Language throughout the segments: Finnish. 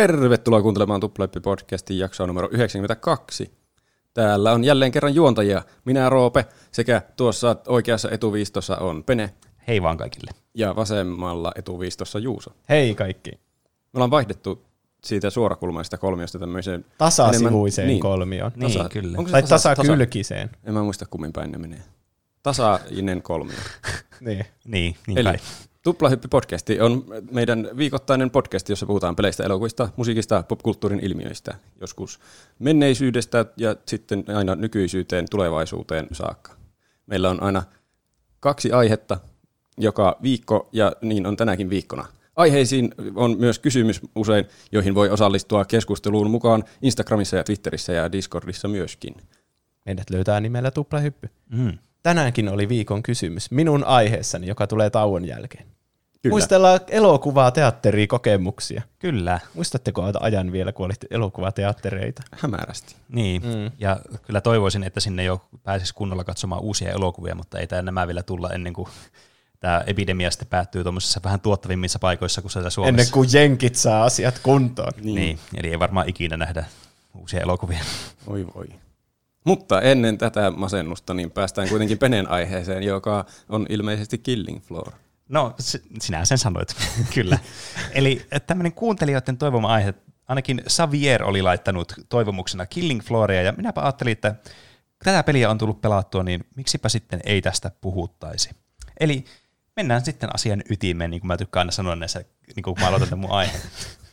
Tervetuloa kuuntelemaan Tuplahyppi-podcastin jaksoa numero 92. Täällä on jälleen kerran juontajia, minä Roope, sekä tuossa oikeassa etuviistossa on Pene. Hei vaan kaikille. Ja vasemmalla etuviistossa Juuso. Hei kaikki. Me ollaan vaihdettu siitä suorakulmaisesta kolmiosta tämmöiseen tasasivuiseen kolmioon. Niin, kyllä. Onko se tai tasakylkiseen. En mä muista kummin päin ne menee. Tasainen kolmio. Niin Eli kai. Tuplahyppi-podcasti on meidän viikoittainen podcast, jossa puhutaan peleistä, elokuvista, musiikista, popkulttuurin ilmiöistä, joskus menneisyydestä ja sitten aina nykyisyyteen, tulevaisuuteen saakka. Meillä on aina 2 aihetta joka viikko ja niin on tänäkin viikkona. Aiheisiin on myös kysymys usein, joihin voi osallistua keskusteluun mukaan Instagramissa ja Twitterissä ja Discordissa myöskin. Meidät löytää nimellä Tuplahyppy. Tänäänkin oli viikon kysymys minun aiheessani, joka tulee tauon jälkeen. Kyllä. Muistellaan elokuvaa, teatterikokemuksia. Kyllä. Muistatteko ajan vielä, kun olitte elokuvateattereita? Hämärästi. Niin, ja kyllä toivoisin, että sinne jo pääsisi kunnolla katsomaan uusia elokuvia, mutta ei nämä vielä tulla ennen kuin tämä epidemia sitten päättyy tuommoisissa vähän tuottavimmissa paikoissa kuin Suomessa. Ennen kuin jenkit saa asiat kuntoon. Niin, eli ei varmaan ikinä nähdä uusia elokuvia. Voi. Mutta ennen tätä masennusta niin päästään kuitenkin Penen aiheeseen, joka on ilmeisesti Killing Floor. No, sinä sen sanoit, kyllä. Eli tämmöinen kuuntelijoiden toivoma aihe, ainakin Xavier oli laittanut toivomuksena Killing Flooria, ja minäpä ajattelin, että tätä peliä on tullut pelattua, niin miksipä sitten ei tästä puhuttaisi. Eli mennään sitten asian ytimeen, niin kuin mä tykkään aina sanoa näissä, niin kuin mä aloitan tämän mun aiheen.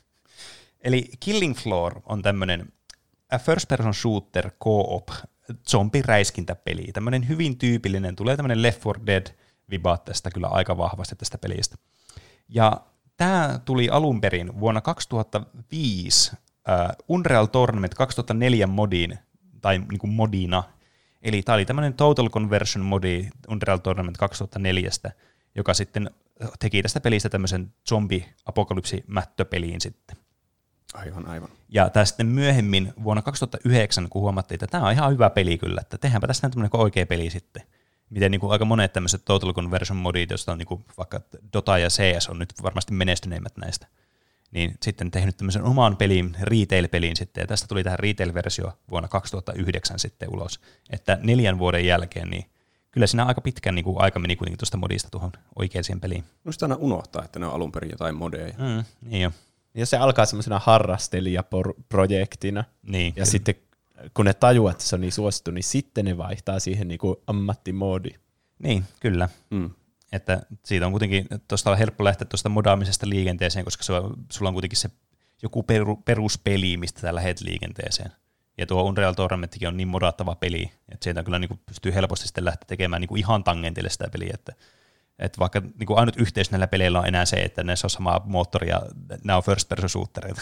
Eli Killing Floor on tämmöinen first person shooter co-op zombiräiskintäpeli. Tämmöinen hyvin tyypillinen, tulee tämmöinen Left 4 Dead-vibaat tästä kyllä aika vahvasti tästä pelistä. Ja tämä tuli alun perin vuonna 2005 Unreal Tournament 2004 modiin, tai niin kuin modina. Eli tämä oli tämmöinen Total Conversion modi Unreal Tournament 2004, joka sitten teki tästä pelistä tämmöisen zombi-apokalypsi-mättöpeliin sitten. Aivan. Ja tämä sitten myöhemmin vuonna 2009, kun huomattiin, että tämä on ihan hyvä peli kyllä, että tehdäänpä tästä tämmöinen oikea peli sitten. Miten niin kuin aika monet tämmöiset Total Conversion modit, joista on niin kuin vaikka Dota ja CS on nyt varmasti menestyneimmät näistä, niin sitten tehnyt tämmöisen oman pelin, retail-pelin sitten, ja tästä tuli tähän retail-versio vuonna 2009 sitten ulos, että 4 vuoden jälkeen, niin kyllä siinä aika pitkän niin kuin aika meni kuitenkin tuosta modista tuohon oikeaan peliin. Musta aina unohtaa, että ne on alun perin jotain modeja. Niin jo. Ja se alkaa semmoisena harrastelijaprojektina, niin, ja kyllä. sitten kun ne tajuaa, että se on niin suosittu, niin sitten ne vaihtaa siihen niin kuin ammattimoodi. Niin, kyllä. Että siitä on kuitenkin, tuosta on helppo lähteä tuosta modaamisesta liikenteeseen, koska sulla on kuitenkin se joku peruspeli, mistä sä lähdet liikenteeseen. Ja tuo Unreal Tournamentkin on niin modattava peli, että sieltä kyllä niin kuin pystyy helposti sitten lähteä tekemään niin kuin ihan tangentille sitä peliä, että vaikka niin kuin ainut yhteys näillä peleillä on enää se, että näissä on samaa moottoria ja nämä on first person shootereita.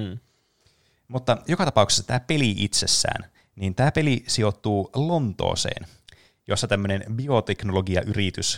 Mutta joka tapauksessa tämä peli itsessään, niin tämä peli sijoittuu Lontooseen, jossa tämmöinen bioteknologiayritys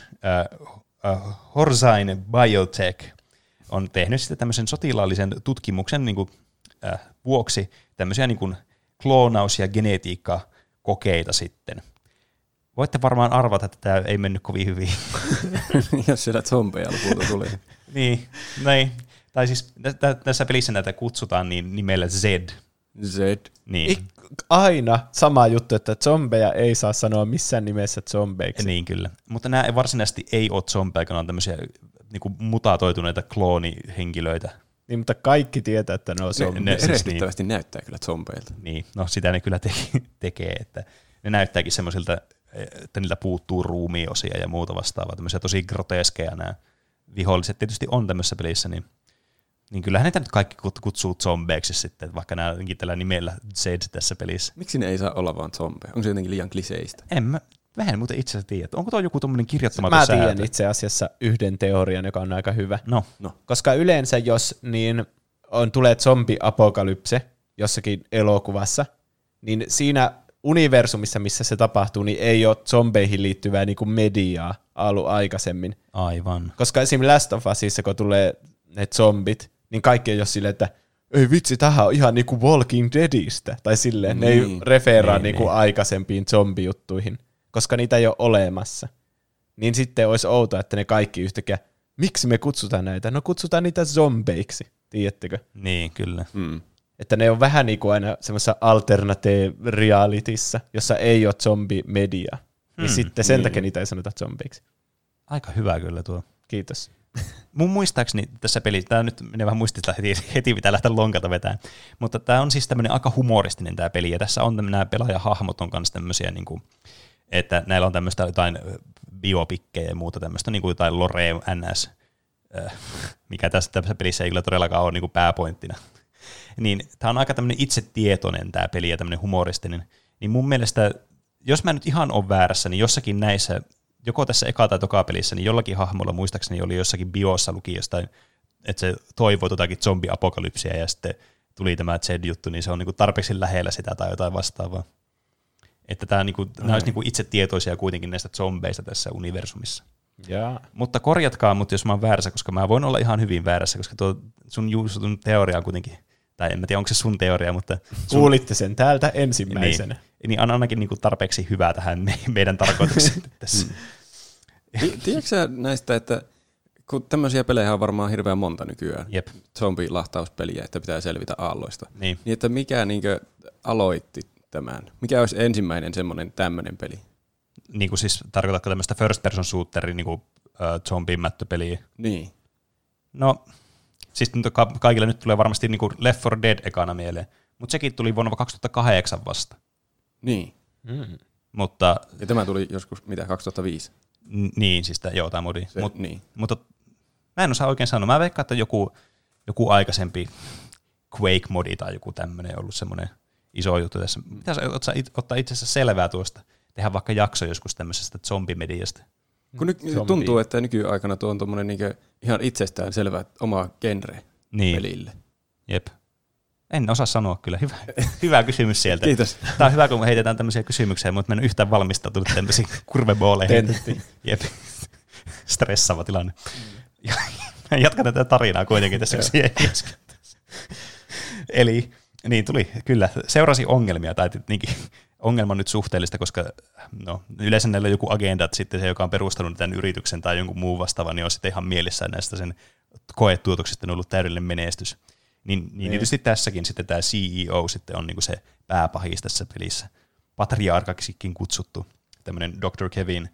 Horzine Biotech on tehnyt sitten tämmöisen sotilaallisen tutkimuksen niin kuin, vuoksi tämmöisiä niin kuin kloonaus- ja genetiikkakokeita sitten. Voitte varmaan arvata, että tämä ei mennyt kovin hyvin. Jos siellä zombeja lopulta tuli. Niin. Tai siis tässä pelissä näitä kutsutaan niin nimellä Z. Niin. Aina sama juttu, että zombeja ei saa sanoa missään nimessä zombeiksi. Niin kyllä, mutta nämä varsinaisesti ei ole zombeja, kun on tämmöisiä niin kuin mutatoituneita kloonihenkilöitä. Niin, mutta kaikki tietää, että ne on zombeja. Ne erehdyttävästi näyttää kyllä zombeilta. Niin, no sitä ne kyllä tekee, että ne näyttääkin semmoisilta, että niiltä puuttuu ruumiosia ja muuta vastaavaa, tämmöisiä tosi groteskeja nämä viholliset tietysti on tämmöisessä pelissä, niin kyllähän niitä nyt kaikki kutsuu zombeiksi sitten, vaikka nämä onkin tällä nimellä Zed tässä pelissä. Miksi ne ei saa olla vaan zombeja? Onko se jotenkin liian kliseistä? Vähän muuten itse asiassa tiedä. Onko tuo joku tommoinen kirjoittamaton sääntö? Mä tiedän itse asiassa yhden teorian, joka on aika hyvä. No. Koska yleensä jos tulee zombi-apokalypse jossakin elokuvassa, niin siinä universumissa, missä se tapahtuu, niin ei ole zombeihin liittyvää niin kuin mediaa ollut aikaisemmin. Aivan. Koska esimerkiksi Last of Usissa, kun tulee ne zombit, niin kaikki on jo silleen, että ei vitsi, tämähän on ihan niinku Walking Deadistä. Tai silleen, ne ei referaa niinku aikaisempiin zombijuttuihin, koska niitä ei ole olemassa. Niin sitten olisi outoa, että ne kaikki yhtäkkiä, miksi me kutsutaan näitä? No kutsutaan niitä zombeiksi. tiedättekö? Niin, kyllä. Että ne on vähän niin kuin aina semmoisessa alternative realityssä, jossa ei ole zombimedia. Ja sitten sen takia niitä ei sanota zombiksi. Aika hyvä kyllä tuo. Kiitos. Mun muistaakseni tässä pelissä, tämä nyt menee vähän muistista heti pitää lähteä lonkalta vetämään, mutta tämä on siis tämmöinen aika humoristinen tämä peli, ja tässä on nämä pelaajahahmot on kanssa tämmöisiä, niin kuin, että näillä on tämmöistä jotain biopikkejä ja muuta tämmöistä, niin kuin jotain Lore NS, mikä tässä pelissä ei kyllä todellakaan ole niin kuin pääpointtina. Niin tämä on aika tämmöinen itsetietoinen tämä peli ja tämmöinen humoristinen, niin mun mielestä, jos mä nyt ihan on väärässä, niin jossakin näissä, joko tässä eka- tai toka-pelissä, niin jollakin hahmolla muistaakseni oli jossakin biossa luki jostain, että se toivoi jotakin zombiapokalypsia ja sitten tuli tämä Z-juttu, niin se on niinku tarpeeksi lähellä sitä tai jotain vastaavaa. Että tämä niinku, nämä olisi niinku itse tietoisia kuitenkin näistä zombeista tässä universumissa. Ja. Mutta korjatkaa mut, jos mä oon väärässä, koska mä voin olla ihan hyvin väärässä, koska tuo sun teoria on kuitenkin, tai en mä tiedä onko se sun teoria, mutta... Kuulitte sen täältä ensimmäisenä. Niin on ainakin niinku tarpeeksi hyvää tähän meidän tarkoitukseen tässä. Tiedätkö sä näistä, että kun tämmöisiä pelejä on varmaan hirveän monta nykyään, Jep. zombilahtauspeliä, että pitää selvitä aalloista, Niin. niin että mikä niinkö aloitti tämän? Mikä olisi ensimmäinen semmoinen tämmöinen peli? Niin kuin siis tarkoitatko tämmöistä first person shooterin niin zombimättöpeliä? Niin. No, siis nyt kaikille nyt tulee varmasti niin kuin Left 4 Dead ekana mieleen, mutta sekin tuli vuonna 2008 vasta. Niin. Mutta, Ja tämä tuli joskus, mitä, 2005? niin, siis joo, tämä modi. Niin. Mutta mä en osaa oikein sanoa. Mä veikkaan, että joku aikaisempi Quake-modi tai joku tämmöinen ollut semmoinen iso juttu tässä. Pitäisi ottaa itse asiassa selvää tuosta. Tehdä vaikka jakso joskus tämmöisestä zombimediasta. Kun nyt tuntuu, että nykyaikana tuo on tuommoinen niinkö ihan itsestään selvä oma genre pelille. Jep. En osaa sanoa kyllä. Hyvä kysymys sieltä. Kiitos. Tämä on hyvä, kun me heitetään tämmöisiä kysymyksiä, mutta mä en yhtään valmistautunut tämmöisiin kurvebooleihin. Jep. Stressaava tilanne. Jatkan tätä tarinaa kuitenkin tässä, kun siihen ei Eli niin tuli, kyllä. Seurasi ongelmia, tai ongelma on nyt suhteellista, koska no, yleensä näillä on joku agenda, että sitten se, joka on perustanut tämän yrityksen tai jonkun muun vastaavan, niin on sitten ihan mielissään näistä sen koetuotoksista on ollut täydellinen menestys. Niin tietysti tässäkin sitten tämä CEO sitten on niinku se pääpahis tässä pelissä. Patriarkaksikin kutsuttu, tämmöinen Dr. Kevin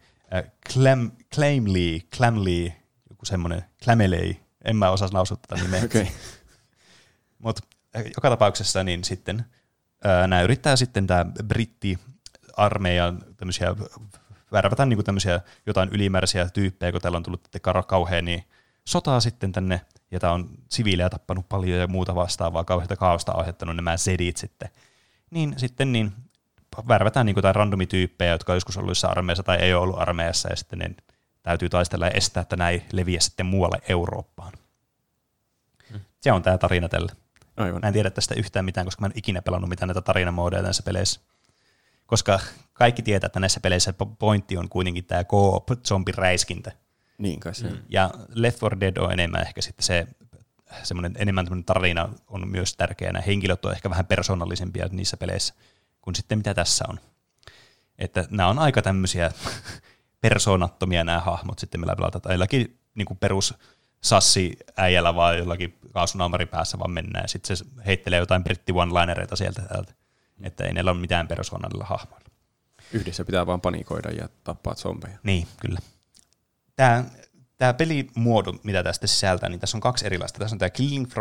Clamley, joku semmoinen, Clameley, en mä osaa lausua tätä nimeä. Okay. Mutta joka tapauksessa niin sitten nämä yrittää sitten tämä brittiarmeijan tämmöisiä, värvätään niinku tämmöisiä jotain ylimääräisiä tyyppejä, kun täällä on tullut kauhean niin sotaa sitten tänne, ja tämä on siviilejä tappanut paljon ja muuta vastaavaa, kauheita kaaosta aiheuttanut nämä zedit sitten. Niin sitten niin värvätään niin jotain randomityyppejä, jotka on joskus ollut jossain armeijassa tai ei ole ollut armeijassa, ja sitten ne täytyy taistella ja estää, että näin leviä sitten muualle Eurooppaan. Se on tämä tarina tällä. Aivan. Mä en tiedä tästä yhtään mitään, koska mä en ikinä pelannut mitään näitä tarinamoodeja näissä peleissä. Koska kaikki tietää, että näissä peleissä pointti on kuitenkin tämä co-op zombiräiskintä. Niin kai se. Ja Left 4 Dead on enemmän ehkä sitten se enemmän tämmöinen tarina on myös tärkeä. Nämä henkilöt on ehkä vähän persoonallisempia niissä peleissä kuin sitten mitä tässä on. Että nämä on aika tämmöisiä persoonattomia nämä hahmot sitten, millä pelataan. Tai jollakin niin perus sassi-äijällä vaan jollakin kaasunaamari päässä vaan mennään. Ja sitten se heittelee jotain britti one-linereita sieltä täältä. Että ei niillä ole mitään persoonallilla hahmoilla. Yhdessä pitää vaan panikoida ja tappaa zombeja. Niin, kyllä. Tämä pelimuoto, mitä tästä sisältää, niin tässä on kaksi erilaista. Tässä on tämä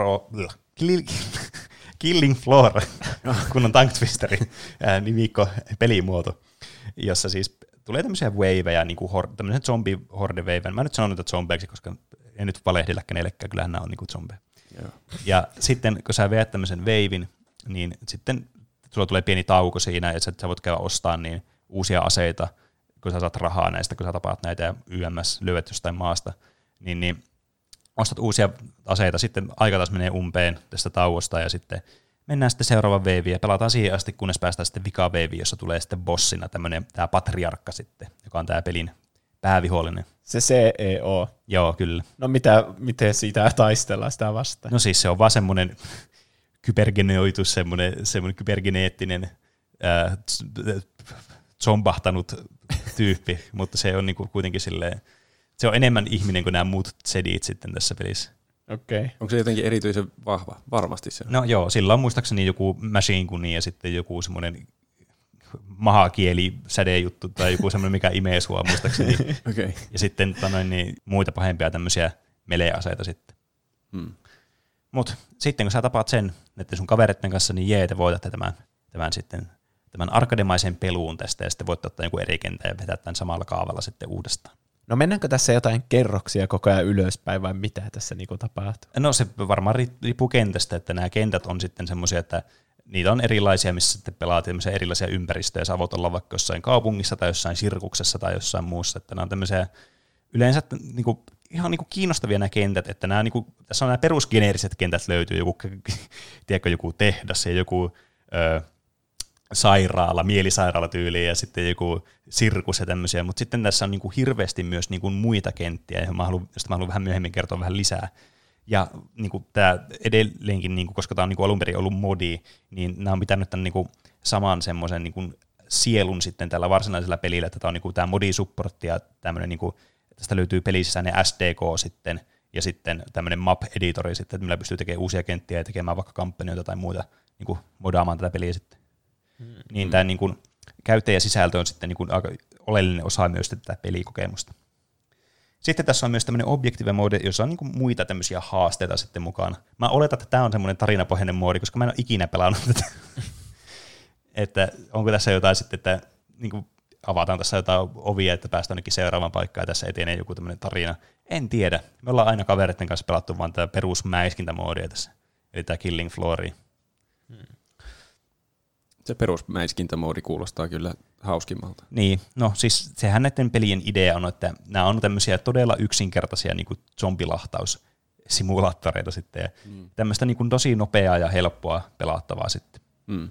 Killing Floor, kun on Tongue Twisteri, nimikko pelimuoto, jossa siis tulee tämmöisiä waveja, niin kuin tämmöisen zombie-horde-waven. Mä nyt sanon niitä zombeiksi, koska en nyt valehdilla kenellekään, kyllähän nämä on niin kuin zombeja. Joo. Ja sitten, kun sä veät tämmöisen wavein, niin sitten sulla tulee pieni tauko siinä, että sä voit käydä ostamaan niin uusia aseita, kun sä saat rahaa näistä, kun sä tapaat näitä ja YMS lyöt jostain maasta, niin ostat uusia aseita, sitten aika taas menee umpeen tästä tauosta ja sitten mennään sitten seuraavaan veiviin ja pelataan siihen asti, kunnes päästään sitten vikaveiviin, jossa tulee sitten bossina tämä patriarkka sitten, joka on tämä pelin päävihollinen. Se CEO. Joo, kyllä. No miten siitä taistellaan sitä vastaan? No siis se on vaan semmoinen kybergeneoitu, semmoinen kybergeneettinen zombahtanut tyyppi, mutta se on niinku kuitenkin silleen, se on enemmän ihminen kuin nämä muut zedit sitten tässä pelissä. Okei. Onko se jotenkin erityisen vahva? Varmasti se on. No joo, sillä on muistaakseni joku machine guni ja sitten joku semmoinen mahakieli-sädejuttu tai joku semmoinen, mikä imee sua muistaakseni. Okay. Ja sitten niin muita pahempia tämmöisiä melee-aseita sitten. Mut sitten kun sä tapaat sen näiden sun kavereiden kanssa, niin te voitatte tämän arkademaisen peluun tästä, ja sitten voitte ottaa joku eri kentän ja vetää tämän samalla kaavalla sitten uudestaan. No mennäänkö tässä jotain kerroksia koko ajan ylöspäin, vai mitä tässä niinku tapahtuu? No se varmaan riippuu kentästä, että nämä kentät on sitten semmoisia, että niitä on erilaisia, missä sitten pelaat erilaisia ympäristöjä. Sä voit olla vaikka jossain kaupungissa tai jossain sirkuksessa tai jossain muussa, että nämä on tämmöisiä yleensä niinku, ihan niinku kiinnostavia nämä kentät, että nämä, niinku, tässä on nämä perusgeneeriset kentät löytyy, joku tehdas ja joku sairaala, mielisairaala tyyliin ja sitten joku sirkus ja tämmöisiä, mutta sitten tässä on niinku hirveästi myös niinku muita kenttiä, joista mä haluan vähän myöhemmin kertoa vähän lisää. Ja niinku tämä edelleenkin, niinku, koska tämä on niinku alun perin ollut modi, niin nämä on pitänyt tämän niinku saman semmoisen niinku sielun sitten tällä varsinaisella pelillä, että tämä on niinku tämä modi-supportti ja tämmöinen, niinku, tästä löytyy pelisisäinen SDK sitten, ja sitten tämmöinen map-editori sitten, että millä pystyy tekemään uusia kenttiä ja tekemään vaikka kampanjoita tai muuta, niinku modaamaan tätä peliä sitten. Niin tämä niinku käyttäjäsisältö on sitten niinku aika oleellinen osa myös tätä pelikokemusta. Sitten tässä on myös tämmöinen objective mode, jossa on niinku muita tämmöisiä haasteita sitten mukana. Mä oletan, että tämä on semmoinen tarinapohjainen moodi, koska mä en ole ikinä pelannut tätä. Että onko tässä jotain sitten, että niinku avataan tässä jotain ovia, että päästään jonnekin seuraavaan paikkaan ja tässä etenee joku tämmöinen tarina. En tiedä. Me ollaan aina kavereiden kanssa pelattu vaan tämä perusmäiskintämoodia tässä, eli tämä Killing Floori. Se perusmäiskintämoodi kuulostaa kyllä hauskimmalta. Niin, no siis sehän näiden pelien idea on, että nämä on tämmöisiä todella yksinkertaisia niin kuin zombilahtausimulaattoreita sitten, ja tämmöistä niin kuin tosi nopeaa ja helppoa pelattavaa sitten.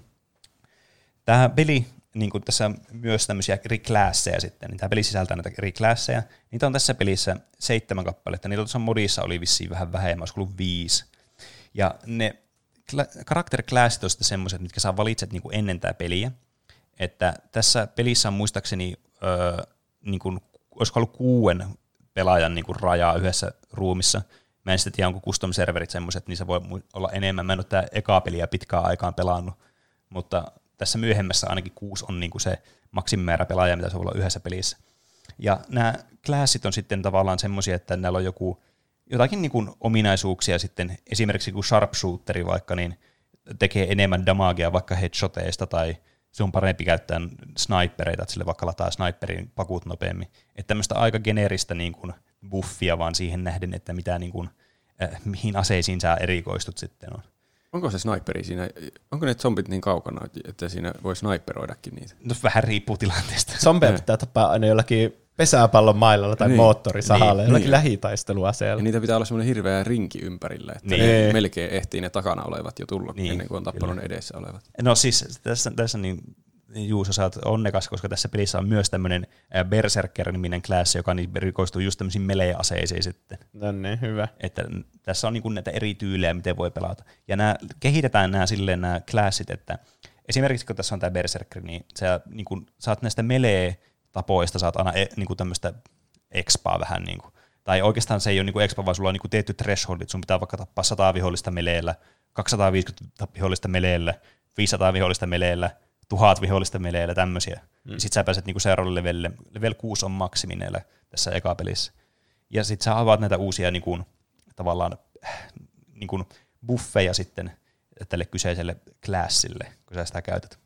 Tämä peli, niin kuin tässä on myös tämmöisiä eri klasseja sitten, niin tämä peli sisältää näitä eri klasseja. Niitä on tässä pelissä 7 kappaletta, niitä tuossa modissa oli vissiin vähän vähemmän, olisi ollut 5. Ja ne karakteriklassit on sitten semmoiset, mitkä sä valitset niin kuin ennen tämä peliä. Että tässä pelissä on muistaakseni, niin kuin, olisiko ollut 6 pelaajan niin kuin rajaa yhdessä ruumissa. Mä en sitten tiedä, onko custom-serverit semmoiset, niin se voi olla enemmän. Mä en ole tämä ekaa peliä pitkään aikaan pelannut, mutta tässä myöhemmässä ainakin 6 on niin kuin se maksimimäärä pelaajaa, mitä se voi olla yhdessä pelissä. Ja nämä klassit on sitten tavallaan semmoisia, että näillä on jotakin niin kuin ominaisuuksia sitten, esimerkiksi kun sharpshooteri vaikka, niin tekee enemmän damagea vaikka headshoteista, tai se on parempi käyttää snipereita, että sille vaikka lataa sniperin pakut nopeammin. Että tämmöistä aika geneeristä niin kuin buffia vaan siihen nähden, että mitä, niin kuin, mihin aseisiin sä erikoistut sitten on. Onko se sniperi siinä, onko ne zombit niin kaukana, että siinä voi sniperoidakin niitä? No vähän riippuu tilanteesta. Zombeja pitää tapaa aina jollakin pesäpallon mailalla tai moottorisahalla, jollakin lähitaisteluaseella. Ja niitä pitää olla semmoinen hirveä rinki ympärillä, että ne melkein ehtii ne takana olevat jo tulla ennen kuin on tappanut ne edessä olevat. No siis tässä niin Juuso, sä oot onnekas, koska tässä pelissä on myös tämmöinen Berserker-niminen klassi, joka rikoistuu just tämmöisiin melee-aseisiin sitten. No niin, hyvä. Että tässä on niinku näitä eri tyylejä, miten voi pelata. Ja kehitetään nämä klassit, että esimerkiksi kun tässä on tämä Berserker, niin sä niinku, saat näistä melee-tapoista, saat aina niinku tämmöistä expaa vähän niinku. Tai oikeastaan se ei ole niinku expa, vaan sulla on niinku tietty thresholdit, sun pitää vaikka tappaa 100 vihollista meleellä, 250 vihollista meleellä, 500 vihollista meleellä, 1000 vihollista meleillä, tämmöisiä. Sitten sä pääset niinku seuraavalle levelille. Level 6 on maksimineellä tässä ekapelissä. Ja sitten sä avaat näitä uusia niinku, tavallaan niinku buffeja sitten tälle kyseiselle classille, kun sä sitä käytät.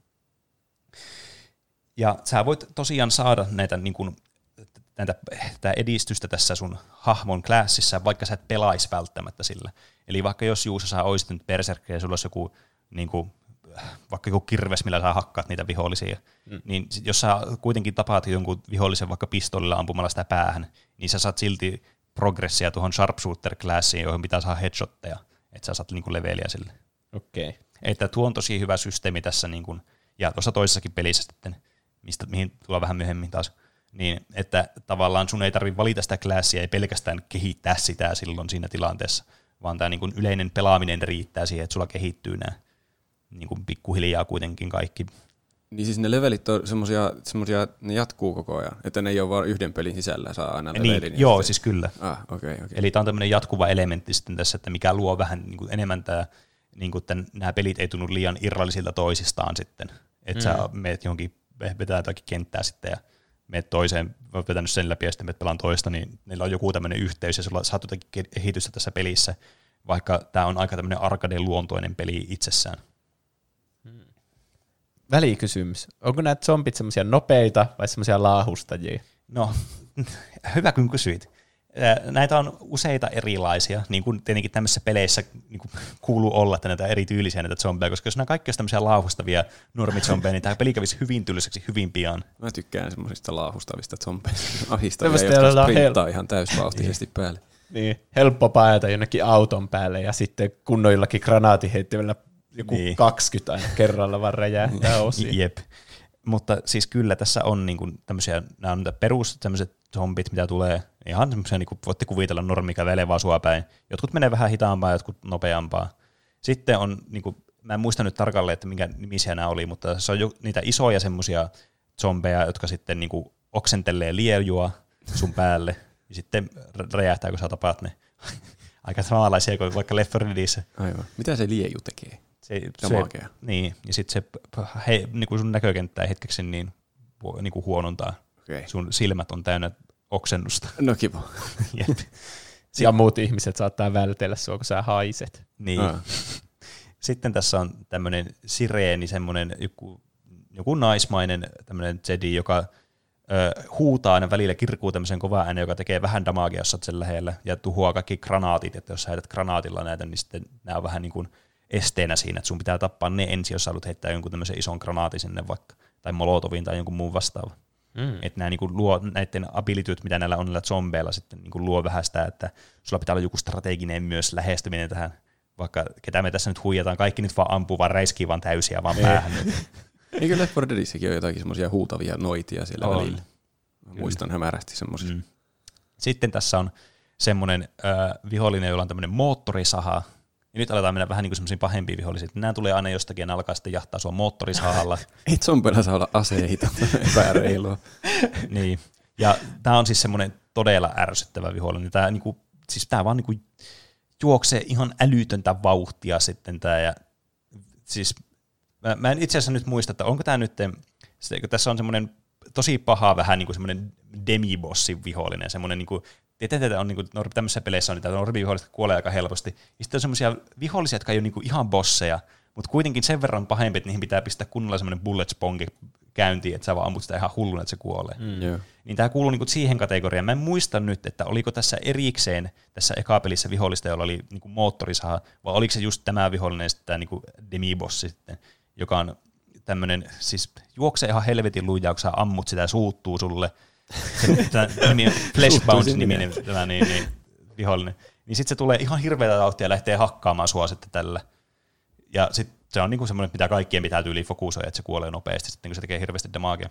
Ja sä voit tosiaan saada näitä niinku, tätä edistystä tässä sun hahmon classissa, vaikka sä et pelaisi välttämättä sillä. Eli vaikka jos Juuso sä oisit nyt berserkkiä ja sulla olisi joku niinku, vaikka joku kirves, millä sä hakkaat niitä vihollisia, niin jos sä kuitenkin tapaat jonkun vihollisen vaikka pistoolilla ampumalla sitä päähän, niin sä saat silti progressia tuohon sharpshooter-classiin, johon pitää saada headshotteja, että sä saat niinku leveliä sille. Okei. Että tuo on tosi hyvä systeemi tässä, niinku, ja tuossa toisessakin pelissä sitten, mihin tulee vähän myöhemmin taas, niin että tavallaan sun ei tarvitse valita sitä classia, ei pelkästään kehittää sitä silloin siinä tilanteessa, vaan tämä niinku yleinen pelaaminen riittää siihen, että sulla kehittyy nämä niin kuin pikkuhiljaa kuitenkin kaikki. Niin siis ne levelit on semmosia, ne jatkuu koko ajan, että ne ei ole vaan yhden pelin sisällä, saa aina levelin. Niin, joo, siis kyllä. Okay. Eli tämä on tämmöinen jatkuva elementti sitten tässä, että mikä luo vähän niin kuin enemmän tämä, niin kuin nämä pelit ei tunnu liian irrallisilta toisistaan sitten. Että sä meet johonkin, vetää jotakin kenttää sitten ja meet toiseen, olet vetänyt sen läpi ja sitten meet pelaan toista, niin niillä on joku tämmöinen yhteys ja sulla saat jotakin kehitystä tässä pelissä, vaikka tämä on aika tämmöinen arcade-luontoinen peli itsessään. Välikysymys. Onko nämä zombit semmoisia nopeita vai semmoisia laahustajia? No, hyvä kun kysyit. Näitä on useita erilaisia, niin kuin tietenkin tämmöisissä peleissä niin kuin kuuluu olla, että näitä erityylisiä näitä zombeja, koska jos nämä kaikki olisi tämmöisiä laahustavia normizombeja, niin tämä peli kävisi hyvin tylsäksi hyvin pian. Mä tykkään semmoisista laahustavista zombeista, ahistavia, jotka sprinttaa ihan täysvauhtisesti päälle. Niin, helppo paeta jonnekin auton päälle ja sitten kunnoillakin granaatiheittimellä joku 20 aina kerralla vaan räjähtää osiin. Jep. Mutta siis kyllä tässä on niinku tämmöisiä, nämä on perus tämmöiset zombit, mitä tulee ihan semmoisia, niin kuin voitte kuvitella normi kävelee vaan sua päin. Jotkut menee vähän hitaampaa, jotkut nopeampaa. Sitten on, niin kuin, mä en muista nyt tarkalleen, että minkä nimisiä nämä oli, mutta se on jo niitä isoja semmoisia zombeja, jotka sitten niin kuin oksentelee liejua sun päälle ja sitten räjähtää, kun sä tapaat ne. Aika samanlaisia kuin vaikka Left 4 Deadissä. Aivan. Mitä se lieju tekee? Se niin, ja sitten se niin kuin sun näkökenttää hetkeksi niin kuin huonontaa. Okay. Sun silmät on täynnä oksennusta. No kiva. Ja muut ihmiset saattaa vältellä sua, kun sä haiset. Niin. Sitten tässä on tämmöinen sireeni, semmoinen joku naismainen tämmöinen Jedi, joka huutaa aina välillä, kirkuu tämmöisen kovaa äänen, joka tekee vähän damagea, jos olet sen lähellä, ja tuhoaa kaikki granaatit, että jos sä heität granaatilla näitä, niin sitten nämä on vähän niin kuin esteenä siinä, että sun pitää tappaa ne ensin, jos sä haluat heittää jonkun tämmöisen ison granaatin sinne vaikka, tai molotovin tai jonkun muun vastaava. Että nämä niinku luo näiden abilityt, mitä näillä on näillä zombeilla, sitten niinku luo vähän sitä, että sulla pitää olla joku strateginen myös lähestyminen tähän, vaikka ketä me tässä nyt huijataan, kaikki nyt vaan ampuu, vaan räiskii vaan täysiä vaan päähän. Eikö Left 4 Deadissäkin ole jotakin semmoisia huutavia noitia siellä välillä? Mä muistan hämärästi semmoisia. Sitten tässä on semmoinen vihollinen, jolla on tämmöinen moottorisaha. Ja nyt aletaan mennä vähän niin kuin semmoisiin pahempiin vihollisiin. Nämä tulee aina jostakin ja ne alkaa sitten jahtaa sua moottorisahalla. Ei zombeilla saa olla aseita, epäreilua. Niin. Ja tämä on siis semmoinen todella ärsyttävä vihollinen. Tämä niinku, siis tää vaan niinku juoksee ihan älytöntä vauhtia sitten tää. Ja siis mä en itse asiassa nyt muista, että onko tämä nyt, kun tässä on semmoinen tosi paha vähän niin kuin semmoinen demibossin vihollinen, semmoinen niin kuin tietenkin on niinku tämmöisissä peleissä on niitä normiviholliset, jotka kuolee aika helposti. Ja sitten on semmoisia vihollisia, jotka ei ole niinku ihan bosseja, mutta kuitenkin sen verran pahempi, että niihin pitää pistää kunnolla semmoinen bullet sponge käyntiin, että sä vaan ammut sitä ihan hulluna, että se kuolee. Niin tämä kuuluu niinku siihen kategoriaan. Mä en muista nyt, että oliko tässä erikseen tässä ekapelissä vihollista, jolla oli niinku moottorisaha, vai oliko se just tämä vihollinen sitten tämä niinku demibossi sitten, joka on tämmöinen, siis juoksee ihan helvetin lujaa, kun sä ammut sitä, suuttuu sulle. Tämä nimi on Fleshbound-niminen tämä niin, vihollinen. Niin sitten se tulee ihan hirveätä tauhtia ja lähtee hakkaamaan sua sitten tällä. Ja sitten se on niinku semmoinen, mitä kaikkien pitää tyyliin fokusoida, että se kuolee nopeasti sitten, kun se tekee hirveästi damagea.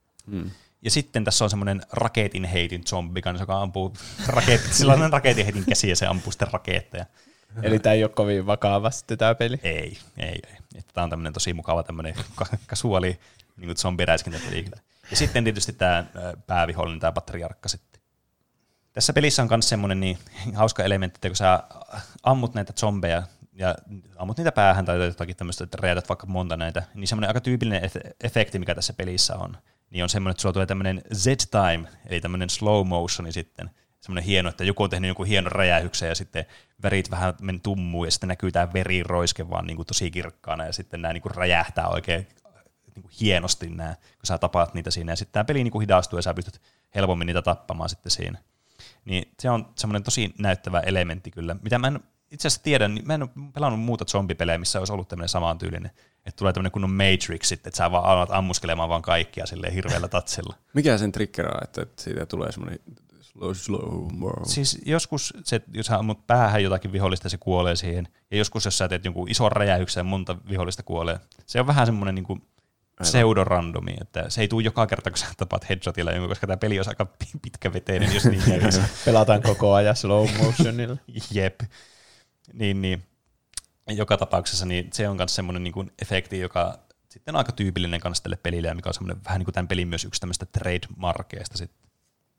Ja sitten tässä on semmoinen raketin heitin zombi, joka ampuu sellainen raketin heitin käsi ja se ampuu sitten raketteja. Eli tämä ei ole kovin vakava sitten tämä peli? Ei. Tämä on tämmöinen tosi mukava tämmöinen kasuaali niin zombiräiskintäpeli. Ja sitten tietysti tämä päävihollinen, tämä patriarkka sitten. Tässä pelissä on myös semmoinen niin hauska elementti, että kun sä ammut näitä zombeja ja ammut niitä päähän tai jotakin tämmöistä, että räjätät vaikka monta näitä, niin semmoinen aika tyypillinen efekti, mikä tässä pelissä on, niin on semmoinen, että sulla tulee tämmöinen Z-time, eli tämmöinen slow motioni sitten, semmoinen hieno, että joku on tehnyt jonkun hienon räjähyksen ja sitten värit vähän tummuu ja sitten näkyy tämä veriroiske vaan niin kuin tosi kirkkaana ja sitten nämä niin kuin räjähtää oikein niin kuin hienosti nämä, kun sä tapaat niitä siinä ja sitten tämä peli niin kuin hidastuu ja sä pystyt helpommin niitä tappamaan sitten siinä. Niin se on semmoinen tosi näyttävä elementti kyllä, mitä mä en itse asiassa tiedän, niin mä en ole pelannut muuta zombipelejä, missä olisi ollut tämmöinen samantyylinen, että tulee tämmöinen kunnon Matrix sitten, että sä vaan alat ammuskelemaan vaan kaikkia silleen hirveällä tatsilla. Mikä sen triggeraa, että siitä tulee semmoinen slow. Siis joskus, jos sä ammut päähän jotakin vihollista, se kuolee siihen, ja joskus jos sä teet jonkun ison räjähyksen, monta vihollista kuolee. Se on vähän semmoinen niin kuin pseudorandomi, että se ei tule joka kerta, kun sä tapaat headshotilla jonkun, koska tämä peli on aika pitkäveteinen, jos niin kävisi. Pelataan koko ajan slow motionilla. Jep. Niin. Joka tapauksessa niin se on myös semmoinen niin kuin efekti, joka sitten on aika tyypillinen kanssa tälle pelille, ja mikä on semmoinen vähän niin kuin tämän pelin myös yksi tämmöistä trademarkeista sitten.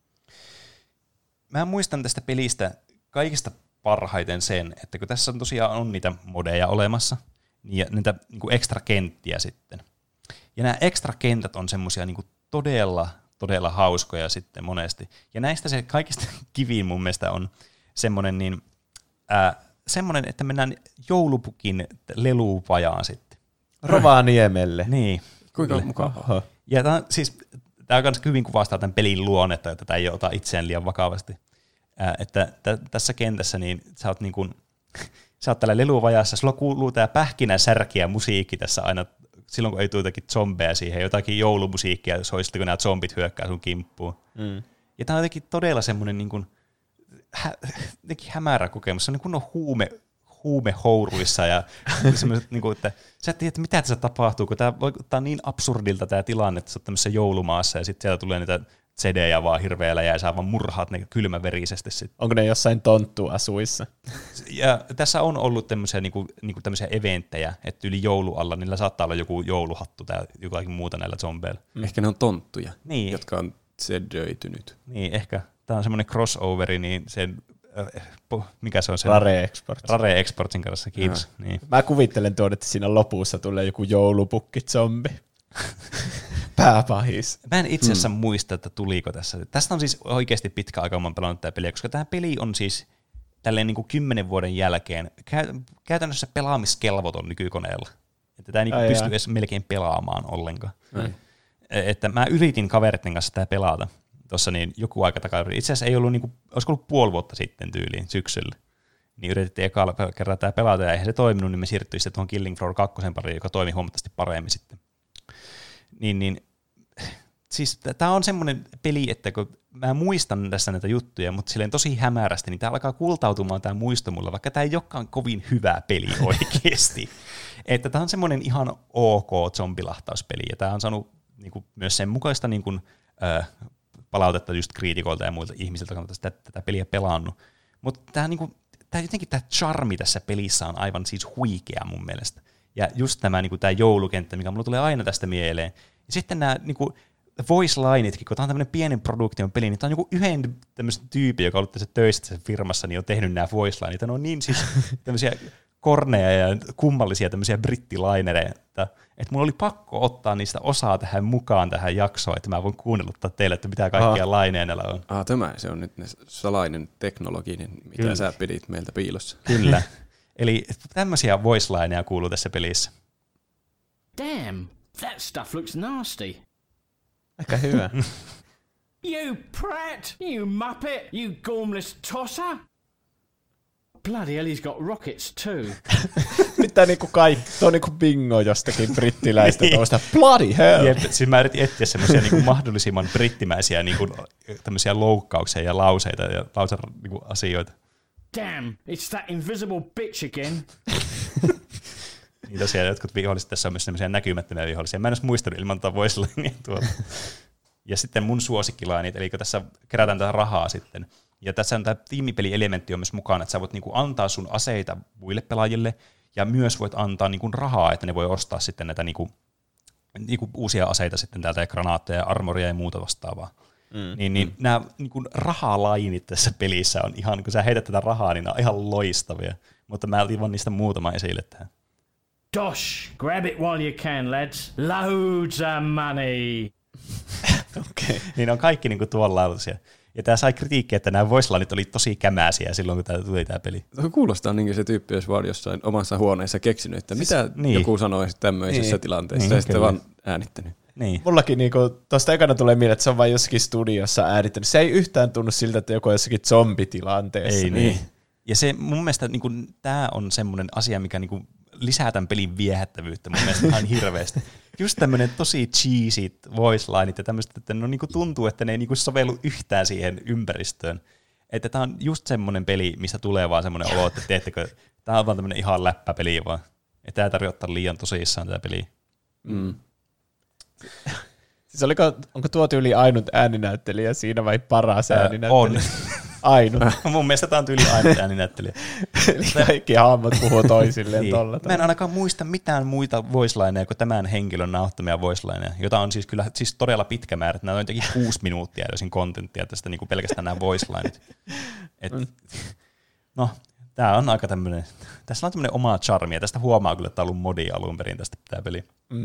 Mä muistan tästä pelistä kaikista parhaiten sen, että kun tässä on tosiaan on niitä modeja olemassa, ja niitä niin kuin ekstra kenttiä sitten. Ja nämä ekstra kentät on semmoisia niin kuin todella hauskoja sitten monesti. Ja näistä se kaikista kivin mun mielestä on semmoinen, semmoinen, että mennään joulupukin lelupajaan sitten. Rovaniemelle. Niin. Kuinka mukavaa. Ja tämä on myös hyvin kuvastaa tämän pelin luonnetta, että tämä ei ota itseään liian vakavasti. Että tässä kentässä niin sä oot tällä leluvajassa, sulla kuuluu tämä pähkinä särkiä musiikki tässä aina, silloin kun ei tule jotakin zombeja siihen, jotakin joulumusiikkia soisi, kun nämä zombit hyökkää sun kimppuun. Mm. Ja tämä on jotenkin todella semmoinen niin kuin, hämärä kokemus, se on niin kuin huumehouruissa ja semmoiset, niin kuin, että sä et tiedä, että mitä tässä tapahtuu, kun tämä voi ottaa niin absurdilta tämä tilanne, että sä oot tämmöisessä joulumaassa ja sitten sieltä tulee niitä sedejä vaan hirveellä ja sä vaan murhaat ne kylmäverisesti sitten. Onko ne jossain tonttuasuissa? Ja tässä on ollut tämmöisiä, niinku tämmöisiä eventtejä, että yli joulualla niillä saattaa olla joku jouluhattu tai jotakin muuta näillä zombeilla. Ehkä ne on tonttuja, niin. Jotka on sedöitynyt. Niin, ehkä. Tämä on semmoinen crossoveri, niin sen, mikä se on? Rare Exports. Rare Exportsin kanssa, kiitos. Niin. Mä kuvittelen tuon, että siinä lopussa tulee joku joulupukki-zombi. Pääpahis. Mä en itse asiassa muista, että tuliko tässä. Tästä on siis oikeasti pitkä aika, kun mä oon pelannut tämä peliä, koska tämä peli on siis tälleen niin kuin 10 vuoden jälkeen käytännössä pelaamiskelvoton nykykoneella. Että tämä ei pysty edes melkein pelaamaan ollenkaan. Että mä yritin kaveritten kanssa tämä pelata tuossa niin joku aika takaa. Itse asiassa ei ollut, niin kuin, olisiko ollut puoli vuotta sitten tyyliin syksyllä. Niin yritettiin ekalla kerran tämä pelata, ja eihän se toiminut, niin me siirryttiin sitten tuohon Killing Floor 2 pariin, joka toimi huomattavasti paremmin sitten. Siis tämä on semmoinen peli, että kun mä muistan tässä näitä juttuja, mutta silleen tosi hämärästi, niin tämä alkaa kultautumaan tämä muisto mulla, vaikka tämä ei olekaan kovin hyvä peli oikeasti. Että tämä on semmoinen ihan ok zombilahtauspeli, ja tämä on saanut niinku myös sen mukaista niinku, palautetta just kriitikoilta ja muilta ihmisiltä, jotka on tätä peliä pelannut. Mutta tämä niinku, jotenkin tämä charmi tässä pelissä on aivan siis huikea mun mielestä. Ja just tämä niinku, joulukenttä, mikä mulla tulee aina tästä mieleen. Ja sitten nämä niinku, voice linetkin, kun tämä on tämmöinen pienen produktion peli, niin tämä on joku yhden tämmöisen tyypin, joka on ollut tässä töissä tässä firmassa, niin on tehnyt nämä voice linet. Ne on niin siis tämmöisiä korneja ja kummallisia tämmöisiä brittilainereita, että mulla oli pakko ottaa niistä osaa tähän mukaan tähän jaksoon, että mä voin kuunnella teille, että mitä kaikkia laineja näillä on. Tämä se on nyt salainen teknologinen, mitä sä pidit meiltä piilossa. Kyllä. Eli tämmöisiä voice lineja kuuluu tässä pelissä. Damn, that stuff looks nasty. Aika hyvä. You prat! You muppet! You gormless tosser! Bloody hell, he's got rockets too. Mitä niinku kaikki, tuo on niinku bingo jostakin brittiläistä tuosta. Bloody hell! Jep, siis mä yritin etsiä semmoisia niinku mahdollisimman brittimäisiä niinku tämmöisiä loukkauksia ja lauseita ja niinku asioita. Damn, it's that invisible bitch again. Niin tosiaan jotkut viholliset tässä on myös semmoisia näkymättömiä vihollisia. Mä en olisi muistanut ilman tätä voice linea tuolta. Ja sitten mun suosikkilainit, eli kun tässä kerätään tätä rahaa sitten. Ja tässä on tämä tiimipeli-elementti on myös mukana, että sä voit niinku antaa sun aseita muille pelaajille, ja myös voit antaa niinku rahaa, että ne voi ostaa sitten näitä niinku uusia aseita sitten täältä, ja granaatteja, armoria ja muuta vastaavaa. Niin nämä niinku rahalainit tässä pelissä on ihan, kun sä heität tätä rahaa, niin nämä on ihan loistavia. Mutta mä otin vaan niistä muutama esille tähän. Dosh, grab it while you can, lads. Loads of money. Okay. Niin on kaikki niinku tuollaisia. Ja tää sai kritiikkiä, että nämä voicelineit oli tosi kämäisiä silloin, kun tää tuli tää peli. Kuulostaa niin kuin se tyyppi olisi vaan jossain omassa huoneessa keksinyt, että siis, mitä joku sanoisi tämmöisessä tilanteessa, ja sitten vaan äänittänyt. Niin. Mullakin niinku, tuosta ekana tulee mieleen, että se on vain jossakin studiossa äänittänyt. Se ei yhtään tunnu siltä, että joku on jossakin zombitilanteessa. Ei niin. Ja se mun mielestä niinku, tää on semmoinen asia, mikä niinku, lisää tämän pelin viehättävyyttä mun mielestä ihan hirveästi. Just tämmöinen tosi cheesy voice lineit ja tämmöistä, että ne niinku tuntuu, että ne ei niinku sovellu yhtään siihen ympäristöön. Että tää on just semmoinen peli, missä tulee vaan semmoinen olo, että teettekö, tää on vaan tämmöinen ihan läppäpeli vaan. Että tää ei tarvitse ottaa liian tosissaan tää peli. Siis onko tuo tyyli ainut ääninäyttelijä siinä vai paras ääninäyttelijä? On. Ainut. Mun mielestä tää on tyyli ainut ääninäyttelijä. Eli kaikki hahmot puhuu toisilleen Niin. tolla. Mä en ainakaan muista mitään muita voicelineja kuin tämän henkilön nauhoittamia voicelineja, jota on siis kyllä siis todella pitkä määrä. Nämä on jotenkin 6 minuuttia edes kontenttia tästä niin kuin pelkästään nämä voicelineit. No, tää on aika tämmönen, tässä on tämmönen oma charmi, ja tästä huomaa kyllä, että on ollut modi alun perin tästä tämä peli.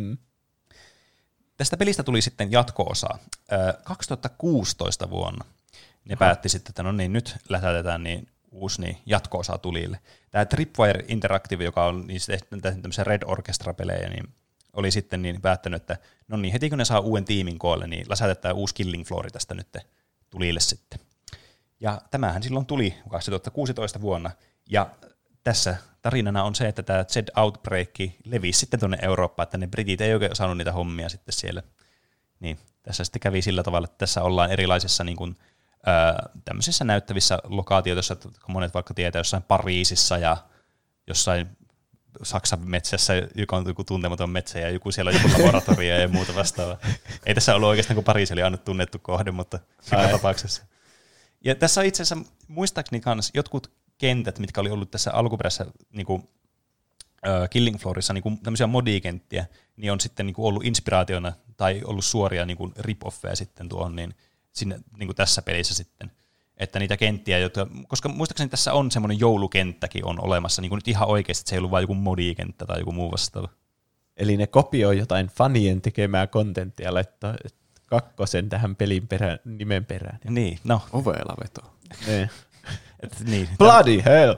Tästä pelistä tuli sitten jatko-osa 2016 vuonna. Ne päätti sitten, että no niin, nyt lähdetään niin uusi jatko-osa tulille. Tämä Tripwire Interactive, joka on niin tämmöisiä Red Orchestra-pelejä, niin oli sitten niin päättänyt, että no niin, heti kun ne saa uuden tiimin koolle, niin läsätetään uusi Killing Floor tästä nyt tulille sitten. Ja tämähän silloin tuli 2016 vuonna, ja tässä tarinana on se, että tämä Z-Outbreak levisi sitten tuonne Eurooppaan, että ne britit ei oikein saanut niitä hommia sitten siellä. Niin, tässä sitten kävi sillä tavalla, että tässä ollaan erilaisissa niin kuin, tämmöisissä näyttävissä lokaatioissa, kun monet vaikka tietää jossain Pariisissa ja jossain Saksan metsässä, joka on joku tuntematon metsä ja joku siellä on joku laboratorio ja muuta vastaavaa. Ei tässä ollut oikeastaan, kun Pariisi oli ainut tunnettu kohde, mutta joka tapauksessa. Ja tässä on itse asiassa muistaakseni myös jotkut kentät, mitkä oli ollut tässä alkuperäisessä niin kuin, Killing Floorissa niin kuin tämmöisiä modikenttiä, niin on sitten niin kuin ollut inspiraationa tai ollut suoria niin kuin rip-offeja sitten tuohon niin sinne niin kuin tässä pelissä sitten. Että niitä kenttiä, koska muistaakseni tässä on semmoinen joulukenttäkin on olemassa, niin kuin nyt ihan oikeasti, että se ei ollut vain joku modikenttä tai joku muu vastaava. Eli ne kopioi jotain fanien tekemää kontenttia ja laittaa kakkosen tähän pelin nimen perään. Niin, no. Ovela veto. Niin. Bloody hell!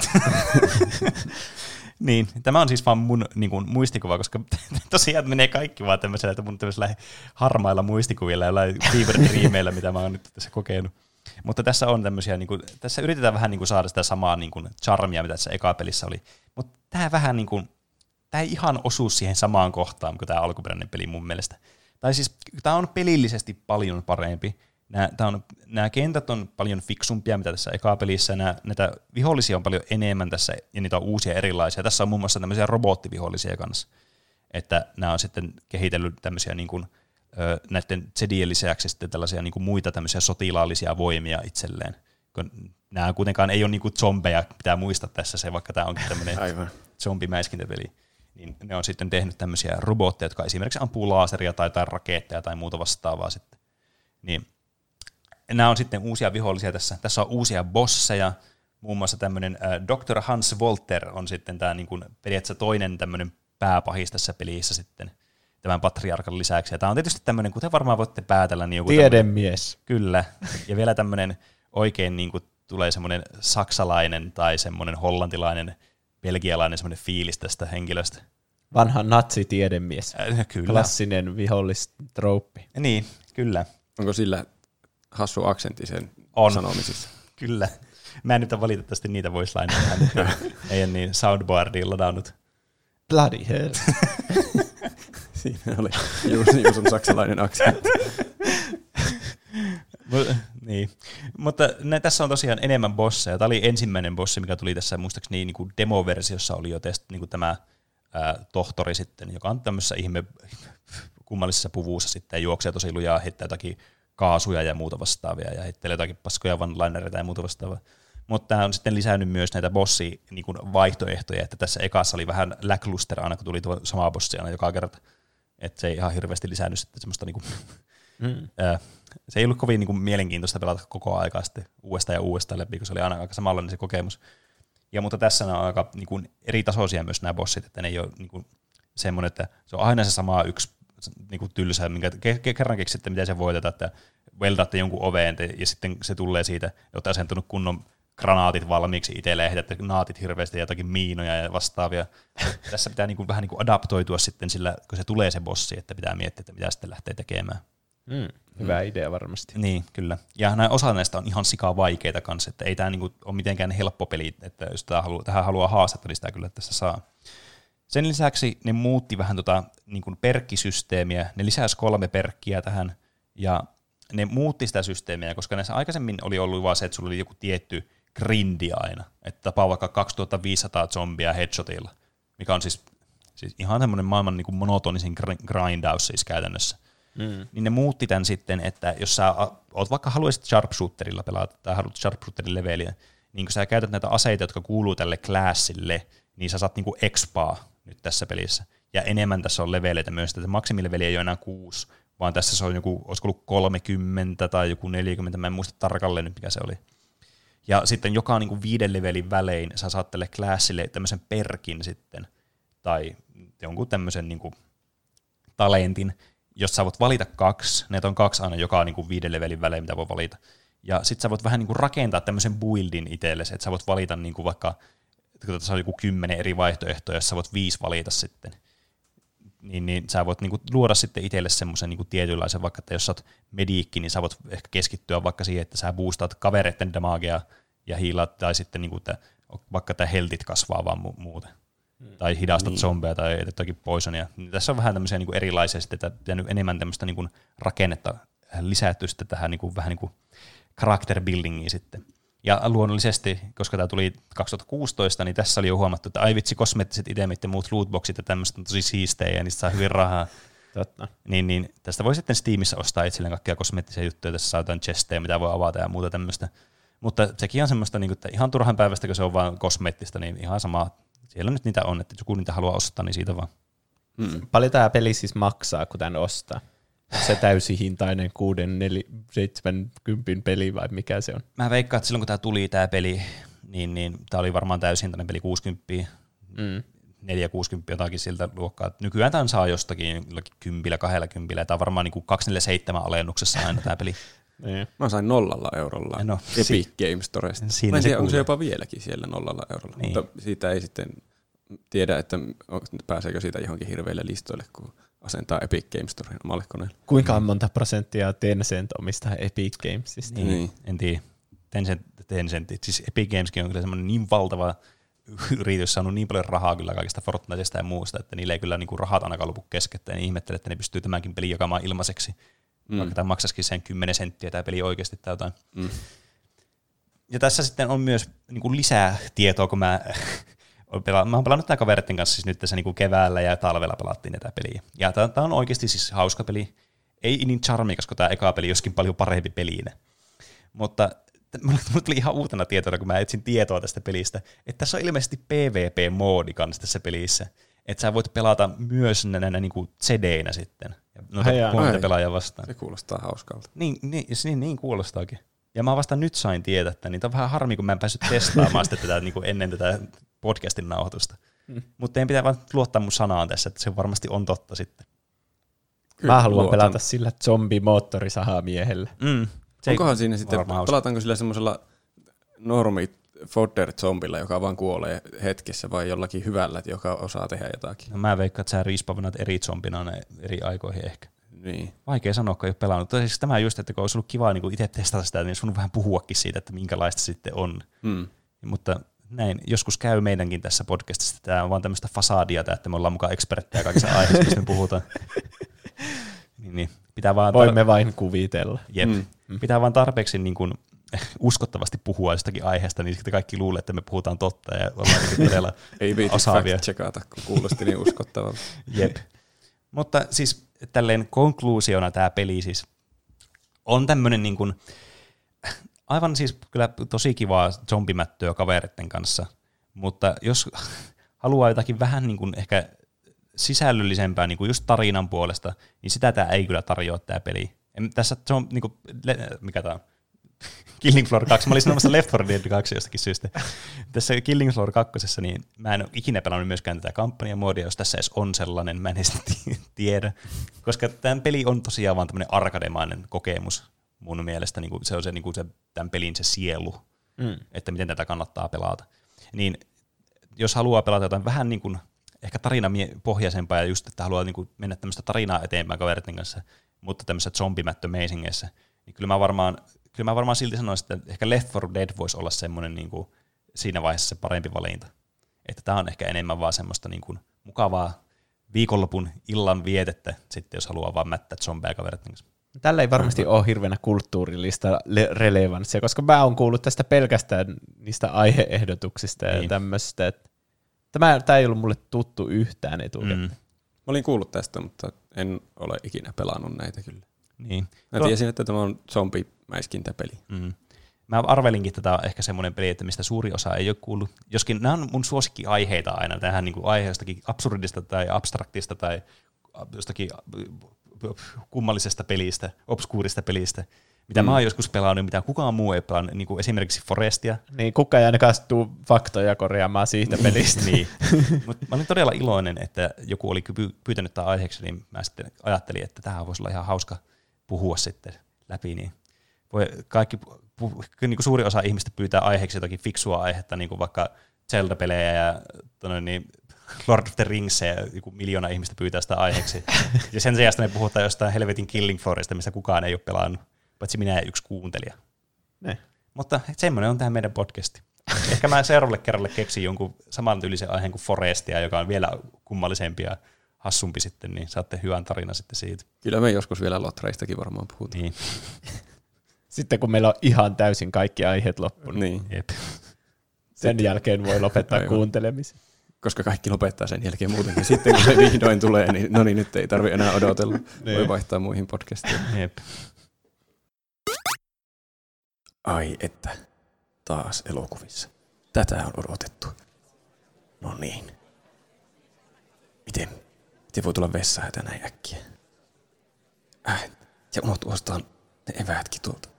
Niin, tämä on siis vaan mun niin kuin, muistikuva, koska tosiaan menee kaikki vaan tämmöisellä, että mun tämmöisellä harmailla muistikuvilla ja fever dreameillä, mitä mä oon nyt tässä kokenut. Mutta tässä on tämmöisiä, niin kuin, tässä yritetään vähän niin kuin, saada sitä samaa niin kuin, charmia, mitä tässä eka-pelissä oli. Mutta tämä vähän niin kuin, tämä ei ihan osu siihen samaan kohtaan kuin tämä alkuperäinen peli mun mielestä. Tai siis tämä on pelillisesti paljon parempi. Nämä kentät on paljon fiksumpia, mitä tässä eka-pelissä. Näitä vihollisia on paljon enemmän tässä, ja niitä on uusia erilaisia. Tässä on muun muassa tämmöisiä robottivihollisia kanssa. Että nämä on sitten kehitellyt tämmöisiä niin kuin, näiden Jedien lisäksi sitten tällaisia niin kuin muita tämmöisiä sotilaallisia voimia itselleen. Nämä kuitenkaan ei ole niin kuin zombeja, pitää muistaa tässä se, vaikka tämä onkin tämmöinen zombimäiskintäpeli. Niin ne on sitten tehnyt tämmöisiä robotteja, jotka esimerkiksi ampuu laaseria tai raketteja tai muuta vastaavaa sitten. Niin nämä on sitten uusia vihollisia tässä. Tässä on uusia bosseja, muun muassa tämmöinen Dr. Hans Volter on sitten tämä niin kuin periaatteessa toinen tämmöinen pääpahis tässä pelissä sitten tämän patriarkan lisäksi. Ja tämä on tietysti tämmöinen, kuten varmaan voitte päätellä, niin joku tiedemies. Kyllä. Ja vielä tämmöinen oikein niin kuin tulee semmoinen saksalainen tai semmoinen hollantilainen, belgialainen semmoinen fiilis tästä henkilöstä. Vanha natsitiedemies. Kyllä. Klassinen vihollistrouppi. Niin, kyllä. Onko sillä hassu aksentti sen sanomisissa? Kyllä. Mä en nyt ole valitettavasti niitä voicelineja. Ei ole niin soundboardiin ladannut. Bloody hell. Siinä oli Juuson saksalainen aksentti. Niin. Mutta tässä on tosiaan enemmän bosseja. Tämä oli ensimmäinen bossi, mikä tuli tässä muistaakseni niin kuin demo-versiossa oli jo niin kuin tämä tohtori sitten, joka on tämmöisessä ihme kummallisessa puvuussa sitten ja juoksee tosi lujaa, heittää jotakin kaasuja ja muuta vastaavia ja heittelee jotakin paskoja one-linereita ja muuta vastaavaa. Mutta tämä on sitten lisännyt myös näitä bossi-vaihtoehtoja, että tässä ekassa oli vähän lackluster aina, kun tuli tuo sama bossi aina joka kerta. Että se ei ihan hirveästi lisännyt sitten semmoista niinku, se ei ollut kovin niinku mielenkiintoista pelata koko aikaa sitten uudestaan ja uudestaan läpi, kun se oli aina aika samanlainen se kokemus. Ja mutta tässä on aika niinku eri tasoisia myös nämä bossit, että ne ei ole niinku semmoinen, että se on aina se sama yksi niinku tylsä, minkä kerran keksitte, miten se voitetaan, että weldaatte jonkun oveen ja sitten se tulee siitä, jotta asentunut kunnon granaatit valmiiksi itselleen, ehditte naatit hirveästi ja jotakin miinoja ja vastaavia. Tässä pitää niinku vähän niinku adaptoitua sitten sillä, kun se tulee se bossi, että pitää miettiä, että mitä sitten lähtee tekemään. Hyvä idea varmasti. Niin, kyllä. Ja osa näistä on ihan sikaa vaikeita kanssa, että ei tämä niinku ole mitenkään helppo peli, että jos tähän haluaa haastetta, niin sitä kyllä tässä saa. Sen lisäksi ne muutti vähän niin perkkisysteemiä, ne lisäsi 3 perkkiä tähän, ja ne muutti sitä systeemiä, koska näissä aikaisemmin oli ollut vaan se, että sulla oli joku tietty grindi aina, että tapaa vaikka 2500 zombia headshotilla, mikä on siis ihan semmoinen maailman niin kuin monotonisin grindaus siis käytännössä. niin ne muutti tämän sitten, että jos sä oot vaikka haluaisit sharpshooterilla pelata tai haluat sharpshooterin leveliä, niin kun sä käytät näitä aseita, jotka kuuluu tälle classille, niin sä saat niinku expaa nyt tässä pelissä. Ja enemmän tässä on leveleitä myös, että maksimileveli ei ole enää 6, vaan tässä se on joku, olisiko ollut 30 tai joku 40, mä en muista tarkalleen nyt mikä se oli. Ja sitten joka niin kuin 5 levelin välein sä saat tälle classille tämmöisen perkin sitten, tai jonkun tämmöisen niin kuin talentin, jos sä voit valita 2, näitä on 2 aina joka niin kuin 5 levelin välein, mitä voi valita. Ja sit sä voit vähän niin kuin rakentaa tämmöisen buildin itsellesi, että sä voit valita niin kuin vaikka, kun tässä on joku 10 eri vaihtoehtoja, jos sä voit 5 valita sitten. Niin sä voit niinku luoda sitten itselle semmoisen niinku tietynlaisen, vaikka että jos sä oot mediikki, niin sä voit ehkä keskittyä vaikka siihen, että sä boostaat kavereiden damagea ja hiilaat, tai sitten niinku, että vaikka tämä heltit kasvaa vaan muuten. Tai hidastat zombeja tai jotakin poisonia. Niin tässä on vähän tämmöisiä niinku erilaisia sitten, että enemmän tämmöistä niinku rakennetta lisätty sitten tähän niinku, vähän niin kuin character buildingiin sitten. Ja luonnollisesti, koska tämä tuli 2016, niin tässä oli jo huomattu, että ai vitsi, kosmeettiset itemit ja muut lootboxit ja tämmöistä on tosi siistejä ja niistä saa hyvin rahaa. Totta. Niin tästä voi sitten Steamissa ostaa itselleen kaikkia kosmeettisia juttuja, tässä saa jotain chestejä, mitä voi avata ja muuta tämmöistä. Mutta sekin on semmoista, että ihan turhan päivästä, kun se on vaan kosmeettista, niin ihan sama. Siellä nyt niitä on, että joku niitä haluaa ostaa, niin siitä vaan. Paljon tämä peli siis maksaa, kun tämän ostaa? Se täysihintainen 6-7 peli vai mikä se on? Mä veikkaan, että silloin kun tämä tuli tämä peli, niin tämä oli varmaan täysihintainen peli 60, 460 jotakin siltä luokkaa. Nykyään tämän saa jostakin 10, 20, tämä on varmaan niin kuin 247 alennuksessa aina tämä peli. Mä sain 0 eurolla Epic Games Storesta. Mä en tiedä, onko se jopa vieläkin siellä 0 eurolla, niin. Mutta siitä ei sitten tiedä, että pääseekö siitä johonkin hirveille listoille, kun asentaa Epic Games Storen omalle koneelle. Kuinka monta prosenttia Tencent omistaa Epic Gamesista? Niin. En tiedä. Tencent. Siis Epic Gameskin on kyllä semmoinen niin valtava yritys, saanut niin paljon rahaa kyllä kaikista Fortnitesta ja muusta, että niillä ei kyllä niinku rahat ainakaan lopu keskettä, ja niin ihmettelee, että ne pystyy tämänkin pelin jakamaan ilmaiseksi. Vaikka tämä maksaisikin sen 10 senttiä tämä peli oikeasti tai jotain. Ja tässä sitten on myös niinku lisää tietoa, kun mä oon pelannut tämän kavereiden kanssa siis nyt tässä niinku keväällä ja talvella pelattiin tätä peliä. Ja tämä on oikeasti siis hauska peli. Ei niin charmikas kuin tämä eka peli, joskin paljon parempi peliinä. Mutta mulle tuli ihan uutena tietona, kun mä etsin tietoa tästä pelistä, että tässä on ilmeisesti PvP-moodi kanssa tässä pelissä. Että sä voit pelata myös näinä niinku CD-nä sitten. Muita pelaajia vastaan. Se kuulostaa hauskalta. Niin kuulostaakin. Ja mä vasta nyt sain tietää, että niin on vähän harmi, kun mä en päässyt testaamaan sitä tätä, niin kuin ennen tätä podcastin nauhoitusta. Mutta teidän pitää vaan luottaa mun sanaan tässä, että se varmasti on totta sitten. Kyllä, mä haluan pelata sillä zombimoottorisahamiehellä. Onkohan siinä sitten, pelataanko sillä semmoisella normi fodder-zombilla, joka vaan kuolee hetkessä, vai jollakin hyvällä, joka osaa tehdä jotakin? No mä veikkaan, että sä respawnat eri zombina eri aikoihin ehkä. Niin. Vaikea sanoa, kun ei ole pelannut. Siis tämä just, että kun olisi ollut kiva niin itse testata sitä, niin sun vähän puhuakin siitä, että minkälaista sitten on. Mutta näin, joskus käy meidänkin tässä podcastissa. Tämä on vaan tämmöistä fasadia, että me ollaan mukaan eksperttejä kaikissa aiheissa, mistä me puhutaan. niin, pitää vaan voimme vain kuvitella. Jep. Pitää vaan tarpeeksi niin kuin uskottavasti puhua jostakin aiheesta, niin sitten kaikki luulee, että me puhutaan totta ja ollaan todella ei viiti fact-checkata, kun kuulosti niin uskottavalta. Jep. Mutta siis tälleen konkluusiona tämä peli siis on tämmöinen niin kuin, aivan siis kyllä tosi kivaa zombimättöä kavereiden kanssa, mutta jos haluaa jotakin vähän niin kuin ehkä sisällöllisempää niin kuin just tarinan puolesta, niin sitä tämä ei kyllä tarjoa tämä peli. Tässä on niin kuin, mikä tämä on? Killing Floor 2. Mä olin sanomassa Left 4 Dead 2 jostakin syystä. Tässä Killing Floor 2, niin mä en ole ikinä pelannut myöskään tätä kampanjamoodia, jos tässä edes on sellainen, mä en edes tiedä. Koska tämän peli on tosiaan vaan tämmöinen arkademainen kokemus mun mielestä. Niin se on se, niin se tämän pelin se sielu, että miten tätä kannattaa pelata. Niin jos haluaa pelata jotain vähän niin kuin ehkä tarinapohjaisempaa ja just, että haluaa niin kuin mennä tämmöistä tarinaa eteenpäin kavereiden kanssa, mutta tämmöisessä zombimättö-meisingeissä, niin kyllä mä varmaan silti sanoisin, että ehkä Left 4 Dead voisi olla semmoinen niin kuin siinä vaiheessa se parempi valinta. Että tämä on ehkä enemmän vaan semmoista niin kuin mukavaa viikonlopun illan vietettä, sitten jos haluaa vaan mättää zombeja kavereiden kanssa. Tällä ei varmasti ole hirveänä kulttuurillista relevanssia, koska mä oon kuullut tästä pelkästään niistä aiheehdotuksista ja tämmöistä. Tämä ei ollut mulle tuttu yhtään etukäteen. olin kuullut tästä, mutta en ole ikinä pelannut näitä kyllä. Niin. Mä tiesin, että tämä on zombimäiskintäpeli. Mä arvelinkin, että tämä on ehkä semmoinen peli, että mistä suuri osa ei ole kuullut. Joskin nämä on mun suosikkiaiheita aina. Tähän niin aihe jostakin absurdista tai abstraktista tai jostakin kummallisesta pelistä, obskuurista pelistä, mitä mä oon joskus pelannut, mitä kukaan muu ei pelannut, niin kuin esimerkiksi Forestia. Niin, kukaan ei ainakaan tuu faktoja korjaamaan siitä pelistä. Niin. Mut mä olin todella iloinen, että joku oli pyytänyt tämän aiheeksi, niin mä sitten ajattelin, että tähän voisi olla ihan hauska puhua sitten läpi. Niin voi kaikki, niin kuin suuri osa ihmistä pyytää aiheeksi jotakin fiksua aihetta, niin kuin vaikka Zelda-pelejä ja niin Lord of the Rings, ja joku 1 miljoona ihmistä pyytää sitä aiheeksi. Ja sen sijaan me puhutaan jostain helvetin Killing Floorista, missä kukaan ei ole pelannut, paitsi minä ja yksi kuuntelija. Ne. Mutta semmoinen on tähän meidän podcasti. Ehkä mä seuraavalle kerralle keksin jonkun samantyylisen aiheen kuin Forestia, joka on vielä kummallisempi ja hassumpi sitten, niin saatte hyvän tarinan sitten siitä. Kyllä me joskus vielä lotreistakin varmaan puhutaan. Niin. Sitten kun meillä on ihan täysin kaikki aiheet loppunut. Niin. Jep. Sen jälkeen voi lopettaa kuuntelemisen. Koska kaikki lopettaa sen jälkeen muutenkin. Sitten kun se vihdoin tulee, niin no niin, nyt ei tarvitse enää odotella. Voi vaihtaa muihin podcastiin. Jep. Ai että, taas elokuvissa. Tätä on odotettu. No niin. Miten voi tulla vessahätä näin äkkiä? Ja unohtu ostaa ne eväätkin tuolta.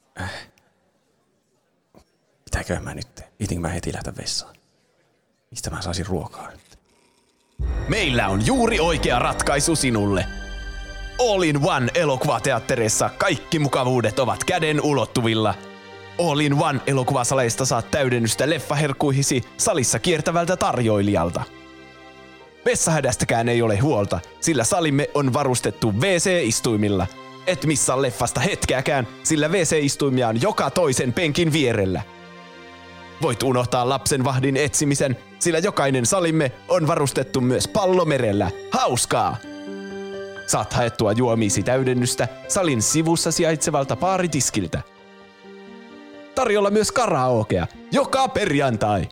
Mitäköhän mä nyt teen? Itinkö mä heti lähteä vessaan? Mistä mä saisin ruokaa nyt? Meillä on juuri oikea ratkaisu sinulle. All in One -elokuvateatterissa kaikki mukavuudet ovat käden ulottuvilla. All in One -elokuvasaleista saat täydennystä leffaherkkuihisi salissa kiertävältä tarjoilijalta. Vessahädästäkään ei ole huolta, sillä salimme on varustettu WC-istuimilla. Et missaa leffasta hetkeäkään, sillä WC-istuimia on joka toisen penkin vierellä. Voit unohtaa lapsen vahdin etsimisen, sillä jokainen salimme on varustettu myös pallomerellä. Hauskaa! Saat haettua juomiisi täydennystä salin sivussa sijaitsevalta baaritiskiltä. Tarjolla myös karaokea joka perjantai.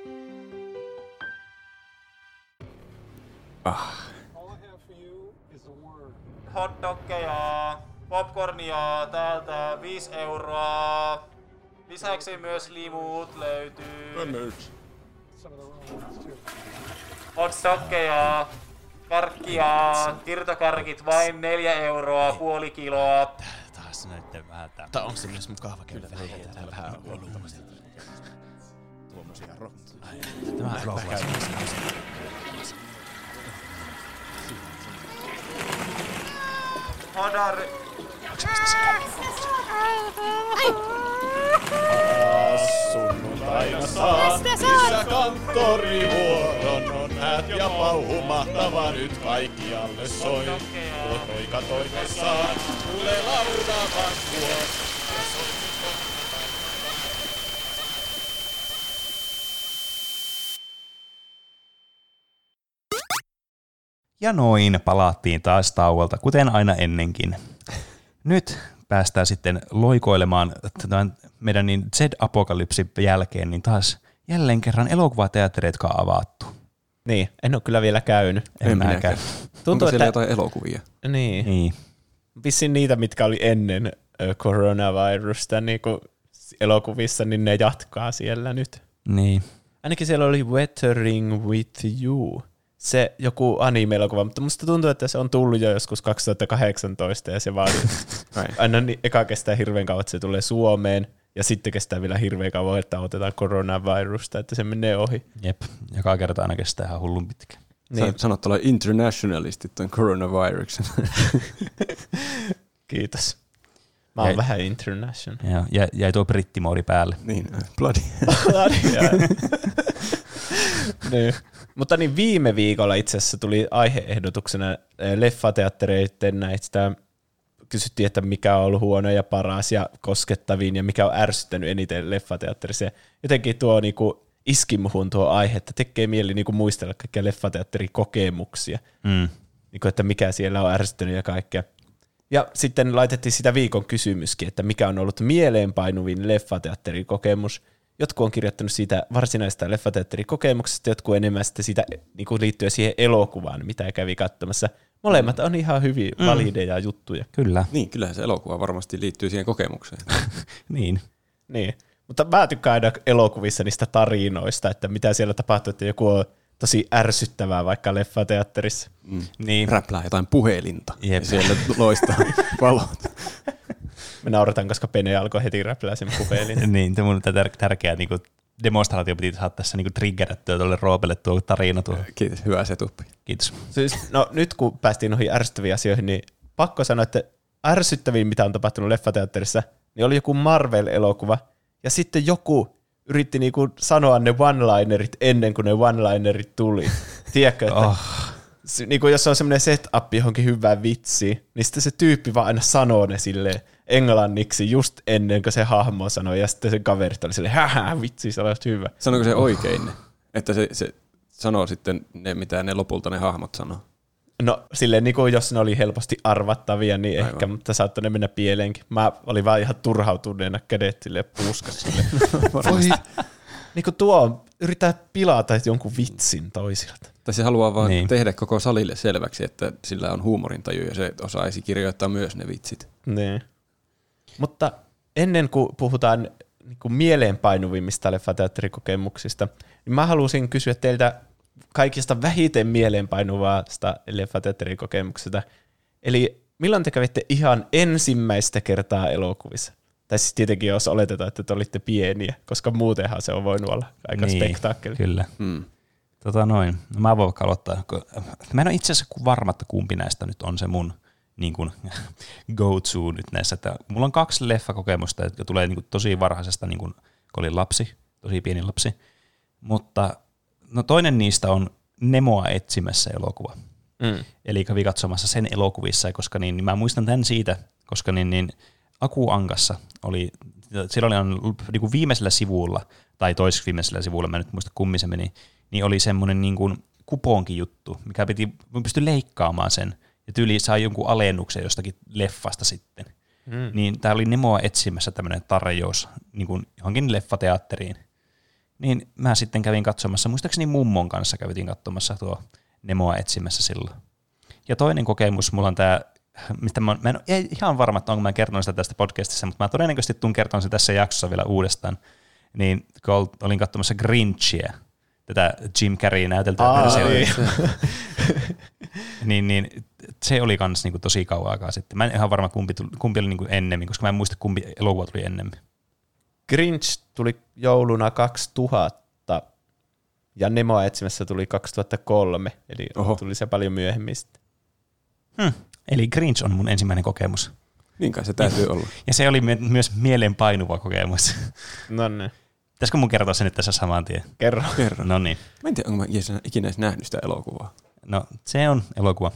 Hotdoggeja, popcornia täältä 5 €. Lisäksi myös limut löytyy. Hotdoggeja, karkkia, irtokarkit vain 4 € puoli kiloa. Taas näyttää vähän tää. Mutta onko se myös mukava kyllä vähän olutta? Tuommoisia rottuja. Tämä elokuva. Hadari. Sunnuntaina saa lisäkanttorivuoron. On häät ja pauhu mahtava nyt kaikkialle soi. Tuo poika toimessaan tulee laulavan tuo. Ja noin palattiin taas tauolta, kuten aina ennenkin. Nyt päästään sitten loikoilemaan tämän meidän niin Z-apokalypsin jälkeen, niin taas jälleen kerran elokuvateattereet, jotka on avattu. Niin, en ole kyllä vielä käynyt. En mäkään. Onko siellä jotain elokuvia? Niin. Vissiin niitä, mitkä oli ennen coronavirusta niin kuin elokuvissa, niin ne jatkaa siellä nyt. Niin. Ainakin siellä oli Weathering with You. Se joku anime-elokuva, mutta musta tuntuu, että se on tullut jo joskus 2018 ja se vaan aina eka kestää hirveän kauan, että se tulee Suomeen ja sitten kestää vielä hirveän kauan, että otetaan coronavirusta, että se menee ohi. Jep, joka kerta aina kestää ihan hullun pitkä. Niin. Sanot tuolla internationalistit tuon coronaviruksen. Kiitos. Mä oon vähän international. Ja jäi tuo brittimoodi päälle. Niin, bloody. Niin. Mutta niin viime viikolla itse asiassa tuli aihe-ehdotuksena leffateattereiden näistä, kysyttiin, että mikä on ollut huono ja paras ja koskettavin ja mikä on ärsyttänyt eniten leffateatterissa. Jotenkin tuo niinku iski muhun tuo aihe, että tekee mieli niinku muistella kaikkia leffateatterikokemuksia, niinku, että mikä siellä on ärsyttänyt ja kaikkea. Ja sitten laitettiin sitä viikon kysymyskin, että mikä on ollut mieleenpainuvin leffateatterikokemus. jotkut on kirjoittanut siitä varsinaisesta leffateatterikokemuksesta, jotkut enemmän sitten siitä niin kuin liittyen siihen elokuvaan, mitä kävi katsomassa. Molemmat on ihan hyvin valideja juttuja. Kyllä. Niin, kyllähän se elokuva varmasti liittyy siihen kokemukseen. Niin. Mutta mä tykkään aina elokuvissa niistä tarinoista, että mitä siellä tapahtuu, että joku on tosi ärsyttävää vaikka leffateatterissa. Niin. Räplää jotain puhelinta. Jep. Ja siellä loistaa valot. Me naurataan, koska Pene alkoi heti räplää sen puhelin. Niin, mun tärkeä niin demonstraatio piti saada tässä niin triggerättyä tuolle Roopelle tuo tarina. Kiitos, hyvä setuppi. Kiitos. Siis, no nyt kun päästiin noihin ärsyttäviin asioihin, niin pakko sanoa, että ärsyttäviin, mitä on tapahtunut leffateatterissa, niin oli joku Marvel-elokuva, ja sitten joku yritti niinku sanoa ne one-linerit ennen kuin ne one-linerit tuli. Tiedätkö, että niinku jos on semmoinen setup johonkin hyvään vitsiin, niin sitten se tyyppi vaan aina sanoo ne silleen englanniksi just ennen kuin se hahmo sanoi, ja sitten se kaverit oli silleen, hähä, vitsi, se olisi hyvä. Sanoiko se oikein ne? Että se sanoo sitten ne, mitä ne lopulta ne hahmot sanoo? No silleen, niin kuin jos ne oli helposti arvattavia, niin Aivan. ehkä, mutta saattoi ne mennä pieleenkin. Mä olin vaan ihan turhautuneena kädet silleen puuskas silleen. Voi, niin kuin tuo yrittää pilata jonkun vitsin toisilta. Tai se haluaa vaan tehdä koko salille selväksi, että sillä on huumorintaju ja se osaisi kirjoittaa myös ne vitsit. Niin. Mutta ennen kuin puhutaan niin kuin mieleenpainuvimmista leffateatterikokemuksista, niin mä halusin kysyä teiltä kaikista vähiten mieleenpainuvasta leffateatterikokemuksesta. Eli milloin te kävitte ihan ensimmäistä kertaa elokuvissa? Tai siis tietenkin jos oletetaan, että te olitte pieniä, koska muutenhan se on voinut olla aika spektaakkeli. Kyllä. No mä voin vaikka aloittaa. Mä en ole itse asiassa varma, että kumpi näistä nyt on se mun niin kuin go-to nyt näissä. Että mulla on 2 leffakokemusta, jotka tulee niin kuin tosi varhaisesta, niin kuin, kun olin lapsi, tosi pieni lapsi. Mutta no toinen niistä on Nemoa etsimässä elokuva. Eli kävi katsomassa sen elokuvissa, koska niin mä muistan tämän siitä, koska niin Aku Ankassa oli, siellä oli niin kuin viimeisellä sivulla, tai toiseksi viimeisellä sivulla, mä en nyt muista kummin se meni, niin oli semmoinen niin kuin kuponki juttu, mikä pystyi leikkaamaan sen, ja tyyli sai jonkun alennuksen jostakin leffasta sitten. Niin tää oli Nemoa etsimässä tämmöinen tarjous niin kuin johonkin leffateatteriin. Niin mä sitten kävin katsomassa, muistaakseni mummon kanssa kävitin katsomassa tuo Nemoa etsimässä silloin. Ja toinen kokemus, mulla on tää, mistä mä en ole ihan varma, että onko mä kertonut sitä tästä podcastissa, mutta mä todennäköisesti tuun kertomaan sen tässä jaksossa vielä uudestaan. Niin kun olin katsomassa Grinchia, tätä Jim Carrey näyteltyä versiota. niin se oli kans niinku tosi kauan aikaa sitten. Mä en ihan varma, kumpi oli niinku ennemmin, koska mä en muista, kumpi elokuva tuli ennemmin. Grinch tuli jouluna 2000 ja Nemoa etsimässä tuli 2003, eli tuli se paljon myöhemmin sitten. Eli Grinch on mun ensimmäinen kokemus. Niin kai se täytyy olla. Ja se oli myös mieleenpainuva kokemus. No niin. Pitäisikö mun kertoa se nyt tässä saman tien? Kerro. No niin. Mä en tiedä, onko mä ikinä edes nähnyt sitä elokuvaa. No, se on elokuva.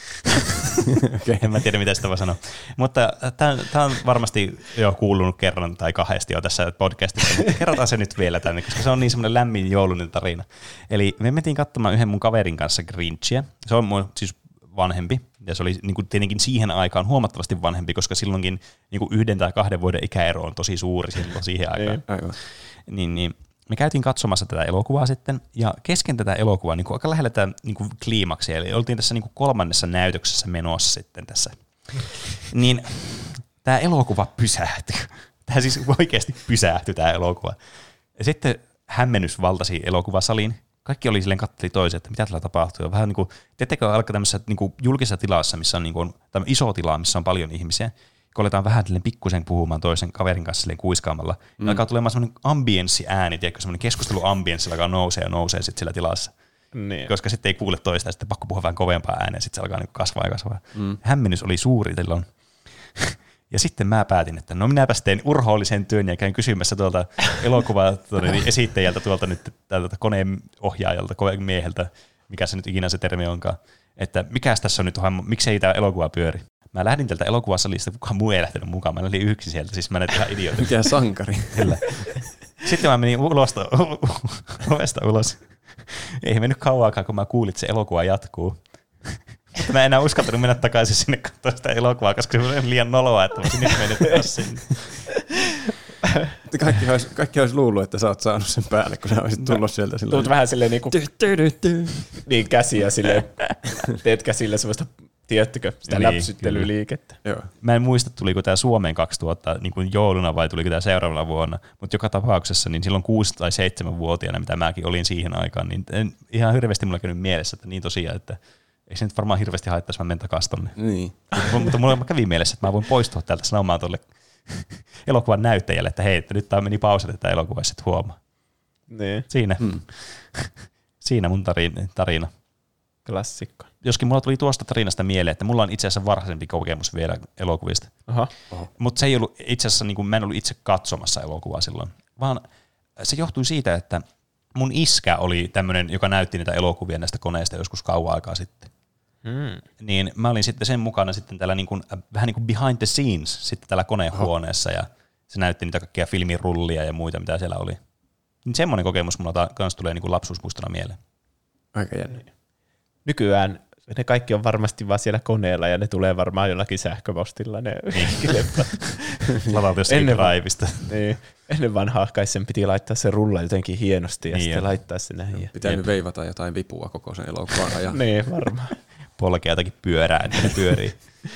Okay. En mä tiedä, mitä sitä voi sanoa. Mutta tämä on varmasti jo kuulunut kerran tai 2 jo tässä podcastissa, mutta kerrotaan se nyt vielä tänne, koska se on niin semmoinen lämmin joulunen tarina. Eli me mentiin katsomaan yhden mun kaverin kanssa Grinchia. Se on mun siis vanhempi, ja se oli niin kuin tietenkin siihen aikaan huomattavasti vanhempi, koska silloinkin niin kuin 1 tai 2 vuoden ikäero on tosi suuri silloin siihen aikaan. Aivan. Niin, me käytiin katsomassa tätä elokuvaa sitten, ja kesken tätä elokuvaa niin kuin aika lähellä tätä niin kuin kliimaksia, eli oltiin tässä niin kuin 3. näytöksessä menossa sitten tässä. Niin tämä elokuva pysähtyi. Tämä siis oikeasti pysähtyi tämä elokuva. Ja sitten hämmennys valtasi elokuvasaliin. Kaikki oli silleen katteli toisen, että mitä tällä tapahtuu. Vähän niin kuin, teettekö alkaa tämmöisessä niin kuin julkisessa tilassa, missä on, niin kuin, iso tila, missä on paljon ihmisiä, kun aletaan vähän pikkusen puhumaan toisen kaverin kanssa silleen kuiskaamalla, alkaa tulemaan semmoinen ambienssiääni, tiedätkö, semmoinen keskusteluambienssi alkaa nousee sitten sillä tilassa. Niin. Koska sitten ei kuule toista, ja sitten pakko puhua vähän kovempaa ääneen, sitten se alkaa niin kasvaa ja kasvaa. Hämmennys oli suuri silloin. Ja sitten mä päätin, että no minäpäs teen urhoollisen työn ja käyn kysymässä tuolta elokuvaa esittäjältä, tuolta nyt tältä koneen ohjaajalta, koneen mieheltä, mikä se nyt ikinä se termi onkaan, että mikäs tässä on nyt, miksei tämä elokuva pyöri. Mä lähdin tältä elokuvasalista, kukaan muu ei lähtenyt mukaan, mä olin yksin sieltä, siis mä näin ihan idiotin. Mikä sankari. Kyllä. Sitten mä menin ovesta ulos. Ei mennyt kauaakaan, kun mä kuulin, että se elokuva jatkuu. Mutta mä en enää uskaltanut mennä takaisin sinne katsomaan sitä elokuvaa, koska se oli liian noloa, että mä nyt mennyt taas sinne. Kaikki olisi luullut, että sä oot saanut sen päälle, kun sä olisit tullut sieltä sillä. Tulet vähän silleen niin käsiä silleen, teet käsillä semmoista, tiedättekö, sitä Niin, läpsyttelyliikettä. Joo. Mä en muista, tuliko tämä Suomeen 2000 niin kuin jouluna vai tuliko tämä seuraavana vuonna, mutta joka tapauksessa niin silloin 6- tai 7-vuotiaana, mitä mäkin olin siihen aikaan, niin ihan hirveästi mulla käynyt mielessä, että niin tosiaan, että ei se nyt varmaan hirveästi haittaa, jos mä menen takaisin tonne. Niin. Mutta mulla kävi mielessä, että mä voin poistua täältä sanomaan tuolle elokuvan näyttäjälle, että hei, että nyt tämä meni pausille tämä elokuva, sitten huomaa. Niin, Siinä. Siinä mun tarina. klassikko. Joskin mulla tuli tuosta tarinasta mieleen, että mulla on itse asiassa varhaisempi kokemus vielä elokuvista. Aha. Mutta se ei ollut itse asiassa, niin kuin, mä en ollut itse katsomassa elokuvaa silloin, vaan se johtui siitä, että mun iskä oli tämmöinen, joka näytti niitä elokuvia näistä koneista joskus kauan aikaa sitten. Niin mä olin sitten sen mukana sitten täällä niin kuin, vähän niin kuin behind the scenes sitten täällä konehuoneessa ja se näytti niitä kaikkia filmirullia ja muita, mitä siellä oli. Niin semmoinen kokemus mulla kanssa tulee niin kuin lapsuusmuistona mieleen. Aika jännä. Nykyään ne kaikki on varmasti vaan siellä koneella ja ne tulee varmaan jollakin sähköpostilla ne leffat. Latalta jossain Driveista. Niin. Ennen vanhaa kai sen piti laittaa se rulla jotenkin hienosti ja Niin sitten jo. laittaa se näin. Pitää nyt veivata jotain vipua koko sen elokuvan ajan. Niin, varmaan. Polkea jotakin pyörää, että ne pyörii.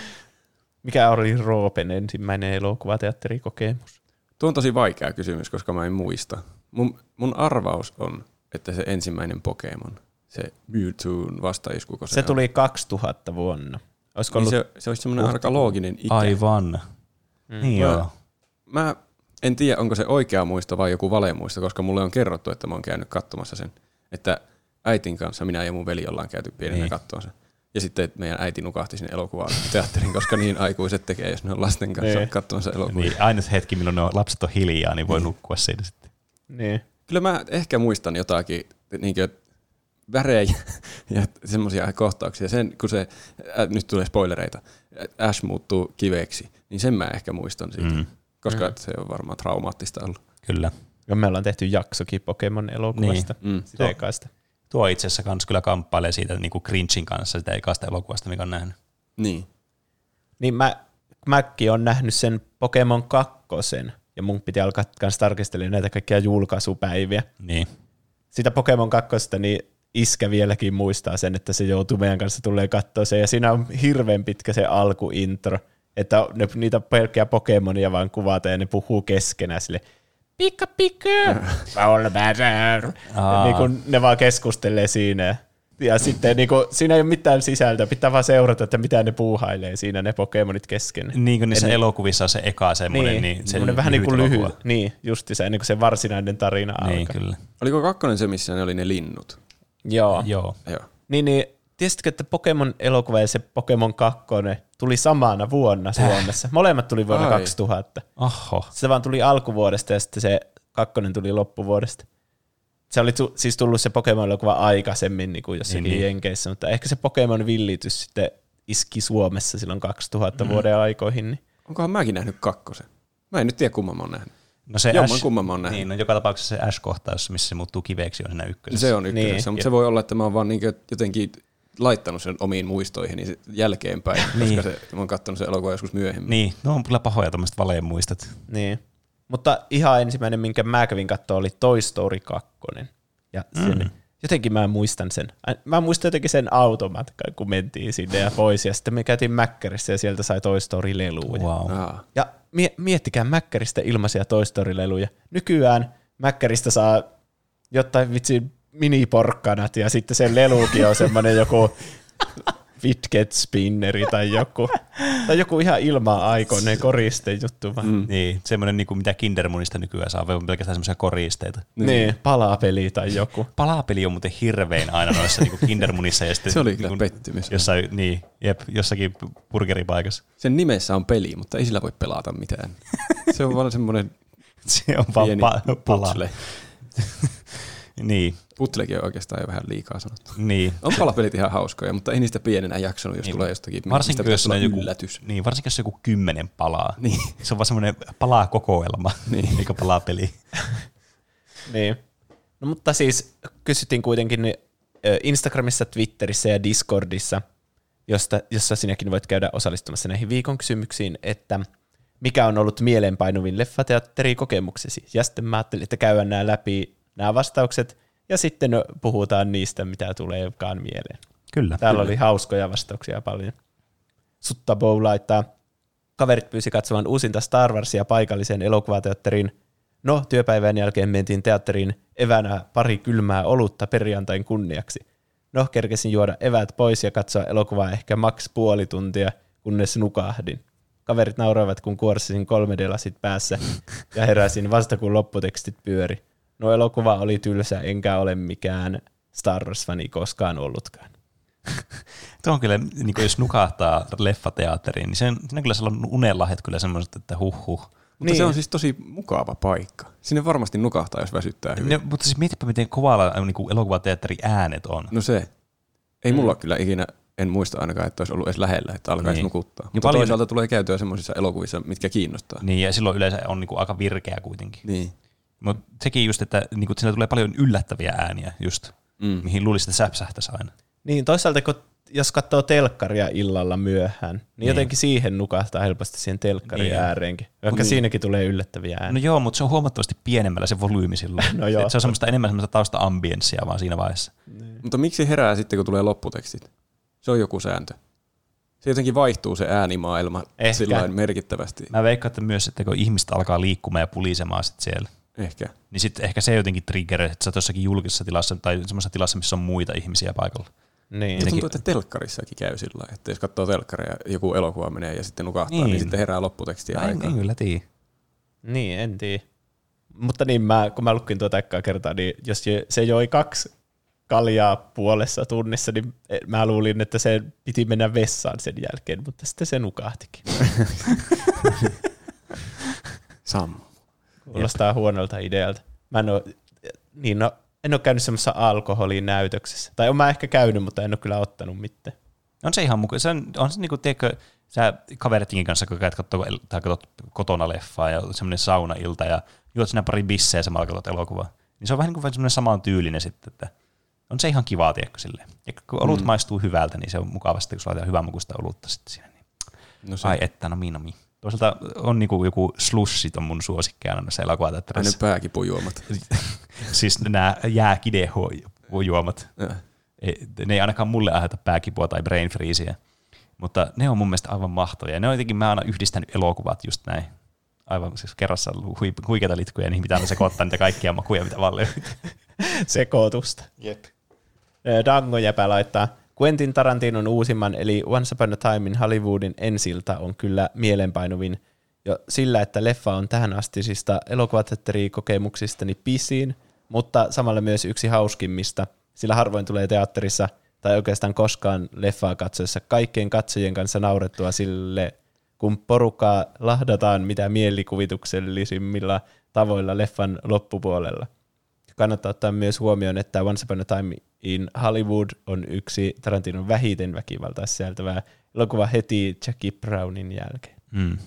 Mikä oli Roopen ensimmäinen elokuvateatterikokemus? Tuo on tosi vaikea kysymys, koska mä en muista. Mun arvaus on, että se ensimmäinen Pokemon, se Mewtwoon vastaisku, kun Se tuli 2000 vuonna. Olisiko niin ollut... se olisi semmoinen aika looginen ikä. Aivan. Niin joo. Mä en tiedä, onko se oikea muisto vai joku valemuisto, koska mulle on kerrottu, että mä oon käynyt katsomassa sen. Että äitin kanssa, minä ja mun veli ollaan käyty pienenä Niin. katsoa sen. Ja sitten meidän äiti nukahti sinne elokuvateatteriin, koska niin aikuiset tekee, jos ne on lasten kanssa Niin. katsomassa elokuvia. Niin, ainut hetki, milloin lapset on hiljaa, niin voi nukkua siinä sitten. Niin. Kyllä mä ehkä muistan jotakin niinkö värejä ja semmoisia kohtauksia. Sen, kun se, nyt tulee spoilereita, Ash muuttuu kiveksi, niin sen mä ehkä muistan siitä. Koska se on varmaan traumaattista ollut. Kyllä. Ja me ollaan tehty jaksokin Pokemon-elokuvasta. Niin. Sitä ekaista. Tuo itse asiassa kans kyllä kamppailee siitä niin kuin Grinchin kanssa, sitä ekaista elokuvasta, mikä on nähnyt. Niin. Niin mäkin on nähnyt sen Pokemon 2, ja mun piti alkaa kans tarkistella näitä kaikkia julkaisupäiviä. Niin. Sitä Pokemon 2, niin iskä vieläkin muistaa sen, että se joutuu meidän kanssa tulee katsoa sen, ja siinä on hirveän pitkä se alkuintro, että niitä pelkkiä Pokemonia vaan kuvataan, ja ne puhuu keskenään sille Pika, niin kun ne vaan keskustelee siinä. Ja sitten niin kun, siinä ei ole mitään sisältöä, pitää vaan seurata, että mitä ne puuhailee siinä ne Pokemonit kesken. Niin kuin niissä elokuvissa on se eka semmoinen, niin se vähän niin kuin lyhyt. elokuva. Niin, justi se, ennen kuin se varsinainen tarina alkaa. Niin, kyllä. Oliko kakkonen se, missä ne oli ne linnut? Joo. Joo. Joo. Niin, tiesitkö, että Pokemon-elokuva ja se Pokemon 2 tuli samana vuonna Suomessa? Molemmat tuli vuonna 2000. Oho. Se vaan tuli alkuvuodesta ja sitten se 2 tuli loppuvuodesta. Se oli siis tullut se Pokemon-elokuva aikaisemmin niin kuin jossakin Niin. Jenkeissä, mutta ehkä se Pokemon-villitys sitten iski Suomessa silloin 2000 vuoden aikoihin. Niin. Onkohan mäkin nähnyt kakkosen? Mä en nyt tiedä, kumman mä oon nähnyt. No se Jomman kumman mä oon nähnyt. Niin, no joka tapauksessa se Ash-kohtaus, missä se muuttuu kiveeksi, on siinä ykkösessä. Se on ykkösessä, Niin. mutta se voi olla, että mä oon vaan niinkö jotenkin laittanut sen omiin muistoihini jälkeenpäin, koska mä oon katsonut sen elokuvan joskus myöhemmin. Niin, no on kyllä pahoja tämmöiset valeen muistot. Niin. Mutta ihan ensimmäinen, minkä mä kävin katsoa, oli Toy Story 2. Ja sen, jotenkin mä muistan sen. Mä muistan jotenkin sen automatkan, kun mentiin sinne ja pois. Ja sitten me käytiin Mäkkärissä ja sieltä sai Toy Story-leluja. Wow. Ja miettikää Mäkkäristä ilmaisia Toy Story-leluja. Nykyään Mäkkäristä saa jotain vitsi miniporkkanat ja sitten sen lelukin on semmoinen joku fidget spinneri tai joku ihan ilmaa-aikoinen koristejuttu. Niin, semmoinen niin kuin mitä Kindermunista nykyään saa, vaan pelkästään semmoisia koristeita. Niin, palapeli tai joku. Palapeli on muuten hirvein aina noissa niin kuin Kindermunissa. Ja sitten, Se oli kyllä pettymys. Jossakin burgeripaikassa. Sen nimessä on peli, mutta ei sillä voi pelata mitään. Se on vaan semmoinen Se on vaan pieni pala. putsle. Niin, Putlekin on oikeastaan jo vähän liikaa sanottu. niin. On palapelit ihan hauskoja, mutta ei niistä pienenä jaksanut, jos tulee jostakin, Varsinkin mistä jos pitäisi on olla joku, yllätys. niin, varsinkin jos joku 10 palaa. Niin. Se on vaan semmoinen palaa-kokoelma, Niin. eikä palapeli. Niin. No mutta siis kysyttiin kuitenkin Instagramissa, Twitterissä ja Discordissa, jossa sinäkin voit käydä osallistumassa näihin viikon kysymyksiin, että mikä on ollut mieleenpainuvin leffateatterikokemuksesi. Ja sitten mä ajattelin, että käydään nämä vastaukset, ja sitten puhutaan niistä, mitä tuleekaan mieleen. Kyllä. Täällä oli hauskoja vastauksia paljon. Sutta Bow laittaa, kaverit pyysi katsomaan uusinta Star Warsia paikalliseen elokuvateatteriin. No, työpäivän jälkeen mentiin teatteriin evänä pari kylmää olutta perjantain kunniaksi. No, kerkesin juoda eväät pois ja katsoa elokuvaa ehkä maks puoli tuntia, kunnes nukahdin. Kaverit nauroivat, kun kuorsisin 3D-lasit päässä ja heräsin vasta, kun lopputekstit pyöri. No, elokuva oli tylsä, enkä ole mikään Star Wars-fani koskaan ollutkaan. Tuo on kyllä, niin jos nukahtaa leffateatteriin, niin siinä kyllä sellainen unenlahjat kyllä semmoiset, että huh. Mutta niin. Se on siis tosi mukava paikka. Sinne varmasti nukahtaa, jos väsyttää hyvin. No, mutta siis mietipä, miten kovalla niin elokuvateatterin äänet on. No se. Ei mulla kyllä ikinä, en muista ainakaan, että olisi ollut edes lähellä, että alkaisi nukuttaa. Mutta paljon toisaalta tulee käytyä semmoisissa elokuvissa, mitkä kiinnostaa. Niin, ja silloin yleensä on niin kuin aika virkeä kuitenkin. Niin. Mutta sekin just, että niin kuin siinä tulee paljon yllättäviä ääniä just, mihin luulisi, että säpsähtäisi aina. Niin, toisaalta jos katsoo telkkaria illalla myöhään, niin jotenkin siihen nukahtaa helposti siihen telkkarin ääreenkin. Vaikka siinäkin tulee yllättäviä ääniä. No joo, mutta se on huomattavasti pienemmällä se volyymi silloin. No joo. Se on enemmän semmoista tausta-ambienssia vaan siinä vaiheessa. Niin. Mutta miksi herää sitten, kun tulee lopputekstit? Se on joku sääntö. Se jotenkin vaihtuu se äänimaailma sillain merkittävästi. Mä veikkaan, että myös, että kun ihmiset alkaa liikkumaan ja pulisemaan sit siellä. Ehkä. Niin sitten ehkä se jotenkin triggeröi, että sä oot jossakin julkisessa tilassa tai semmoisessa tilassa, missä on muita ihmisiä paikalla. Niin. Ja tuntuu, että telkkarissakin käy sillä lailla, että jos katsoo telkkaria ja joku elokuva menee ja sitten nukahtaa, niin sitten herää lopputekstiä aikaa. En kyllä tiedä. Niin, en tiedä. Mutta niin, kun mä lukin tuota ekkaa kertaa, niin jos se joi 2 kaljaa puolessa tunnissa, niin mä luulin, että se piti mennä vessaan sen jälkeen, mutta sitten se nukahtikin. Sammu. Kuulostaa huonolta idealta. En ole käynyt semmoisessa alkoholinäytöksessä. Tai on mä ehkä käynyt, mutta en ole kyllä ottanut mitään. On se ihan mukaan. On se niinku, tiedätkö, sä kaveritkin kanssa, kun käyt katsot kotona leffaa ja semmoinen saunailta ja juot sinä pari bissejä ja samalla katsot elokuvaa. Niin se on vähän niin kuin semmoinen saman tyylinen sitten, että on se ihan kivaa, tiedätkö, silleen. Ja kun olut maistuu hyvältä, niin se on mukavasti, kun sulla on hyvän mukuista olutta sitten siinä. Niin. No ai että, no. Toisaalta on niinku joku slushit on mun suosikkeena noissa elokuvateatterissa. Aina pääkipujuomat. Siis nämä jääkidejuomat. Ne ei ainakaan mulle aiheuta pääkipua tai brain freezeä. Mutta ne on mun mielestä aivan mahtavia. Ne on jotenkin, mä oon aina yhdistänyt elokuvat just näin. Aivan siis kerrassa huikeita litkuja, niihin pitää sekoittaa niitä kaikkia makuja, mitä vaan löytyy. Sekoitusta. Jep. Dango Jäpä laittaa, Quentin Tarantinon uusimman, eli Once Upon a Time in Hollywoodin ensilta on kyllä mielenpainuvin jo sillä, että leffa on tähän astisista elokuvateatterikokemuksistani pisin, mutta samalla myös yksi hauskimmista, sillä harvoin tulee teatterissa tai oikeastaan koskaan leffaa katsoessa kaikkien katsojien kanssa naurettua sille, kun porukkaa lahdataan mitä mielikuvituksellisimmilla tavoilla leffan loppupuolella. Kannattaa ottaa myös huomioon, että Once Upon a Time in Hollywood on yksi Tarantinon vähiten väkivaltaa sisältävää elokuva heti Jackie Brownin jälkeen.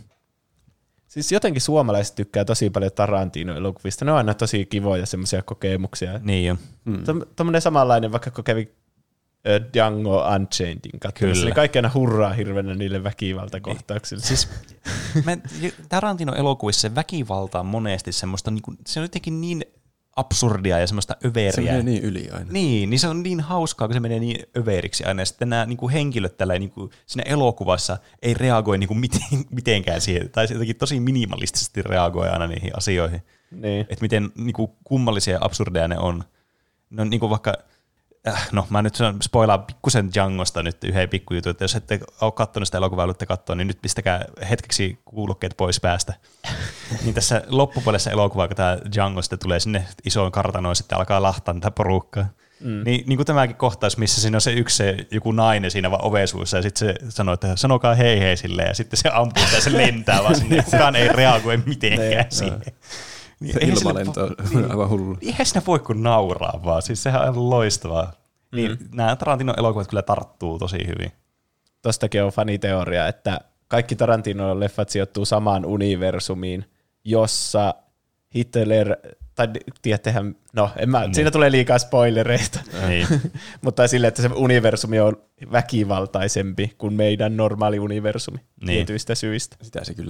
Siis jotenkin suomalaiset tykkää tosi paljon Tarantino-elokuvista. Ne on aina tosi kivoja semmoisia kokemuksia. Niin jo. Tommoinen samanlainen, vaikka kun kävi Django Unchainedin katsomassa, niin kaikki aina hurraa hirveänä niille väkivaltakohtauksille. Siis Tarantino-elokuvissa se väkivalta on monesti semmoista, se on jotenkin niin absurdia ja semmoista överiä. Se menee niin yli aina. Niin se on niin hauskaa, kun se menee niin överiksi aina. Ja sitten nämä henkilöt tällä siinä elokuvassa ei reagoi mitenkään siihen, tai jotenkin tosi minimalistisesti reagoi aina niihin asioihin. Niin. Että miten kummallisia ja absurdeja ne on. No vaikka, mä nyt spoilaan pikkusen Djangosta nyt yhden pikkujutun, että jos ette ole katsonut sitä elokuvaa, aloitte katsoa, niin nyt pistäkää hetkeksi kuulokkeet pois päästä. Niin tässä loppupuolessa elokuvaa, kun tämä Django sitten tulee sinne isoon kartanoon, sitten alkaa lahtaa tätä porukkaa. Niin kuin tämäkin kohtaus, missä siinä on joku nainen siinä vaan ovesuussa, ja sitten se sanoo, että sanokaa hei hei silleen, ja sitten se ampuu ja se lentää vaan sinne, kukaan ei reagoi mitenkään siihen. Niin, se ilmalento on aivan hullu. Eihän siinä voi kuin nauraa vaan, siis sehän on aivan loistavaa. Niin nämä Tarantinon elokuvat kyllä tarttuu tosi hyvin. Tostakin on faniteoria, että kaikki Tarantinon leffat sijoittuu samaan universumiin, jossa Hitler, tai tiedättehän, siinä tulee liikaa spoilereita, mutta sille, että se universumi on väkivaltaisempi kuin meidän normaali universumi tietyistä syistä. Sitä se kyllä on.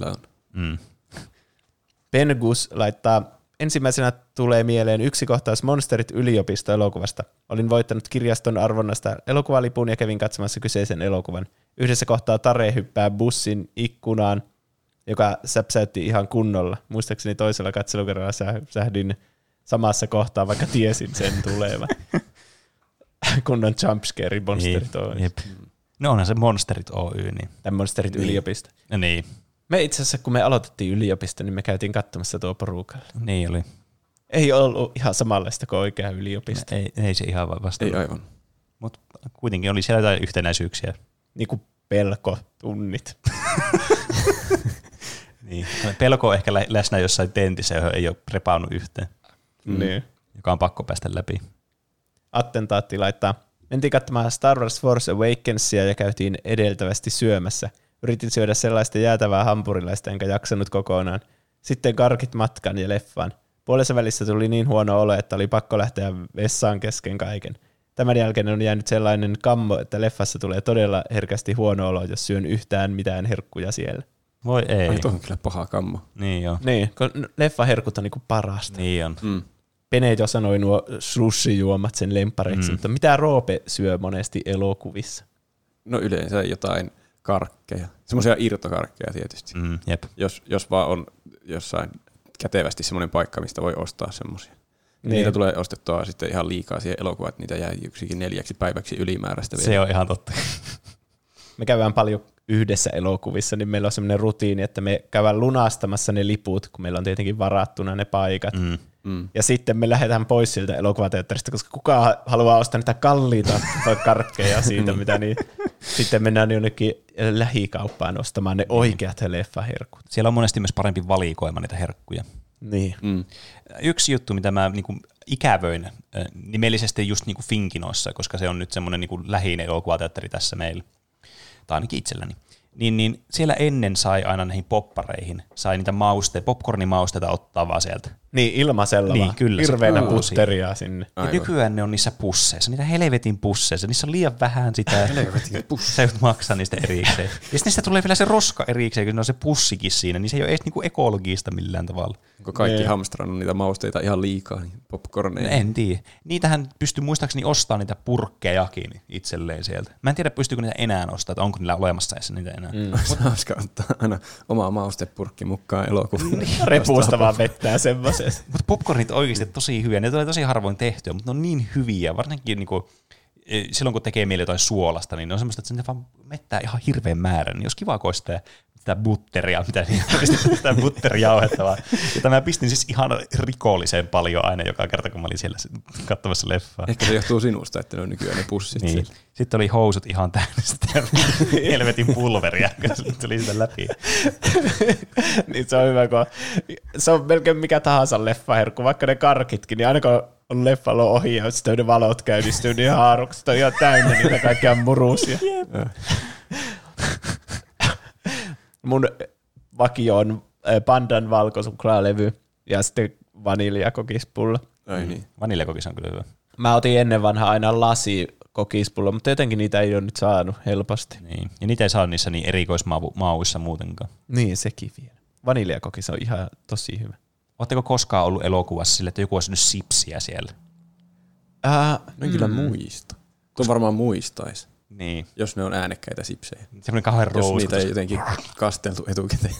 Pengus laittaa, ensimmäisenä tulee mieleen yksi kohtaus Monsterit yliopisto-elokuvasta. Olin voittanut kirjaston arvonnasta elokuvalipun ja kävin katsomassa kyseisen elokuvan. Yhdessä kohtaa Tare hyppää bussin ikkunaan, joka säpsäytti ihan kunnolla. Muistaakseni toisella katselukerralla sähdin samassa kohtaa, vaikka tiesin sen tulevan. Kunnon jumpscare Monsterit Oy. No onhan se Monsterit Oy. Niin. Tai Monsterit yliopisto. No niin. Me itse asiassa, kun me aloitettiin yliopisto, niin me käytiin katsomassa tuo porukalla. Niin oli. Ei ollut ihan samanlaista kuin oikea yliopisto. Ei se ihan vastannut. Ei aivan. Mutta kuitenkin oli siellä jotain yhtenäisyyksiä. Niin kuin pelkotunnit. Niin. Pelko on ehkä läsnä jossain tentissä, johon ei ole repaannut yhteen. Niin. Joka on pakko päästä läpi. Attentaatti laittaa. Mentiin katsomaan Star Wars Force Awakensia ja käytiin edeltävästi syömässä. Yritin syödä sellaista jäätävää hampurilaista, enkä jaksanut kokonaan. Sitten karkit matkan ja leffaan. Puolessa välissä tuli niin huono olo, että oli pakko lähteä vessaan kesken kaiken. Tämän jälkeen on jäänyt sellainen kammo, että leffassa tulee todella herkästi huono olo, jos syön yhtään mitään herkkuja siellä. Voi ei. Ai, tuo on kyllä paha kammo. Niin joo. Niin, kun leffaherkut on niinku parasta. Niin on. Pene jo sanoi nuo sushi-juomat sen lempareiksi, mutta mitä Roope syö monesti elokuvissa? No yleensä jotain karkkeja. Semmoisia irtokarkkeja tietysti. Jep. Jos vaan on jossain kätevästi semmoinen paikka, mistä voi ostaa semmoisia. Niin. Niitä tulee ostettua sitten ihan liikaa siihen elokuvaan, että niitä jää yksikin 4 päiväksi ylimääräistä vielä. Se on ihan totta. Me käydään paljon yhdessä elokuvissa, niin meillä on semmoinen rutiini, että me käydään lunastamassa ne liput, kun meillä on tietenkin varattuna ne paikat. Ja sitten me lähdetään pois siltä elokuvateatterista, koska kukaan haluaa ostaa niitä kalliita karkkeja siitä, mitä niin. Sitten mennään jonnekin lähikauppaan ostamaan ne oikeat leffaherkut. Siellä on monesti myös parempi valikoima niitä herkkuja. Niin. Yksi juttu, mitä mä niinku ikävöin nimellisesti just niinku Finkinoissa, koska se on nyt semmoinen niinku lähin elokuvateatteri tässä meillä, tai ainakin itselläni, niin siellä ennen sai aina näihin poppareihin, sai niitä popcornimausteita ottaa vaan sieltä. Niin, ilmaisella niin, vaan. kyllä, hirveänä putteria sinne. Ja nykyään ne on niissä pusseissa, niitä helvetin pusseissa, niissä on liian vähän sitä, helvetin sä joudut maksaa niistä erikseen. Ja sitten niistä tulee vielä se roska erikseen, kun on se pussikin siinä, niin se ei ole edes niinku ekologista millään tavalla. Onko kaikki hamstrannut niitä mausteita ihan liikaa, niin popcorneja? No en tiedä. Niitähän pystyy muistaakseni ostamaan niitä purkkejakin itselleen sieltä. Mä en tiedä, pystyykö niitä enää ostaa, että onko niillä olemassa edes niitä enää. Hauska ottaa aina oma maustepurkki mukaan elokuviin. Repuusta vaan vettää semmoisesta. Mutta popcornit on oikeasti tosi hyviä. Ne tulee tosi harvoin tehtyä, mutta ne on niin hyviä. Varsinkin niinku, silloin, kun tekee mieli jotain suolasta, niin ne on semmoista, että se vaan mettää ihan hirveän määrän. Niin jos kiva koistaa sitä butteria, mitä sitä butterijauhetta vaan. Ja mä pistin siis ihan rikollisen paljon aina joka kerta, kun mä olin siellä katsomassa leffaa. Ehkä se johtuu sinusta, että ne on nykyään ne pussit. Niin. Sitten oli housut ihan täynnä sitä helvetin pulveria, kun se tuli sitä läpi. Niin se on hyvä, kun se on melkein mikä tahansa leffaherkku, vaikka ne karkitkin, niin aina kun on leffalo ohi ja sitten ne valot käynnistyy, niin haarukset on ihan täynnä niitä kaikkia murusia. Mun vakio on Pandan valkosuklaalevy ja sitten vaniljakokispulla. Ai niin. Vaniljakokis on kyllä hyvä. Mä otin ennen vanhaa aina lasikokispulla, mutta jotenkin niitä ei ole nyt saanut helposti. Niin. Ja niitä ei saa niissä niin erikoismauissa muutenkaan. Niin, sekin vielä. Vaniljakokis on ihan tosi hyvä. Oletteko koskaan ollut elokuvassa sille, että joku olisi nyt sipsiä siellä? En kyllä muista. Tuo varmaan muistaisi. Niin. Jos ne on äänekkäitä sipsejä. Semmoinen kauhean Jos roustus. niitä ei jotenkin kasteltu etukäteen.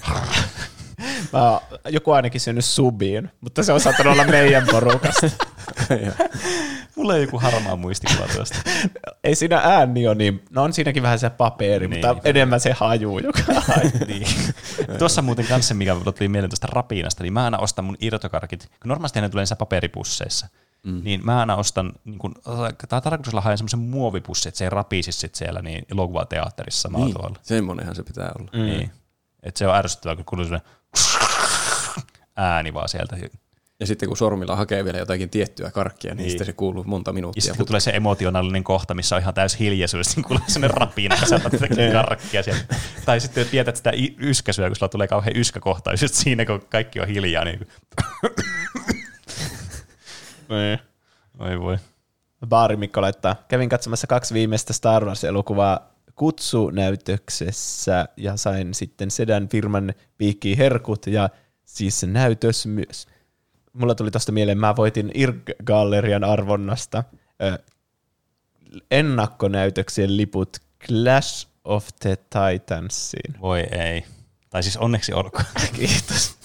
Joku ainakin syönyt subiin, mutta se on saattanut olla meidän porukasta. Mulla on joku harmaa muistikuva tuosta. Ei siinä ääni ole niin, no on siinäkin vähän se paperi, niin, mutta enemmän se haju, joka niin. Tuossa muuten kanssa, mikä tuli mieleen tuosta rapinasta, niin mä aina ostan mun irtokarkit, kun normaalisti ne tulee niissä paperipusseissa, niin mä aina ostan, niin kun, tai tarkoituksella haen semmoisen muovipussin, että se ei rapisi sit siellä niin elokuvateatterissa samalla niin, tavalla. semmonenhan se pitää olla. Niin. Että se on ärsyttävää, kun kuuluu semmoinen ääni vaan sieltä. Ja sitten kun sormilla hakee vielä jotakin tiettyä karkkia, niin sitten se kuuluu monta minuuttia. Ja sitten kun tulee se emotionaalinen kohta, missä on ihan täys hiljaisuus, niin kuuluu semmoinen rapina, kun sä otat karkkia sieltä. Tai sitten tiedät sitä yskäsyä, kun sulla tulee kauhean yskäkohta, just siinä, kun kaikki on hiljaa. Niin niin. Oi voi. Baarimikko laittaa. Kävin katsomassa 2 viimeistä Star Wars-elokuvaa kutsunäytöksessä ja sain sitten Sedan firman piikkiherkut ja siis näytös myös. Mulla tuli tosta mieleen, mä voitin IRG-gallerian arvonnasta ennakkonäytöksien liput Clash of the Titansiin. Voi ei. Tai siis onneksi olkoon. Kiitos.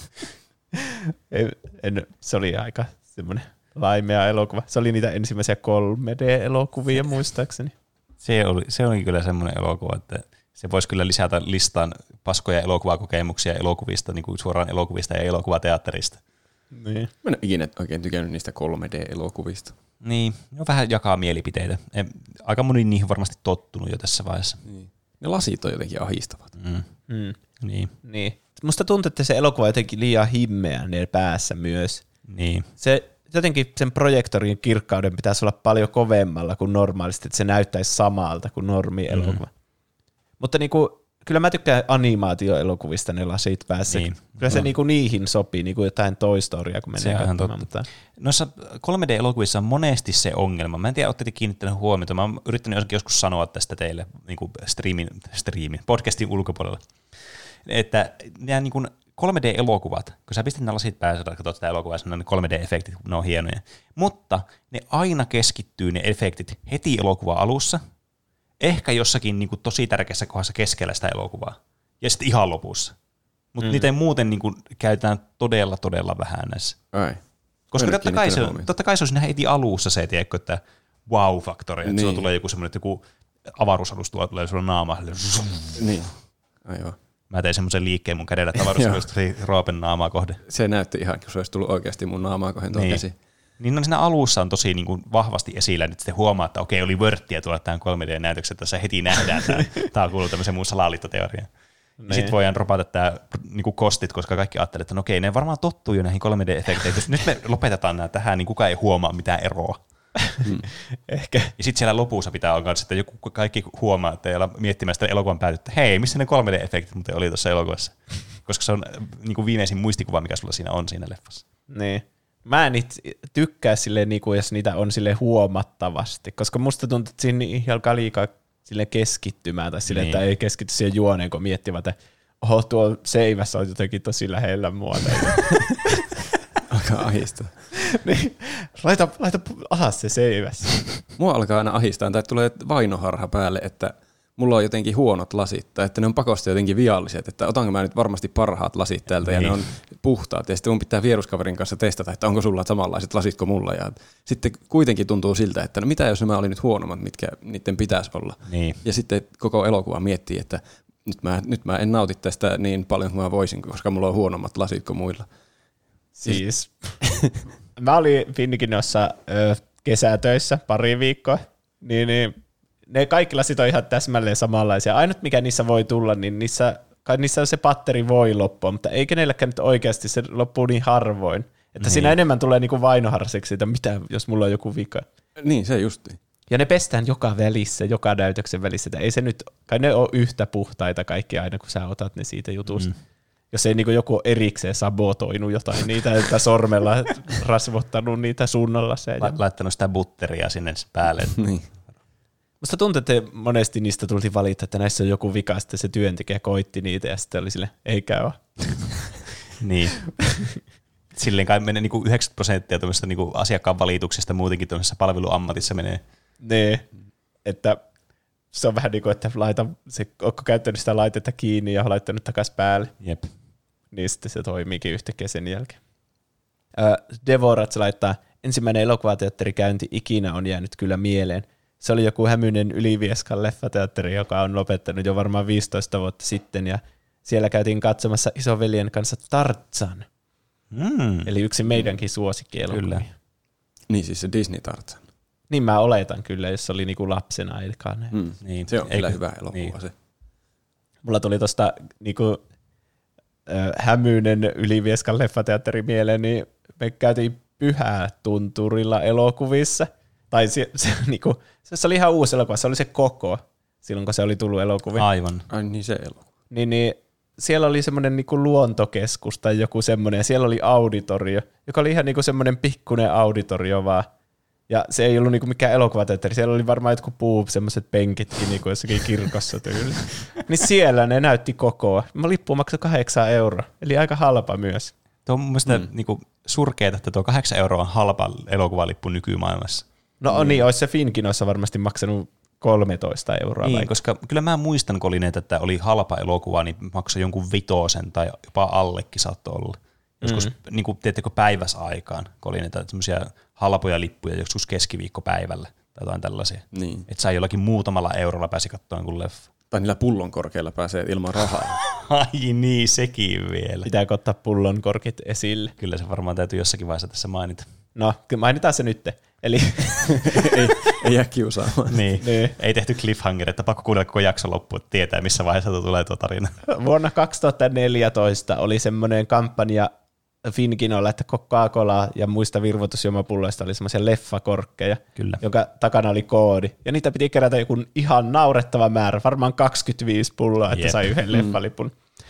Se oli aika semmoinen laimea elokuva. Se oli niitä ensimmäisiä 3D-elokuvia muistaakseni. Se oli kyllä semmoinen elokuva, että se voisi kyllä lisätä listaan paskoja elokuvakokemuksia elokuvista, niin kuin suoraan elokuvista ja elokuvateatterista. Niin. Mä en ole ikinä oikein tykännyt niistä 3D-elokuvista. Niin, ne vähän jakaa mielipiteitä. Aika moni niihin varmasti tottunut jo tässä vaiheessa. Niin. Ne lasit on jotenkin ahistavat. Niin. Musta tuntuu, että se elokuva on jotenkin liian himmeä ne päässä myös. Niin. Se jotenkin sen projektorin kirkkauden pitäisi olla paljon kovemmalla kuin normaalisti, että se näyttäisi samalta kuin normi-elokuva. Mutta niinku, kyllä mä tykkään animaatioelokuvista ne lasit päässä. Niin. Kyllä se niinku niihin sopii, niinku jotain Toy Storya, kun menee katsomaan. Mutta noissa 3D-elokuvissa on monesti se ongelma. Mä en tiedä, ootte kiinnittäneet huomiota. Mä oon yrittänyt joskus sanoa tästä teille niin streamin, podcastin ulkopuolella. Että nämä niin 3D-elokuvat, kun sä pistät nämä lasit päässä, tai katsot tätä elokuvaa, ne 3D-efektit, ne on hienoja. Mutta ne aina keskittyy ne efektit heti elokuvan alussa, ehkä jossakin niin kuin tosi tärkeässä kohdassa keskellä sitä elokuvaa, ja sitten ihan lopussa. Mutta niitä ei muuten niin kuin käytetään todella vähän näissä. Ai. Koska totta kai se olisi nähdä heti alussa se, tiedätkö, että wow-faktori, että sulla tulee joku semmoinen, että joku avaruusalus tulee sulla naama. Niin, aivan. Mä tein semmoisen liikkeen mun kädellä, että avaruusalus tuli Roopen naamaa kohde. Se näytti ihan, kun se olisi tullut oikeasti mun naamaa kohden tuon käsi. Niin siinä alussa on tosi niin kuin vahvasti esillä, että sitten huomaa, että okei, oli vörttiä tuolla tähän 3D-näytöksessä, että tässä heti nähdään, että tämä kuuluu tämmöiseen muun salaliittoteoriaan. Ja sitten voidaan dropata tämä niin kostit, koska kaikki ajattelee, että no okei, ne varmaan tottuu jo näihin 3D-efekteihin. Jos nyt me lopetetaan nämä tähän, niin kukaan ei huomaa mitään eroa. Ehkä. Ja sitten siellä lopussa pitää olla, että joku kaikki huomaa, että ei olla miettimään sitä elokuvan päätyttä, hei, missä ne 3D-efektit muuten oli tuossa elokuvassa. Koska se on niin kuin viimeisin muistikuva, mikä sulla siinä on siinä leffassa. Niin. Mä en tykkää silleen, niin kuin jos niitä on silleen huomattavasti, koska musta tuntuu, että siinä alkaa liikaa silleen keskittymään, tai silleen, että ei keskity siihen juoneen, kun miettivät, että tuo seivässä on jotenkin tosi lähellä mua. Alkaa ahistaa. Niin, laita alas se seivässä. Mua alkaa aina ahistaa, tai tulee vainoharha päälle, että mulla on jotenkin huonot lasit, tai että ne on pakosti jotenkin vialliset, että otanko mä nyt varmasti parhaat lasit täältä, ja ne on puhtaat, ja sitten mun pitää vieruskaverin kanssa testata, että onko sulla samanlaiset lasit kuin mulla, ja sitten kuitenkin tuntuu siltä, että no mitä jos nämä oli nyt huonommat, mitkä niiden pitäisi olla. Niin. Ja sitten koko elokuva miettii, että nyt mä en nauti tästä niin paljon kuin mä voisin, koska mulla on huonommat lasit kuin muilla. Siis mä olin Finniginossa kesätöissä pari viikkoa, niin ne kaikki lasit on ihan täsmälleen samanlaisia. Ainut mikä niissä voi tulla, niin niissä se patteri voi loppua, mutta ei kenelläkään nyt oikeasti, se loppuu niin harvoin. Että siinä enemmän tulee niinku vainoharseksi siitä, mitä jos mulla on joku vika. Niin, se justiin. Ja ne pestään joka välissä, joka näytöksen välissä. Että ei se nyt, kai ne ole yhtä puhtaita kaikki aina, kun sä otat ne siitä jutusta. Jos ei niinku joku erikseen sabotoinut jotain niitä, että sormella rasvottanut niitä suunnalla se. Laittanut sitä butteria sinne päälle. Niin. Musta tuntuu, että monesti niistä tultiin valita, että näissä on joku vika, sitten se työntekijä koitti niitä ja sitten oli sille, eikä ole. Niin. Silleen kai menee niinku 90% tuommoista niinku asiakkaan valituksesta muutenkin tuollaisessa palveluammatissa menee. Niin, että se on vähän niin kuin, että ootko käyttänyt sitä laitetta kiinni ja laittanut takaisin päälle. Jep. Niin sitten se toimiikin yhtäkkiä sen jälkeen. Devorats laittaa, ensimmäinen elokuvateatterikäynti ikinä on jäänyt kyllä mieleen. Se oli joku hämyinen Ylivieskan leffateatteri, joka on lopettanut jo varmaan 15 vuotta sitten, ja siellä käytiin katsomassa isoveljen kanssa Tarzan. Eli yksi meidänkin suosikkielokuvia. Kyllä. Niin siis se Disney-Tarzan. Niin mä oletan kyllä, jos oli niinku lapsena aikaan. Niin, se on kyllä hyvä elokuva se. Mulla tuli tosta niinku, hämyinen Ylivieskan leffateatteri mieleen, niin me käytiin Pyhätunturilla elokuvissa. Tai se oli ihan uusi elokuva, se oli se Koko, silloin kun se oli tullut elokuviin. Aivan. Ai niin se elokuva. Niin siellä oli semmoinen niinku luontokeskus tai joku semmoinen, ja siellä oli auditorio, joka oli ihan niinku semmoinen pikkuinen auditorio vaan. Ja se ei ollut niinku mikään elokuvateatteri, siellä oli varmaan jotkut semmoiset penkitkin niinku jossakin kirkossa tyyli. Niin siellä ne näytti kokoa. Mä lippu maksoi 8 €, eli aika halpa myös. Tuo on mun mielestä niinku surkeeta, että tuo 8 € on halpa elokuvalippu nykymaailmassa. No niin, olisi se Finkinoissa varmasti maksanut 13 €. Niin, koska kyllä mä muistan, kun oli näitä, että oli halpa elokuva, niin maksoi jonkun 5 tai jopa allekin saattoi olla. Joskus, niin kuin, teettekö päiväsaikaan, kun oli näitä semmoisia halpoja lippuja joskus keskiviikkopäivällä tai jotain tällaisia. Niin. Että sai jollakin muutamalla eurolla pääsi katsomaan jonkun leffa. Tai niillä pullon korkeilla pääsee ilman rahaa. Ai niin, sekin vielä. Pitääkö ottaa pullon korkit esille? Kyllä se varmaan täytyy jossakin vaiheessa tässä mainita. No, mainitaan se nyt. Eli ei jää kiusaamaan. Niin. Ei tehty cliffhanger, että pakko kuunnella koko jakson loppuun, että tietää missä vaiheessa tulee tuo tarina. Vuonna 2014 oli semmoinen kampanja Finkinolla, että Coca-Cola ja muista virvoitusjuomapulloista oli semmoisia leffakorkkeja, Kyllä. jonka takana oli koodi. Ja niitä piti kerätä joku ihan naurettava määrä, varmaan 25 pulloa, että sai yhden leffalipun.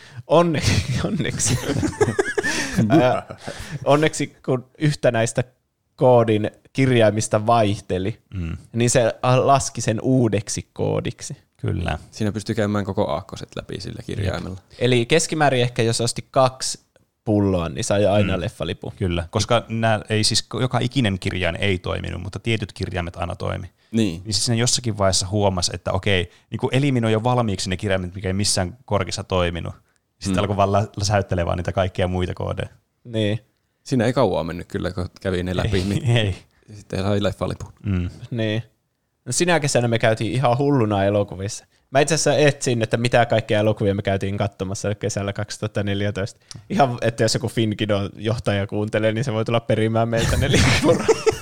Onneksi kun yhtä näistä koodin kirjaimista vaihteli, niin se laski sen uudeksi koodiksi. Kyllä. Siinä pystyy käymään koko aakkoset läpi sillä kirjaimella. Eli keskimäärin ehkä jos osti 2 pulloa, niin sai aina leffalipu. Kyllä, koska joka ikinen kirjain ei toiminut, mutta tietyt kirjaimet aina toimi. Niin. Niin siinä jossakin vaiheessa huomasi, että okei, niin kuin eliminoi jo valmiiksi ne kirjaimet, mikä ei missään korkissa toiminut. Sitten alkoi vaan läsäyttelemään niitä kaikkia muita koodeja. Niin. Siinä ei kauan mennyt kyllä, kun kävi ne läpi. Ei. Sitten sai leffalipun. Niin. No sinä kesänä me käytiin ihan hulluna elokuvissa. Mä itse asiassa etsin, että mitä kaikkia elokuvia me käytiin katsomassa kesällä 2014. Ihan, että jos joku Finkidon johtaja kuuntelee, niin se voi tulla perimään meiltä ne lippuja.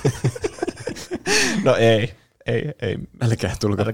No ei. Älkää tulko.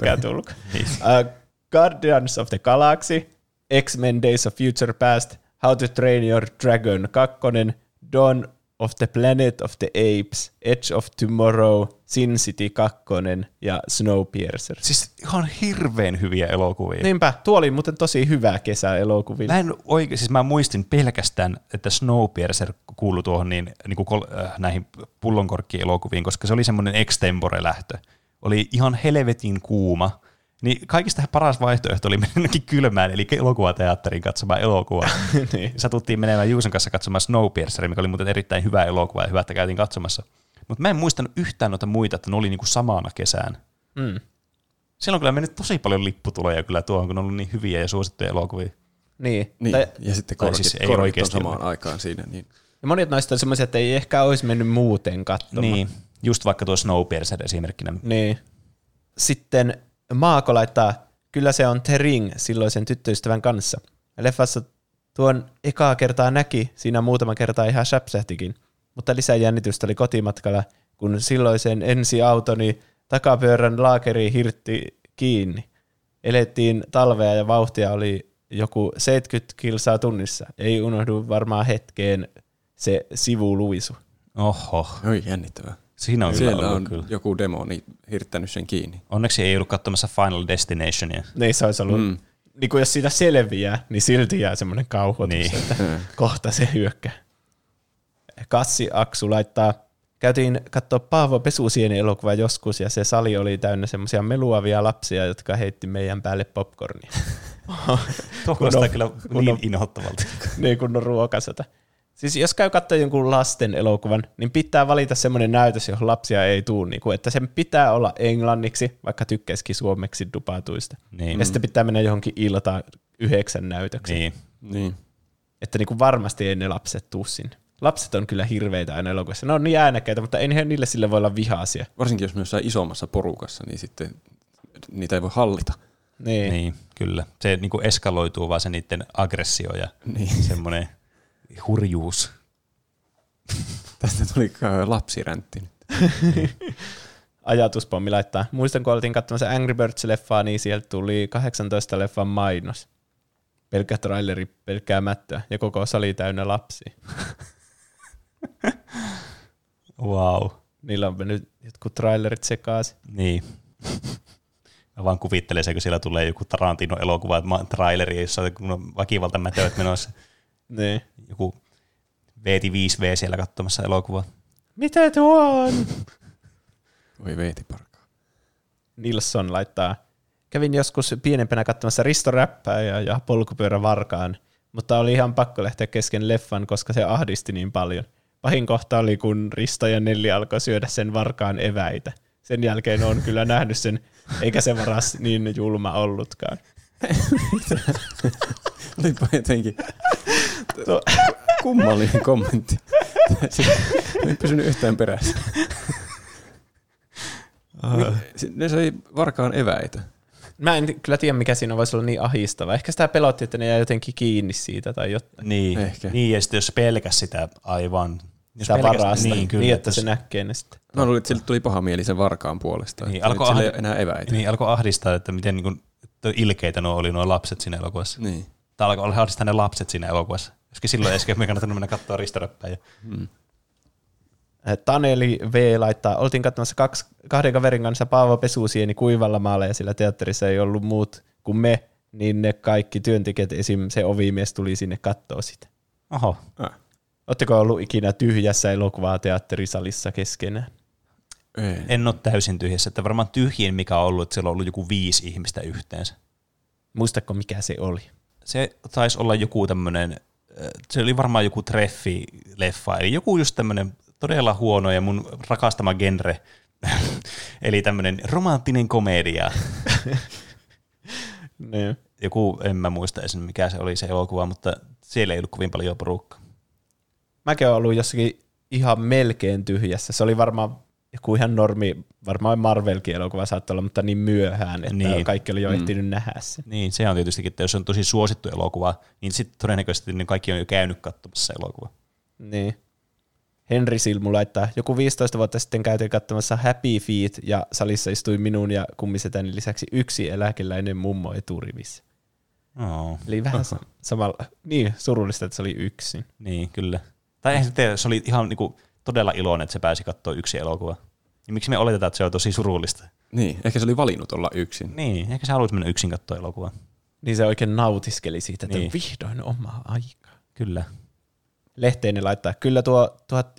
Guardians of the Galaxy, X-Men Days of Future Past, How to Train Your Dragon 2, Dawn of the Planet of the Apes, Edge of Tomorrow, Sin City 2 ja Snowpiercer. Siis ihan hirveän hyviä elokuvia. Niinpä, tuo oli muuten tosi hyvä kesä elokuville. Mä muistin pelkästään, että Snowpiercer kuului tuohon näihin pullonkorkki-elokuviin, koska se oli semmoinen extempore-lähtö. Oli ihan helvetin kuuma. Niin kaikista paras vaihtoehto oli mennä kylmään, eli elokuvateatteriin katsomaan elokuvaa. Niin. Satuttiin menemään Juuson kanssa katsomaan Snowpierceria, mikä oli muuten erittäin hyvä elokuva ja hyvä, että käytiin katsomassa. Mutta mä en muistanut yhtään noita muita, että ne oli niinku samana kesään. Siellä on kyllä mennyt tosi paljon lipputuloja kyllä tuohon, kun on ollut niin hyviä ja suosittuja elokuvia. Niin. Ja sitten korkit on samaan aikaan siinä. Niin. Ja monet noista on semmoisia, että ei ehkä olisi mennyt muuten katsomaan. Niin, just vaikka tuo Snowpiercer esimerkkinä. Niin. Sitten Maako laittaa, kyllä se on The Ring silloisen tyttöystävän kanssa. Leffassa tuon ekaa kertaa näki, siinä muutama kertaa ihan säpsähtikin. Mutta lisäjännitystä oli kotimatkalla, kun silloisen ensiautoni takapyörän laakeri hirtti kiinni. Elettiin talvea ja vauhtia oli joku 70 kilsaa tunnissa. Ei unohdu varmaan hetkeen se sivuluisu. Oho. Oi, jännittävää. Siinä on siellä on kyllä joku demoni hirttänyt sen kiinni. Onneksi ei ollut katsomassa Final Destinationia. Niin se olisi ollut, niin kuin jos siitä selviää, niin silti jää semmoinen kauhoitus, että kohta se hyökkää. Kassi Aksu laittaa, käytiin katsoa Paavo Pesusieni elokuva joskus, ja se sali oli täynnä semmoisia meluavia lapsia, jotka heitti meidän päälle popcornia. Tuo kuulostaa kyllä niin inhottavalta. Niin kun on ruokasota. Siis jos käy katsoa jonkun lasten elokuvan, niin pitää valita semmoinen näytös, johon lapsia ei tule. Niin kuin, että sen pitää olla englanniksi, vaikka tykkäisikin suomeksi dupatuista. Niin. Ja sitten pitää mennä johonkin iltaan 9 näytökseen. Niin. Että niin kuin varmasti ei ne lapset tuu sinne. Lapset on kyllä hirveitä aina elokuvissa. Ne on niin äänekkäitä, mutta eihän niille sille voi olla vihaisia. Varsinkin jos ne jossain isommassa porukassa, niin sitten niitä ei voi hallita. Niin kyllä. Se niin kuin eskaloituu vaan se niiden aggressio ja semmoinen hurjuus. Tästä tuli lapsiräntti. Ajatuspommi laittaa. Muistan, kun oltiin katsomassa Angry Birds-leffaa, niin sieltä tuli 18 leffan mainos. Pelkkä traileri, pelkkää mättöä ja koko sali täynnä lapsia. Wow. Niillä on mennyt jotkut trailerit sekaisin. Niin. Mä vaan kuvittelen se, kun siellä tulee joku Tarantino-elokuva, traileri, jossa on väkivaltamätöt menossa. Niin. Joku veeti 5V siellä katsomassa elokuvaa. Mitä tuo on? Voi veetiparkaa. Nilsson laittaa, kävin joskus pienempänä katsomassa Risto Räppää ja Polkupyörä Varkaan, mutta oli ihan pakko lähteä kesken leffan, koska se ahdisti niin paljon. Pahin kohta oli, kun Risto ja Nelli alkoi syödä sen Varkaan eväitä. Sen jälkeen on kyllä nähnyt sen, eikä se varas niin julma ollutkaan. Olipa jotenkin kummallinen kommentti. En pysynyt yhtään perässä. Ne sai Varkaan eväitä. Mä en kyllä tiedä, mikä siinä voisi olla niin ahistava. Ehkä sitä pelotti, että ne jää jotenkin kiinni siitä tai jotain. Niin, Ehkä. niin ja sitten jos pelkäs sitä aivan. Sitä varasta, niin, kyllä, niin että se näkee ne sitten. Mä luulin, että sille tuli paha mieli sen Varkaan puolesta. Niin, Sillä ei ole enää eväitä. Niin, alkoi ahdistaa, että miten niin kuin, ilkeitä nuo lapset siinä elokuvassa. Niin. Tai alkoi ahdistaa ne lapset siinä elokuvassa. Joskin silloin äsken me kannattanut mennä katsoa Ristoräppää. Taneli V laittaa, oltiin katsomassa kahden kaverin kanssa Paavo Pesusieni Kuivalla maalla ja sillä teatterissa ei ollut muut kuin me, niin ne kaikki työntekijät, esim. Se ovimies tuli sinne kattoo sitä. Oho. Oletteko ollut ikinä tyhjässä elokuvaa teatterisalissa keskenään? Ei. En ole täysin tyhjässä, että varmaan tyhjin mikä on ollut, että siellä on ollut joku 5 ihmistä yhteensä. Muistatko mikä se oli? Se taisi olla joku tämmöinen, se oli varmaan joku treffi-leffa, eli joku just tämmöinen todella huono ja mun rakastama genre, eli tämmöinen romanttinen komedia. Ne. Joku, en mä muista edes mikä se oli se elokuva, mutta siellä ei ollut kovin paljon porukkaa. Mäkin olen ollut jossakin ihan melkein tyhjässä. Se oli varmaan joku ihan normi, varmaan Marvelkin elokuva saattoi olla, mutta niin myöhään, että niin. Kaikki oli jo ehtinyt nähdä sen. Niin, se on tietystikin, että jos on tosi suosittu elokuva, niin sitten todennäköisesti niin kaikki on jo käynyt katsomassa elokuva. Niin. Henri Silmu laittaa, joku 15 vuotta sitten käytiin katsomassa Happy Feet ja salissa istui minun ja kummisetäni lisäksi yksi eläkeläinen mummo eturivissä. Oh. Eli vähän samalla, niin surullista, että se oli yksin. Niin, kyllä. Tai eihän se tiedä, se oli ihan niinku todella iloinen, että se pääsi katsoa yksi elokuva. Niin miksi me oletetaan, että se on tosi surullista? Niin, ehkä se oli valinnut olla yksin. Niin, ehkä sä haluat mennä yksin katsoa elokuvaa. Niin se oikein nautiskeli siitä, että niin. Vihdoin omaa aikaa. Kyllä. Lehteinen laittaa, kyllä tuo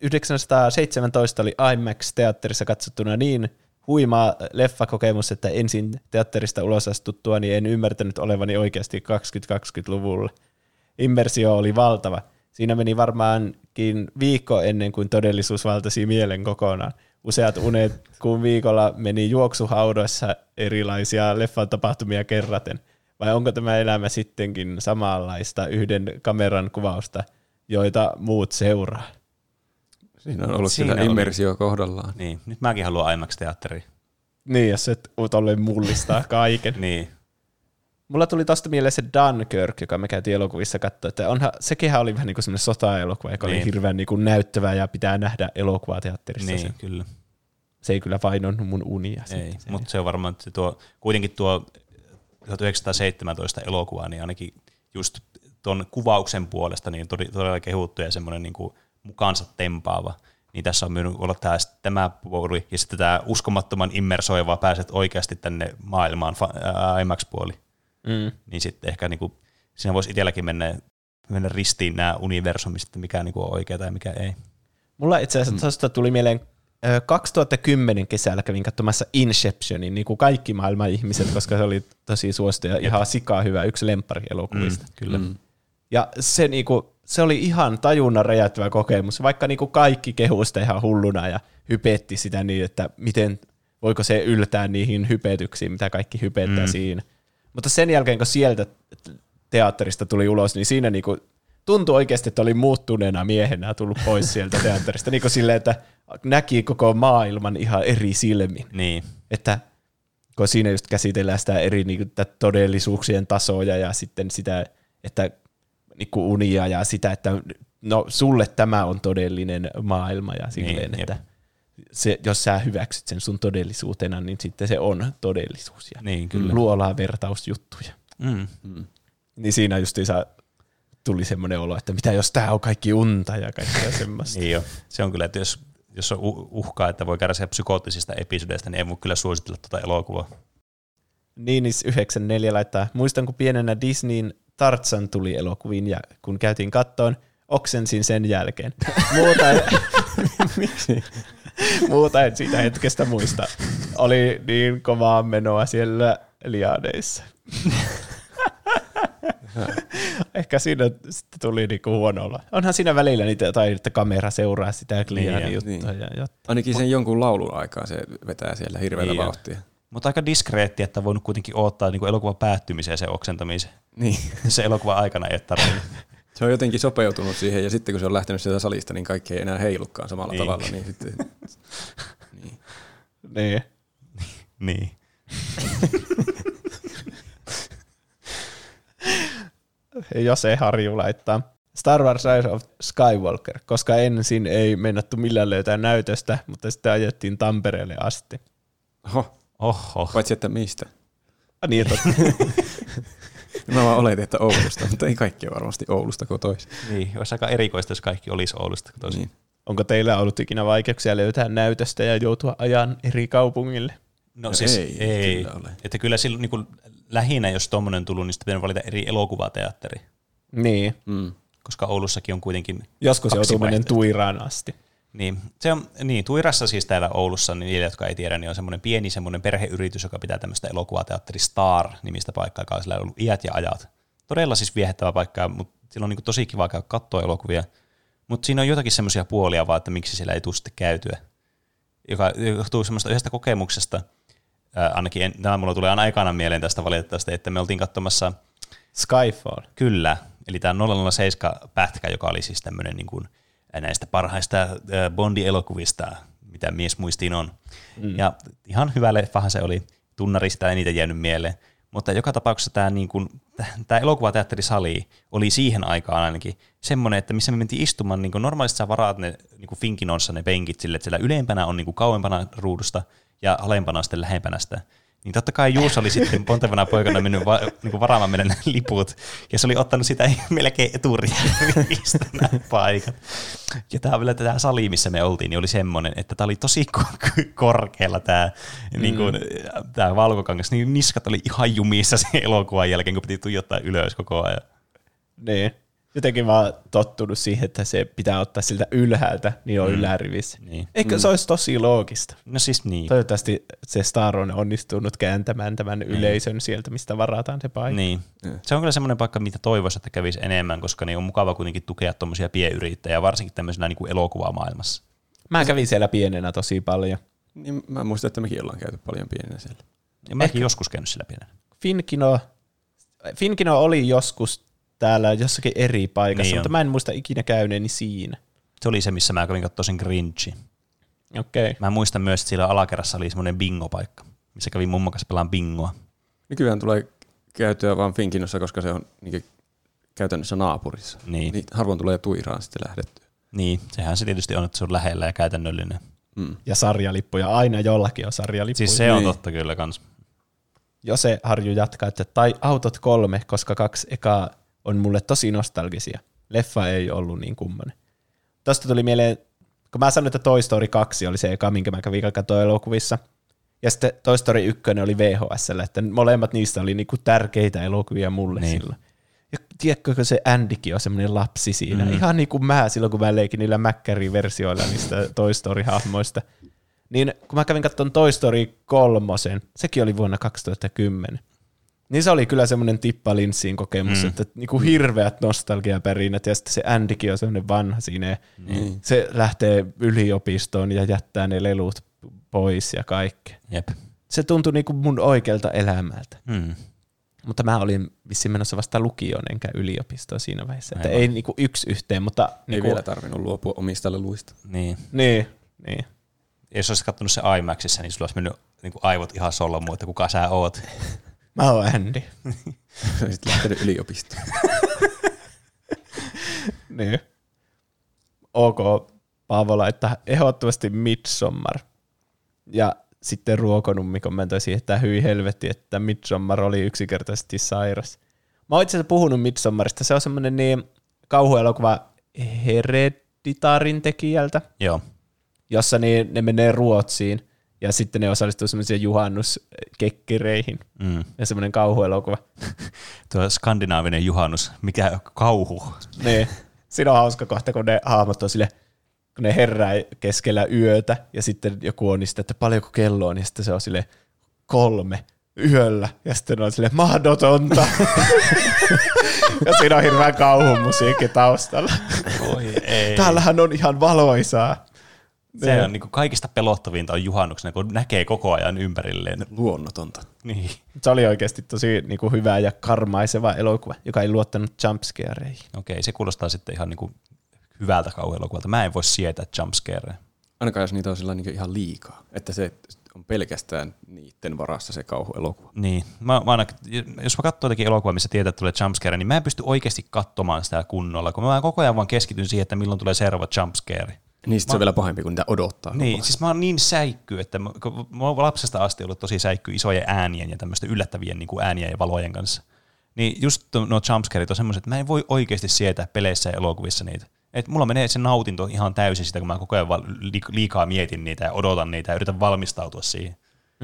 1917 oli IMAX-teatterissa katsottuna niin huimaa leffakokemus, että ensin teatterista ulos astuttua niin en ymmärtänyt olevani oikeasti 2020-luvulla. Immersio oli valtava. Siinä meni varmaankin viikko ennen kuin todellisuus valtasi mielen kokonaan. Useat unet, kun viikolla meni juoksuhaudoissa erilaisia leffan tapahtumia kerraten. Vai onko tämä elämä sittenkin samanlaista yhden kameran kuvausta, joita muut seuraa? Siinä on ollut sitä immersio kohdallaan. Niin, nyt mäkin haluan IMAX-teatteriin. Niin, jos se tolleen mullistaa kaiken. Niin. Mulla tuli tosta mieleen se Dunkirk, joka me käytiin elokuvissa katsoa, että sekinhän oli vähän niin kuin semmoinen sota-elokuva, joka oli hirveän niin kuin näyttävää ja pitää nähdä elokuvateatterissa. Niin, kyllä. Se ei kyllä vainonnut mun unia. Ei, mutta se on varmaan, että kuitenkin tuo 1917 elokuva, niin ainakin just tuon kuvauksen puolesta niin todella kehuttu ja semmoinen niin kuin mukaansa tempaava. Niin tässä on myös olla tämä puoli ja sitten tämä uskomattoman immersoiva, pääset oikeasti tänne maailmaan IMAX-puoli. Niin sitten ehkä niinku, siinä voisi itselläkin mennä ristiin nämä universumit, mikä niinku on oikea tai mikä ei. Mulla itse asiassa tuosta tuli mieleen 2010 kesällä kävin katsomassa Inceptionin, niin kuin kaikki maailman ihmiset, koska se oli tosi suosittu ja ihan sikaa hyvä, yksi lempparielokuvista. Kyllä. Ja se, niinku, se oli ihan tajunnan räjäyttävä kokemus, vaikka niinku kaikki kehusta ihan hulluna ja hypetti sitä niin, että miten voiko se yltää niihin hypetyksiin, mitä kaikki hypettää siinä. Mutta sen jälkeen, kun sieltä teatterista tuli ulos, niin siinä niinku tuntui oikeasti, että oli muuttuneena miehenä tullut pois sieltä teatterista. Niin kuin silleen, että näki koko maailman ihan eri silmin. Niin. Että kun siinä just käsitellään sitä eri niin todellisuuksien tasoja ja sitten sitä, että niin unia ja sitä, että no sulle tämä on todellinen maailma ja silleen, niin, että se, jos sä hyväksyt sen sun todellisuutena, niin sitten se on todellisuus. Ja niin, kyllä. Luolaa vertausjuttuja. Niin siinä justiinsa tuli semmoinen olo, että mitä jos tää on kaikki unta ja kaikkea semmoista. Niin jo. Se on kyllä, että jos on uhkaa, että voi kärsiä psykoottisista episodeista, niin ei voi kyllä suositella tuota elokuvaa. Niinis 94 laittaa, muistan kun pienenä Disneyn Tarzan tuli elokuviin ja kun käytiin kattoon, oksensin sen jälkeen. Muuta ei... Miksi? Muuta en siitä hetkestä muista. Oli niin kovaa menoa siellä liadeissa. Ehkä siinä sitten tuli niinku huonolla. Onhan siinä välillä niitä jotain, että kamera seuraa sitä lianin juttua. Niin. Ainakin sen jonkun laulun aikaa se vetää siellä hirveätä vauhtia. Mutta aika diskreetti, että on voinut kuitenkin odottaa niin elokuvan päättymiseen sen oksentamisen. Niin. Se elokuvan aikana ei tarvitse. Se on jotenkin sopeutunut siihen, ja sitten kun se on lähtenyt sieltä salista, niin kaikki ei enää heilukaan samalla tavalla. Niin sitten, Niin. Jos ei Harju laittaa. Star Wars Rise of Skywalker, koska ensin ei mennattu millään löytää näytöstä, mutta sitten ajettiin Tampereelle asti. Oho. Paitsi että mistä? Niin, totta. Mä vaan oletin, että Oulusta, mutta ei kaikki varmasti Oulusta kotoisin. Niin, olisi aika erikoista, jos kaikki olisi Oulusta kotoisin. Niin. Onko teillä ollut ikinä vaikeuksia löytää näytöstä ja joutua ajan eri kaupungille? No siis ei. Kyllä ole. Että kyllä silloin niin lähinnä, jos tommonen tullut, niin sitten pitää valita eri elokuvateatteri. Niin. Koska Oulussakin on kuitenkin joskus joutuu menen Tuiraan asti. Niin, se on, Tuirassa siis täällä Oulussa, niin niille, jotka ei tiedä, niin on semmoinen pieni semmoinen perheyritys, joka pitää tämmöistä elokuvateatteri Star-nimistä paikkaa, joka on sillä ollut iät ja ajat. Todella siis viehättävä paikka, mutta sillä on niin tosi kiva käydä katsoa elokuvia. Mutta siinä on jotakin semmoisia puolia vaan, että miksi siellä ei tule sitten käytyä. Joka johtuu semmoista yhdestä kokemuksesta, ainakin tämä mulla tulee aina aikana mieleen tästä valitettavasti, että me oltiin katsomassa Skyfall. Kyllä, eli tämä 007-pätkä, joka oli siis tämmöinen niin kuin näistä parhaista Bondi-elokuvista, mitä miesmuistiin on. Ja ihan hyvä leffahan se oli, tunnarista ei niitä jäänyt mieleen, mutta joka tapauksessa tämä elokuvateatterisali oli siihen aikaan ainakin semmoinen, että missä me mentiin istumaan, niin normaalisti sä varaat ne niin finkinossa ne penkit sille, että siellä ylempänä on niin kauempana ruudusta ja alempana sitten lähempänä sitä. Niin totta kai Juuso oli sitten pontevana poikana mennyt varaamaan meidän liput, ja se oli ottanut sitä melkein eturiviistä nämä paikat. Ja tämä vielä tämä sali, missä me oltiin, niin oli semmoinen, että tämä oli tosi korkealla tämä valkokangas, niin niskat oli ihan jumissa sen elokuvan jälkeen, kun piti tuijottaa ylös koko ajan. Niin. Jotenkin vaan tottunut siihen, että se pitää ottaa siltä ylhäältä, niin on ylärivissä. Niin. Eikö se olisi tosi loogista? No siis niin. Toivottavasti se Star on onnistunut kääntämään tämän yleisön sieltä, mistä varataan se paikka. Niin. Se on kyllä semmoinen paikka, mitä toivoisi, että kävisi enemmän, koska niin on mukava kuitenkin tukea tuommoisia pienyrittäjiä, varsinkin tämmöisenä niin kuin elokuvamaailmassa. Mä kävin siellä pienenä tosi paljon. Niin, mä muistan, että mekin ollaan käyty paljon pienenä siellä. Ja mäkin joskus käynyt siellä pienenä. Finkino oli joskus täällä jossakin eri paikassa, niin mutta mä en muista ikinä käyneeni siinä. Se oli se, missä mä kävin katsoa sen Grinchin. Okei. Mä muistan myös, että siellä alakerrassa oli semmoinen bingo-paikka, missä kävin mummon kanssa pelaan bingoa. Nykyään tulee käytyä vaan Finkinossa, koska se on niin käytännössä naapurissa. Niin. Harvoin tulee Tuiraan sitten lähdettyä. Niin, sehän se tietysti on, että se on lähellä ja käytännöllinen. Ja sarjalippuja, aina jollakin on sarjalippuja. Siis se on totta kyllä kans. Jos se Harju jatkaa, että tai Autot 3, koska 2 ekaa on mulle tosi nostalgisia. Leffa ei ollut niin kummonen. Tosta tuli mieleen, kun mä sanoin, että Toy Story 2 oli se eka, minkä mä kävin katsoa elokuvissa. Ja sitten Toy Story 1 oli VHS:llä, että molemmat niistä oli niinku tärkeitä elokuvia mulle silloin. Ja tiedätkö, kun se Andykin on semmoinen lapsi siinä. Ihan niin kuin mä silloin, kun mä leikin niillä Mäkkäri-versioilla niistä Toy Story-hahmoista. Niin kun mä kävin katsomaan Toy Story 3, sekin oli vuonna 2010. Niin se oli kyllä semmoinen tippalinssiin kokemus, että niinku hirveät nostalgiaperinnät ja sitten se Andykin on semmoinen vanha siinä. Se lähtee yliopistoon ja jättää ne lelut pois ja kaikkea. Jep. Se tuntui niinku mun oikealta elämältä. Mutta mä olin vissiin menossa vasta lukioon enkä yliopistoon siinä vaiheessa. Että ei niinku yksi yhteen, mutta ei niinku vielä tarvinnut luopua omista leluista. Niin. Jos olisit kattonut se IMAXissa, niin sulla olisi mennyt niinku aivot ihan solmuun, että kuka sä oot. Mä oon Andy. Sitten lähtenyt yliopistoon. Niin. OK, Paavo laittaa ehdottomasti Midsommar. Ja sitten Ruokonummi kommentoi siihen, että hyi helvetti, että Midsommar oli yksinkertaisesti sairas. Mä oon itse asiassa puhunut Midsommarista. Se on semmoinen niin kauhuelokuva Hereditarin tekijältä. Joo. Jossa niin ne menee Ruotsiin. Ja sitten ne osallistuu semmoisiin juhannuskekkereihin. Ja semmoinen kauhuelokuva. Tuo skandinaavinen juhannus, mikä kauhu. Niin. Siinä on hauska kohta, kun ne hahmot on silleen, kun ne herää keskellä yötä, ja sitten joku on niin sitten, että paljonko kello on, ja sitten se on silleen 3 yöllä, ja sitten on silleen mahdotonta. Ja siinä on hirveän kauhun musiikki taustalla. Oi ei. Täällähän on ihan valoisaa. Se on niin kuin kaikista pelottavinta on juhannuksena, kun näkee koko ajan ympärilleen. Luonnotonta. Niin. Se oli oikeasti tosi niin kuin hyvä ja karmaiseva elokuva, joka ei luottanut jumpscareihin. Okei, se kuulostaa sitten ihan niin kuin hyvältä kauhuelokuvalta. Mä en voi sietää jumpscareja. Ainakaan jos niitä on sillä niin ihan liikaa, että se on pelkästään niiden varassa se kauhuelokuva. Niin. Jos mä katson jotakin elokuvaa, missä tietää, että tulee jumpscare, niin mä en pysty oikeasti katsomaan sitä kunnolla, kun mä koko ajan vaan keskityn siihen, että milloin tulee seuraava jumpscare. Niin se on vielä pahempi, kun niitä odottaa. Niin, siis mä oon niin säikky, että mä oon lapsesta asti ollut tosi säikky isojen äänien ja tämmöisten yllättävien niin kuin äänien ja valojen kanssa. Niin just nuo jumpscaret on semmoiset, että mä en voi oikeasti sietää peleissä ja elokuvissa niitä. Et mulla menee se nautinto ihan täysin sitä, kun mä koko ajan liikaa mietin niitä ja odotan niitä ja yritän valmistautua siihen.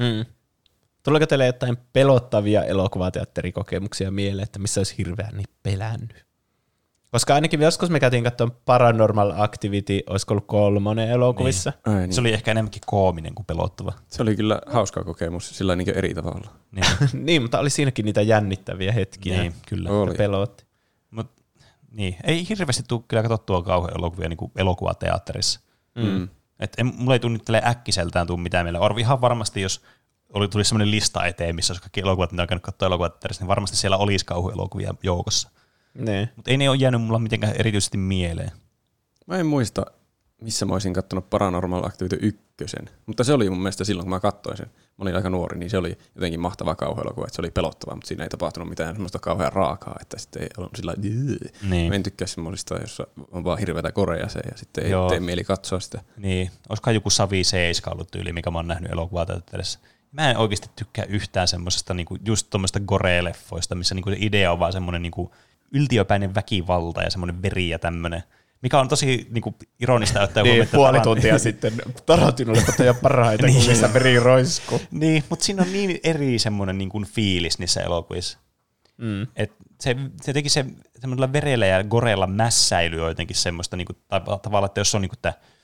Tuleeko teille jotain pelottavia elokuvateatterikokemuksia mieleen, että missä olisi hirveän niin pelännyt? Koska ainakin joskus me käytiin katsomaan Paranormal Activity, olisiko ollut 3 elokuvissa. Niin. Se oli ehkä enemmänkin koominen kuin pelottava. Se oli kyllä hauska kokemus sillä niin eri tavalla. Niin. Niin, mutta oli siinäkin niitä jännittäviä hetkiä. Niin, kyllä. Pelotti. Niin, ei hirveästi tule kyllä katsottua kauhean elokuvia niin kuin elokuvateatterissa. Mulla ei tule nyt äkkiseltään tule mitään mieleen. Orvi ihan varmasti, jos tulisi sellainen lista eteen, missä olisi kaikki elokuvat, mitä on käynyt katsoa elokuvateatterissa, niin varmasti siellä olisi kauhuelokuvia joukossa. Nee. Mutta ei ne ole jäänyt mulla mitenkään erityisesti mieleen. Mä en muista, missä mä olisin kattonut Paranormal Activity 1, mutta se oli mun mielestä silloin, kun mä katsoin sen. Mä olin aika nuori, niin se oli jotenkin mahtava kauhuelokuva, että se oli pelottava, mutta siinä ei tapahtunut mitään semmoista kauhean raakaa, että sitten ei ollut sillä niin. Mä en tykkää semmoista, jossa on vaan hirveätä korea se ja sitten ei tee mieli katsoa sitä. Niin, olisikohan joku Savi 7 ollut tyyli, mikä mä oon nähnyt elokuvateatterissa. Mä en oikeasti tykkää yhtään semmoisesta niinku just tuommoista gore-leffoista, missä niinku se idea on vaan semmoinen niinku yltiöpäinen väkivalta ja semmoinen veri ja tämmöinen, mikä on tosi niinku ironista, että niin, puoli tuntia sitten Tarantinolle ja parhaita, kun missä veri roiskuu. Niin, mutta siinä on niin eri semmoinen niinku fiilis niissä elokuvissa. Et se teki se semmoisella verellä ja gorella mässäily on jotenkin semmoista niinku, tavalla, että jos on niinku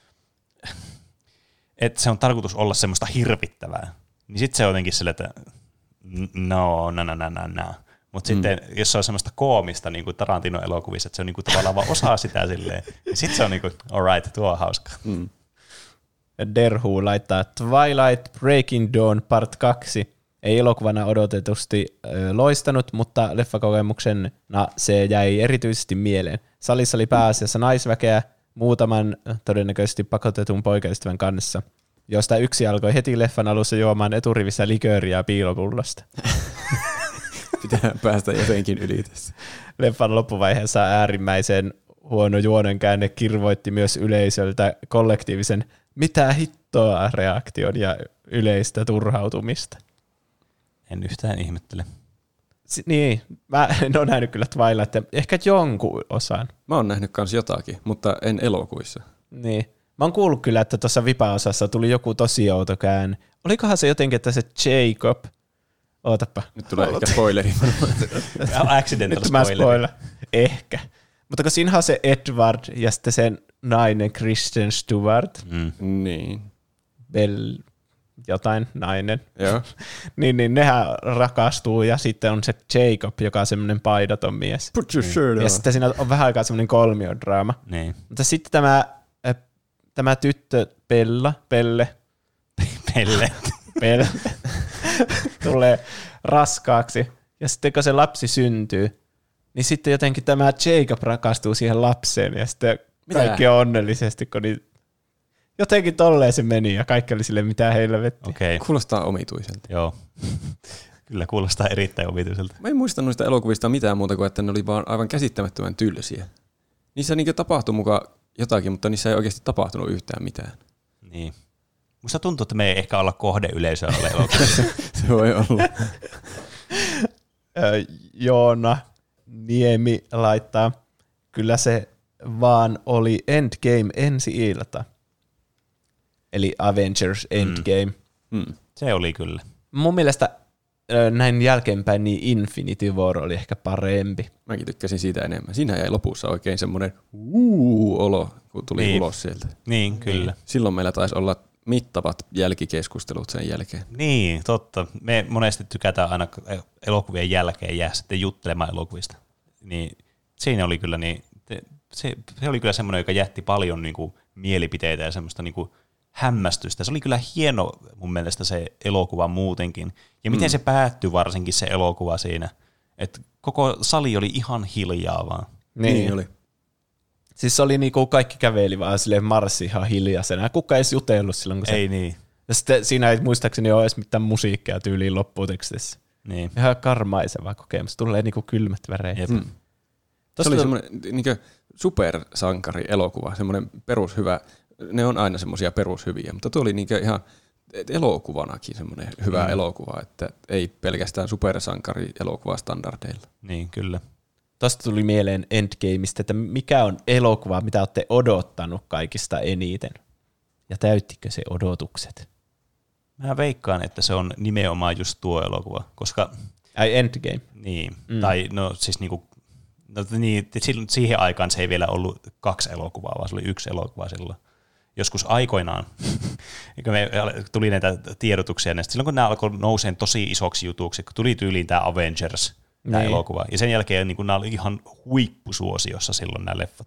että se on tarkoitus olla semmoista hirvittävää, niin sitten se on jotenkin sille, että no. Mutta sitten, jos se on semmoista koomista, niin kuin Tarantinon elokuvissa, että se on niin kuin tavallaan vaan osaa sitä silleen, niin sitten se on niin kuin, alright, tuo on hauska. Derhu laittaa Twilight Breaking Dawn Part 2. Ei elokuvana odotetusti loistanut, mutta leffakokemuksena se jäi erityisesti mieleen. Salissa oli pääasiassa naisväkeä muutaman todennäköisesti pakotetun poikaystävän kanssa, josta yksi alkoi heti leffan alussa juomaan eturivissä likööriä piilopullosta. Pitää päästä jotenkin yli tässä. Leffan loppuvaiheessa äärimmäisen huono juonenkäänne kirvoitti myös yleisöltä kollektiivisen mitä hittoa reaktion ja yleistä turhautumista. En yhtään ihmettele. Niin, mä en ole nähnyt kyllä Twilight, ehkä jonkun osan. Mä oon nähnyt kans jotakin, mutta en elokuissa. Niin. Mä oon kuullut kyllä, että tuossa Vipa-osassa tuli joku tosi outo käänne. Olikohan se jotenkin, että se Jacob... Ootapa. Nyt tulee ehkä spoileri. Accidental spoiler. Ehkä. Mutta kun siinähän on se Edward ja sitten sen nainen Kristen Stewart. Niin. Bell jotain nainen. Joo. niin nehän rakastuu ja sitten on se Jacob, joka on semmoinen paidaton mies. Put your shirt on. Ja sitten siinä on vähän aikaa semmoinen kolmiodraama. Niin. Mutta sitten tämä tyttö Pelle tulee raskaaksi, ja sitten kun se lapsi syntyy, niin sitten jotenkin tämä Jacob rakastuu siihen lapseen, ja sitten kaikki on onnellisesti, kun niin jotenkin tolleen se meni, ja kaikki oli silleen, mitä helvettiä. Okay. Kuulostaa omituiselta. Joo, kyllä kuulostaa erittäin omituiselta. Mä en muista noista elokuvista mitään muuta kuin, että ne oli vaan aivan käsittämättömän tylsiä. Niissä niin tapahtui mukaan jotakin, mutta niissä ei oikeasti tapahtunut yhtään mitään. Niin. Musta tuntuu, että me ei ehkä olla kohdeyleisöä ole elokuvissa. Se voi olla. Joona Niemi laittaa, kyllä se vaan oli Endgame ensi ilta. Eli Avengers Endgame. Se oli kyllä. Mun mielestä näin jälkeenpäin niin Infinity War oli ehkä parempi. Mäkin tykkäsin siitä enemmän. Siinä jäi lopussa oikein semmoinen olo, kun tuli ulos sieltä. Niin, kyllä. Silloin meillä taisi olla mittavat jälkikeskustelut sen jälkeen. Niin, totta. Me monesti tykätään aina elokuvien jälkeen jää sitten juttelemaan elokuvista. Niin siinä oli kyllä se oli kyllä semmoinen, joka jätti paljon niin kuin mielipiteitä ja semmoista niin kuin hämmästystä. Se oli kyllä hieno mun mielestä se elokuva muutenkin. Ja miten se päättyi varsinkin se elokuva siinä. Että koko sali oli ihan hiljaa vaan. Niin oli. Siis oli niinku kaikki käveli vaan silleen marssi ihan hiljaisena. Kuka ei edes jutellut silloin, kun se... Ei niin. Ja sitten siinä ei muistaakseni ole edes mitään musiikkia tyyliin lopputekstissä. Niin. Ihan karmaiseva kokemus. Tulee niinku kylmät väreet. Se oli semmoinen niinku supersankari-elokuva, semmoinen perushyvä. Ne on aina semmoisia perushyviä, mutta tuo oli niinku ihan elokuvanakin semmoinen hyvä elokuva, että ei pelkästään supersankari-elokuva standardeilla. Niin, kyllä. Tuosta tuli mieleen Endgameista, että mikä on elokuva, mitä olette odottanut kaikista eniten? Ja täyttikö se odotukset? Mä veikkaan, että se on nimenomaan just tuo elokuva, koska... Ai Endgame? Niin, tai no siis niinku... No, niin, siihen aikaan se ei vielä ollut 2 elokuvaa, vaan se oli 1 elokuva silloin. Joskus aikoinaan, kun me tuli näitä tiedotuksia näistä, silloin kun nämä alkoi nouseen tosi isoksi jutuksi, kun tuli tyyliin tämä Avengers, tämä elokuva, ja sen jälkeen niin nämä oli ihan huippusuosiossa silloin nämä leffat.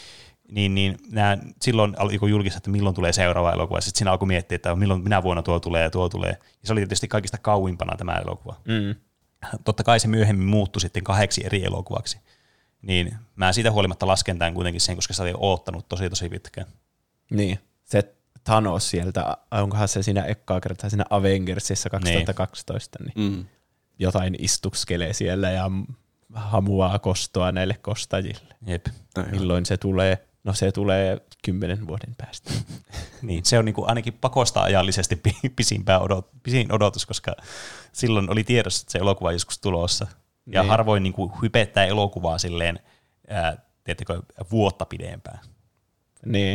Niin nämä, silloin alkoi julkistaa, että milloin tulee seuraava elokuva, ja sitten siinä alkoi miettiä, että milloin minä vuonna tuo tulee ja tuo tulee. Ja se oli tietysti kaikista kauimpana tämä elokuva. Totta kai se myöhemmin muuttui sitten 2 eri elokuvaksi. Niin mä siitä huolimatta lasken tämän kuitenkin sen, koska se oli odottanut tosi pitkään. Niin, se Thanos sieltä, onkohan se siinä ekkaa kertaa siinä Avengersissa 2012, niin jotain istuskelee siellä ja hamuaa kostoa näille kostajille. Jep. Milloin se tulee? No se tulee 10 vuoden päästä. Niin, se on niinku ainakin pakosta ajallisesti pisin odotus, koska silloin oli tiedossa, että se elokuva on joskus tulossa. Ja harvoin niinku hypettää elokuvaa silleen, tiedättekö, vuotta pidempään. Niin.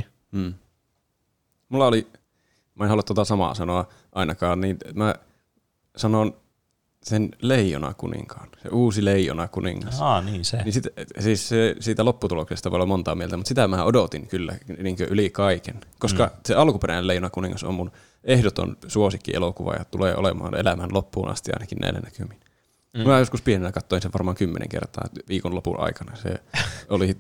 Mulla oli, mä en halua tuota samaa sanoa ainakaan, niin mä sanon sen Leijona-kuninkaan, se uusi Leijona-kuningas. Niin se. Niin siis siitä lopputuloksesta voi olla montaa mieltä, mutta sitä mä odotin kyllä niin yli kaiken, koska se alkuperäinen Leijona-kuningas on mun ehdoton suosikkielokuva ja tulee olemaan elämän loppuun asti ainakin näillä näkymin. Mä joskus pienenä katsoin sen varmaan 10 kertaa viikonlopun aikana. Se oli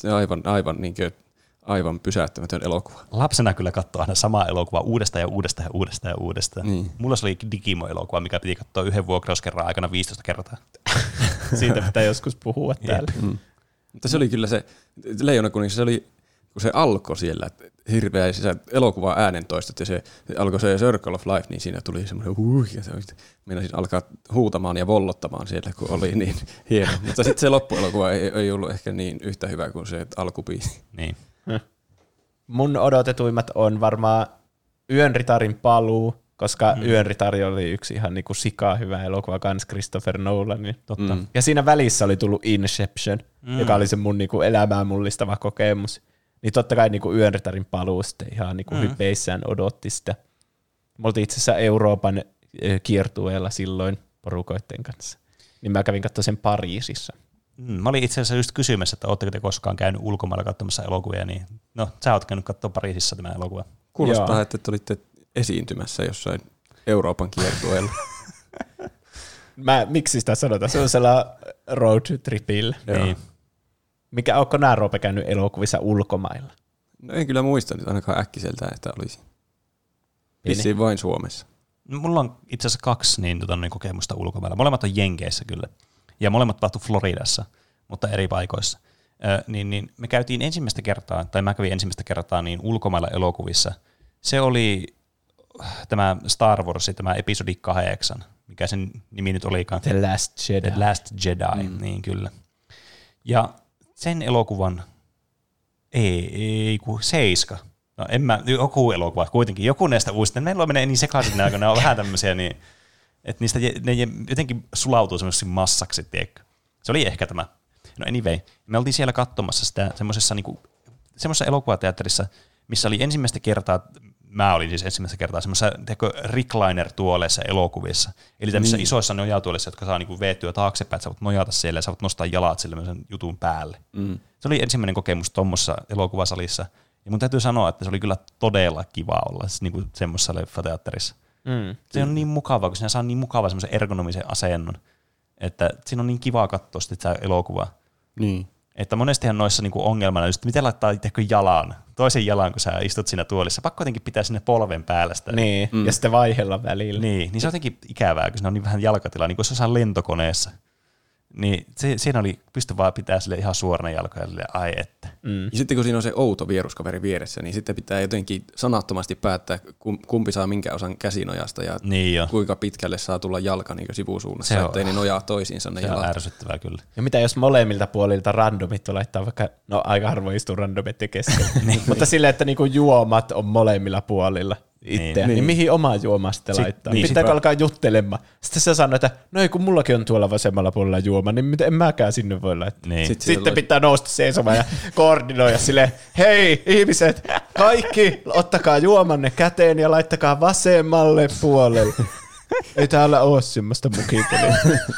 aivan pysäyttämätön elokuva. Lapsena kyllä katsoi aina samaa elokuvaa uudestaan. Niin. Mulla se oli Digimo-elokuva, mikä piti katsoa 1 vuokrauskerran aikana 15 kertaa. Siitä pitää joskus puhua täällä. Mutta se oli kyllä se Leijona-kuningas, se oli, kun se alkoi siellä, hirveä elokuva äänentoistot ja se alkoi se Circle of Life, niin siinä tuli semmoinen ja se meinasin alkaa huutamaan ja vollottamaan siellä, kun oli niin hieno. Mutta sitten se loppuelokuva ei ollut ehkä niin yhtä hyvä kuin se alkubiisi. Niin. Mun odotetuimmat on varmaan Yön ritarin paluu, koska Yön ritari oli yksi ihan niinku sikaa hyvä elokuva kans Christopher Nolanin. Totta. Ja siinä välissä oli tullut Inception, joka oli se mun niinku elämää mullistava kokemus. Niin totta kai niinku Yön ritarin paluu sitten ihan niinku hypeissään odotti sitä. Me oltiin itse asiassa Euroopan kiertueella silloin porukoitten kanssa. Niin mä kävin katsomaan sen Pariisissa. Mä olin itse asiassa just kysymässä, että ootteko te koskaan käynyt ulkomailla katsomassa elokuvia, niin no sä oot käynyt katsoa Pariisissa tämän elokuvan. Kuulostaa, että te olitte esiintymässä jossain Euroopan kiertueella. Miksi sitä sanotaan? Se on sellainen road tripillä. Niin. Onko nää Roope käynyt elokuvissa ulkomailla? No en kyllä muista nyt ainakaan äkkiseltään, että olisi. Vissiin vain Suomessa. Mulla on itse asiassa 2 niin kokemusta ulkomailla. Molemmat on Jenkeissä kyllä. Ja molemmat tapahtui Floridassa, mutta eri paikoissa. Niin me käytiin ensimmäistä kertaa, tai mä kävin ensimmäistä kertaa niin ulkomailla elokuvissa. Se oli tämä Star Wars, tämä episodi 8, mikä sen nimi nyt olikaan. The Last Jedi. The Last Jedi, niin kyllä. Ja sen elokuvan, kun 7. No joku elokuva kuitenkin, joku näistä uusista. Meillä menee niin sekaisin nämä, kun ne on vähän tämmöisiä, niin että niistä ne jotenkin sulautuu semmoisiksi massaksi, tiedätkö. Se oli ehkä tämä. No anyway, me oltiin siellä katsomassa sitä semmoisessa elokuvateatterissa, missä oli ensimmäistä kertaa mä olin siis ensimmäistä kertaa semmoisessa recliner-tuoleissa elokuvissa. Eli tämmöisissä isoissa nojatuolissa, jotka saa niinku veettyä taaksepäin, että sä voit nojata siellä ja sä voit nostaa jalat sellaisen jutun päälle. Se oli ensimmäinen kokemus tuommoissa elokuvasalissa. Ja mun täytyy sanoa, että se oli kyllä todella kiva olla niinku semmoisessa leffateatterissa. Se on niin mukavaa, kun siinä saa niin mukavaa semmoisen ergonomisen asennon, että siinä on niin kivaa katsoa sitä elokuvaa. Niin. Että monestihan noissa niinku ongelmana, just miten laittaa itsekö toisen jalan, kun sä istut siinä tuolissa. Pakko jotenkin pitää sinne polven päällä sitä. Niin, ja sitten vaihella välillä. Niin se on jotenkin ikävää, kun siinä on niin vähän jalkatilaa, niin kuin jos jossain lentokoneessa. Niin siinä oli, pystyi vaan pitää sille ihan suorana jalkoja, ai että. Ja sitten kun siinä on se outo vieruskaveri vieressä, niin sitten pitää jotenkin sanattomasti päättää, kumpi saa minkä osan käsinojasta ja kuinka pitkälle saa tulla jalka niin sivusuunnassa, ettei ne nojaa toisiinsa ne jalat. jalat. Se on ärsyttävää kyllä. Ja mitä jos molemmilta puolilta randomit laittaa vaikka, no aika harvoin istuu randomit keskellä, mutta silleen, että niinku juomat on molemmilla puolilla itseä, niin mihin oma juoma sitten laittaa? Pitääkö alkaa juttelemaan? Sitten se sanoo, että no ei kun mullakin on tuolla vasemmalla puolella juoma, niin en mäkään sinne voi laittaa. Niin. Sitten pitää nousta seisomaan ja koordinoida silleen, hei ihmiset, kaikki ottakaa juomanne käteen ja laittakaa vasemmalle puolelle. Ei täällä ole semmoista mukiteliä.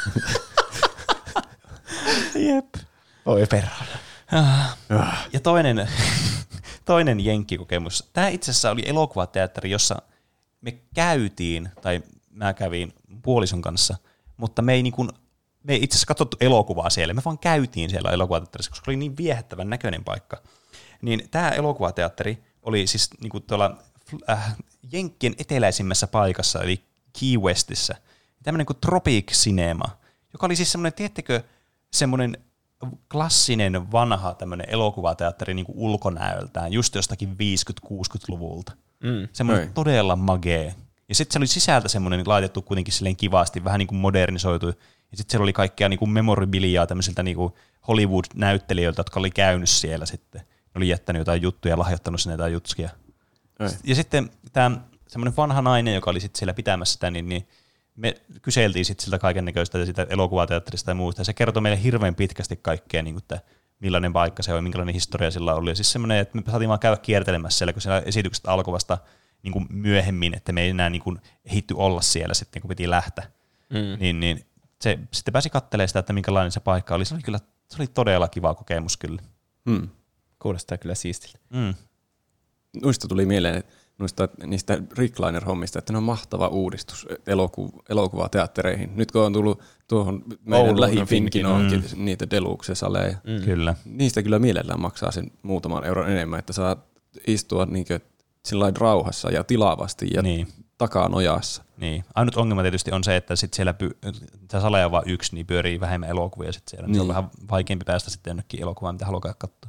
Jep. Oi perhana. Ja toinen jenkkikokemus. Tämä itse asiassa oli elokuvateatteri, jossa me käytiin, tai mä kävin puolison kanssa, mutta me ei itse asiassa katsottu elokuvaa siellä, me vaan käytiin siellä elokuvateatterissa, koska oli niin viehättävän näköinen paikka. Niin tämä elokuvateatteri oli siis niinku tuolla Jenkkien eteläisimmässä paikassa, eli Key Westissä. Tämmöinen kuin Tropic Cinema, joka oli siis semmoinen, tiedättekö, semmoinen klassinen vanha tämmöinen elokuvateatteri niin kuin ulkonäöltään, just jostakin 50-60-luvulta. Semmoinen todella magee. Ja sitten se oli sisältä semmoinen laitettu kuitenkin silleen kivasti, vähän niin kuin modernisoitu. Ja sitten siellä oli kaikkea niin kuin memorabiliaa tämmöisiltä niin kuin Hollywood-näyttelijöiltä, jotka oli käynyt siellä sitten. Ne oli jättänyt jotain juttuja ja lahjoittanut sinne jotain jutskia. Ja sitten tämä semmoinen vanha nainen, joka oli sitten siellä pitämässä sitä, niin me kyseltiin sitten siltä kaikennäköistä ja sitä elokuvateatterista ja muusta. Ja se kertoi meille hirveän pitkästi kaikkea, niin kuin, että millainen paikka se on, minkälainen historia sillä oli. Ja siis semmoinen, että me saatiin vaan käydä kiertelemässä siellä, kun siellä esitykset alkoi vasta niin kuin myöhemmin, että me ei enää niin kuin ehditty olla siellä sitten, kun piti lähteä. Niin se sitten pääsi katselemaan sitä, että minkälainen se paikka oli. Se oli todella kiva kokemus kyllä. Kuulostaa kyllä siistiltä. Noista tuli mieleen, niistä recliner-hommista, että ne on mahtava uudistus elokuvateattereihin. Nyt kun on tullut tuohon meidän lähifinkinoonkin niitä deluxe-saleja. Kyllä. Niistä kyllä mielellään maksaa sen muutaman euron enemmän, että saa istua niinkö sillain rauhassa ja tilavasti ja takanojassa. Niin. Ainut ongelma tietysti on se, että sit siellä saleja on vaan yksi, niin pyörii vähemmän elokuvia sit siellä. Niin. Se on vähän vaikeampi päästä sitten jonnekin elokuvaan, mitä haluaa katsoa.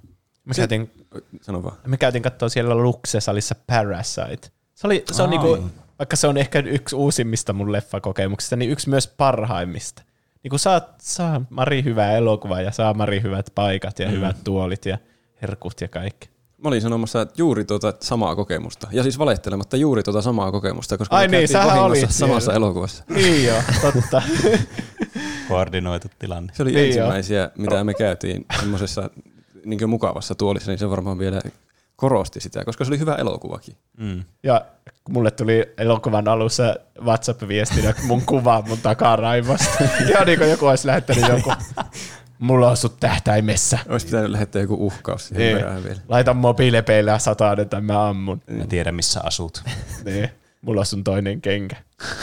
Me käytiin katsoa siellä Luxe-salissa Parasite. Se on niinku, vaikka se on ehkä yksi uusimmista mun leffakokemuksista, niin yksi myös parhaimmista. Niinku saa Mari hyvää elokuvaa ja saa Mari hyvät paikat ja hyvät tuolit ja herkut ja kaikki. Mä olin sanomassa juuri tuota samaa kokemusta. Ja siis valehtelematta juuri tuota samaa kokemusta, koska me käytiin vahingossa samassa elokuvassa. Niin joo, totta. Koordinoitu tilanne. Se oli ensimmäisiä, mitä me käytiin semmoisessa niin mukavassa tuolissa, niin se varmaan vielä korosti sitä, koska se oli hyvä elokuvakin. Ja mulle tuli elokuvan alussa WhatsApp-viestinä mun kuva mun takaraivosta. Ja niin kuin joku olisi lähettänyt joku, mulla on sut tähtäimessä. Olisi pitänyt lähettää joku uhkaus siihen perään vielä. Laita mobiilepeille ja 100 että mä ammun. Mä tiedän missä asut. Niin, mulla on sun toinen kenkä.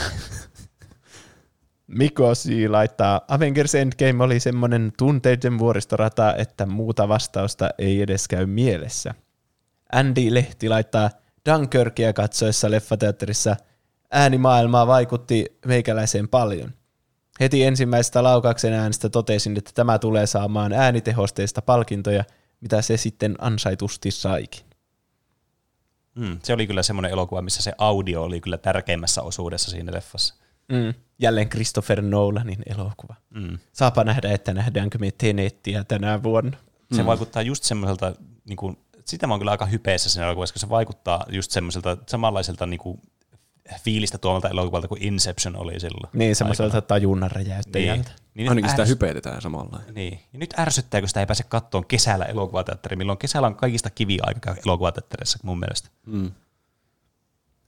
Mikosi laittaa, Avengers Endgame oli semmoinen tunteiden vuoristorata, että muuta vastausta ei edes käy mielessä. Andy Lehti laittaa, Dunkirkia katsoessa leffateatterissa äänimaailmaa vaikutti meikäläiseen paljon. Heti ensimmäisestä laukauksen äänestä totesin, että tämä tulee saamaan äänitehosteista palkintoja, mitä se sitten ansaitusti saikin. Se oli kyllä semmoinen elokuva, missä se audio oli kyllä tärkeimmässä osuudessa siinä leffassa. Jälleen Christopher Nolanin elokuva. Saapa nähdä, että nähdäänkö me Tenettiä tänä vuonna. Se vaikuttaa just semmoiselta, niin kuin, sitä mä oon kyllä aika hypeessä sen elokuvassa, koska se vaikuttaa just semmoiselta samanlaiselta niin kuin, fiilistä tuomalta elokuvalta kuin Inception oli silloin. Niin, semmoiselta tajunnan räjäyttäjältä. Niin ainakin sitä hypetetään samalla. Niin. Ja nyt ärsyttää, kun sitä ei pääse kattoon kesällä elokuvateatteriin, milloin kesällä on kaikista kiviä aika elokuvateatterissa mun mielestä.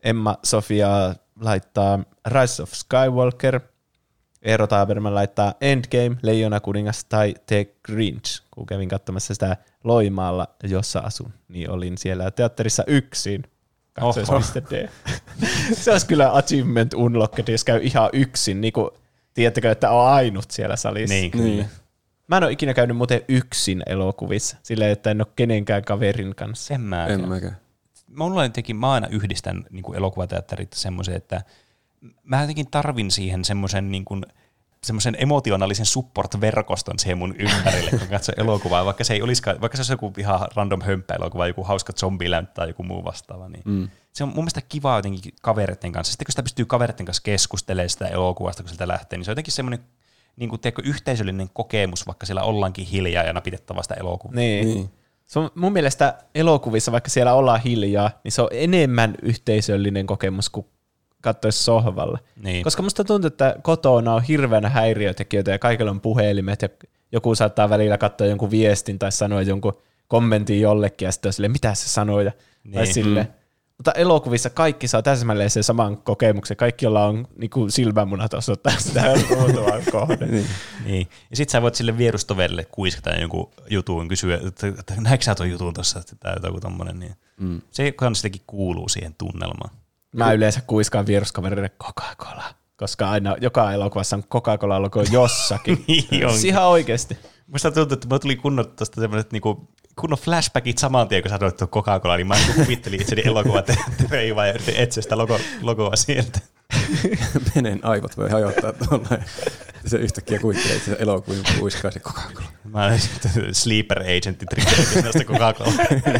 Emma Sofia laittaa Rise of Skywalker. Eero Taberman laittaa Endgame, Leijona kuningas tai The Grinch. Kun kävin katsomassa sitä Loimaalla, jossa asun, niin olin siellä teatterissa yksin. D. Se olisi kyllä achievement unlocked, jos käy ihan yksin. Niin kuin, tiedättekö, että on ainut siellä salissa. Niin, kyllä. Mä en ole ikinä käynyt muuten yksin elokuvissa, silleen, että en ole kenenkään kaverin kanssa. En mäkään. Mä aina yhdistän niin kuin elokuvateatterit semmoisen, että mä jotenkin tarvin siihen semmoisen emotionaalisen support-verkoston siihen mun ympärille, kun katsoo elokuvaa, vaikka se olisi joku ihan random hömppäelokuva, joku hauska zombilämpö tai joku muu vastaava. Niin se on mun mielestä kiva jotenkin kavereiden kanssa. Sitten kun sitä pystyy kavereiden kanssa keskustelemaan sitä elokuvasta, kun sieltä lähtee, niin se on jotenkin semmoinen niin kuin, yhteisöllinen kokemus, vaikka siellä ollaankin hiljaa ja napitettava sitä elokuvaa. Niin. Se on mun mielestä elokuvissa, vaikka siellä ollaan hiljaa, niin se on enemmän yhteisöllinen kokemus kuin katsoisi sohvalla. Niin. Koska musta tuntuu, että kotona on hirveänä häiriötekijöitä ja kaikilla on puhelimet ja joku saattaa välillä katsoa jonkun viestin tai sanoa jonkun kommentin jollekin ja sitten on silleen, mitä se sanoo tai silleen. Mutta elokuvissa kaikki saa täsmälleen sen saman kokemuksen. Kaikki, joilla on niinku silmämunat osoittaa sitä ruutua kohden. Niin. Ja sit sä voit sille vierustoverille kuiskata jonkun jutun, kysyä, että näetkö sä tuon jutun tuossa, tai joku tommonen. Niin. Se kanssikin kuuluu siihen tunnelmaan. Mä yleensä kuiskaan vieruskaverille Coca-Cola, koska aina joka elokuvassa on Coca-Cola-logo jossakin. Niin on. Ihan oikeesti. Musta tuntuu, että mulla tuli kunnon flashbackit saman tien, kun sanoit tuon Coca-Cola, niin mä kuvittelin itseni elokuvateatteriin ja yritin etsiä sitä logoa sieltä. Menen aivot voi hajottaa tuolla. Se yhtäkkiä kuvittelee, että se elokuvin kuiskaa se Coca-Cola. Mä olen sitten sleeper agentin triggeriksi näistä Coca-Cola.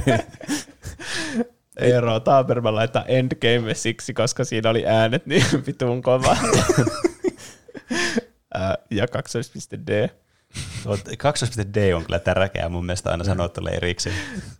Eero Taberman laittaa Endgame siksi, koska siinä oli äänet niin vitun kova. Ja 2.D. 2.D on kyllä tärkeää mun mielestä aina sanoa tuolle erikseen.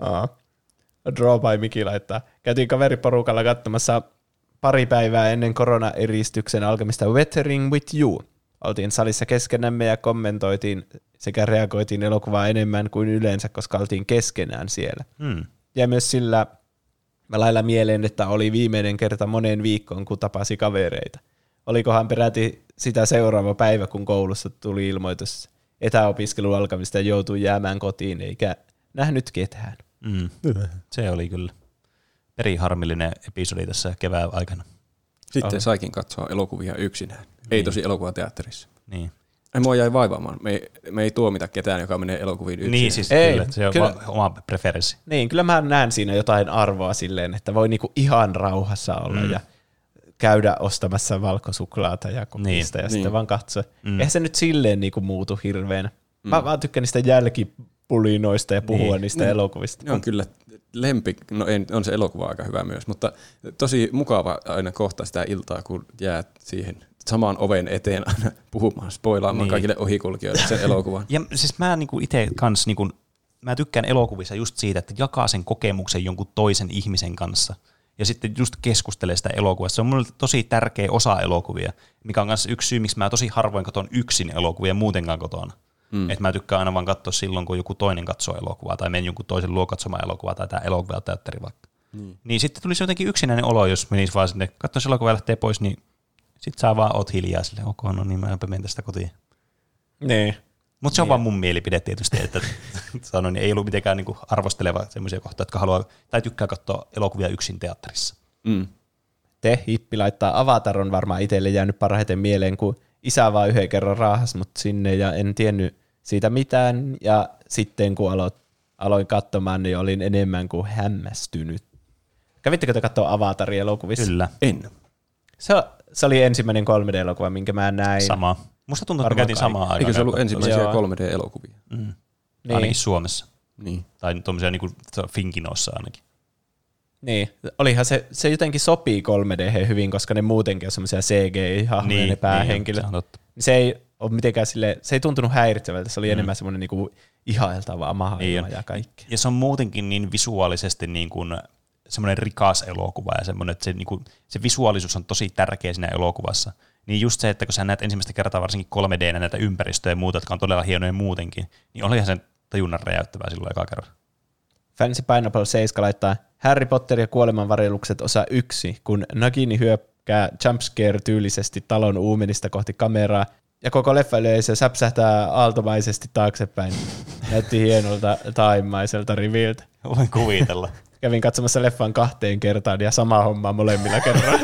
Draw by Miki laittaa. Käytiin kaveriporukalla katsomassa pari päivää ennen koronaeristyksen alkamista Weathering with You. Oltiin salissa keskenämme ja kommentoitiin sekä reagoitiin elokuvaa enemmän kuin yleensä, koska oltiin keskenään siellä. Ja myös sillä lailla mieleen, että oli viimeinen kerta moneen viikkoon, kun tapasi kavereita. Olikohan peräti sitä seuraava päivä, kun koulussa tuli ilmoitus etäopiskelun alkamista ja joutui jäämään kotiin, eikä nähnyt ketään. Se oli kyllä periharmillinen episodi tässä kevään aikana. Sitten saikin katsoa elokuvia yksinään. Ei tosi elokuvateatterissa. Niin. Mua jäi vaivaamaan. Me ei tuomita ketään, joka menee elokuviin yksin. Niin, siis kyllä, se on oma preferenssi. Niin, kyllä mä näen siinä jotain arvoa silleen, että voi niinku ihan rauhassa olla ja käydä ostamassa valkosuklaata ja kokista ja sitten vaan katsoa. Eihän se nyt silleen niinku muutu hirveänä. Mä vaan tykkään niistä jälkipulinoista ja puhua niistä elokuvista. Ne on kyllä lempi, on se elokuva aika hyvä myös, mutta tosi mukava aina kohta sitä iltaa, kun jäät siihen samaan oven eteen aina puhumaan, spoilaamaan kaikille ohikulkijoille sen elokuvan. Ja siis mä niinku itse kanssa, mä tykkään elokuvissa just siitä, että jakaa sen kokemuksen jonkun toisen ihmisen kanssa ja sitten just keskustelee sitä elokuvasta. Se on mulle tosi tärkeä osa elokuvia, mikä on kanssa yksi syy, miksi mä tosi harvoin katson yksin elokuvia muutenkaan kotona. Että mä tykkään aina vaan katsoa silloin, kun joku toinen katsoo elokuvaa tai menen jonkun toisen luo katsomaan elokuvaa tai tämä elokuvateatteri vaikka. Niin sitten tulisi jotenkin yksinäinen olo, jos menisi vaan sinne, katsoisi elokuvaa ja lähtee pois, niin sitten saa vaan oot hiljaa silleen, no niin mä menen tästä kotiin. Niin. Mutta se on vaan mun mielipide tietysti, että sanoin, ei ollut mitenkään niinku arvosteleva semmoisia kohtia, jotka haluaa tai tykkää katsoa elokuvia yksin teatterissa. Hippi laittaa Avatar on varmaan itselle jäänyt parhaiten mieleen, kun isä vaan yhden kerran raahasi mut sinne ja en tiennyt siitä mitään. Ja sitten kun aloin katsomaan, niin olin enemmän kuin hämmästynyt. Kävittekö te katsoa Avataria elokuvissa? Kyllä. En. Se oli ensimmäinen 3D-elokuva, minkä mä näin. Sama. Musta tuntuu, että me käytiin samaa aikaa. Eikö se ollut ensimmäisiä 3D-elokuvia? Niin. Ainakin Suomessa. Niin. Tai tuommoisia niin Finkinossa ainakin. Niin, olihan se jotenkin sopii 3D hyvin, koska ne muutenkin on semmoisia CGI-hahmoja, ne päähenkilöt. Se ei ole mitenkään silleen, se ei tuntunut häiritsevältä, se oli enemmän semmoinen niinku ihailtava maailma ja kaikki. Ja se on muutenkin niin visuaalisesti niin kuin semmoinen rikas elokuva ja semmoinen, että se, niin kuin, se visuaalisuus on tosi tärkeä siinä elokuvassa. Niin just se, että kun sä näet ensimmäistä kertaa varsinkin 3D:nä näitä ympäristöjä ja muuta, jotka on todella hienoja muutenkin, niin olihan sen tajunnan räjäyttävää silloin eka kerran. Fancy Pineapple 7 laittaa Harry Potter ja kuolemanvarjelukset osa 1, kun Nagini hyökkää jumpscare-tyylisesti talon uumenista kohti kameraa, ja koko leffayleisö säpsähtää aaltomaisesti taaksepäin. Näytti hienolta taimaiselta riviltä. Voin kuvitella. Kävin katsomassa leffan 2 kertaan ja sama homma molemmilla kerran.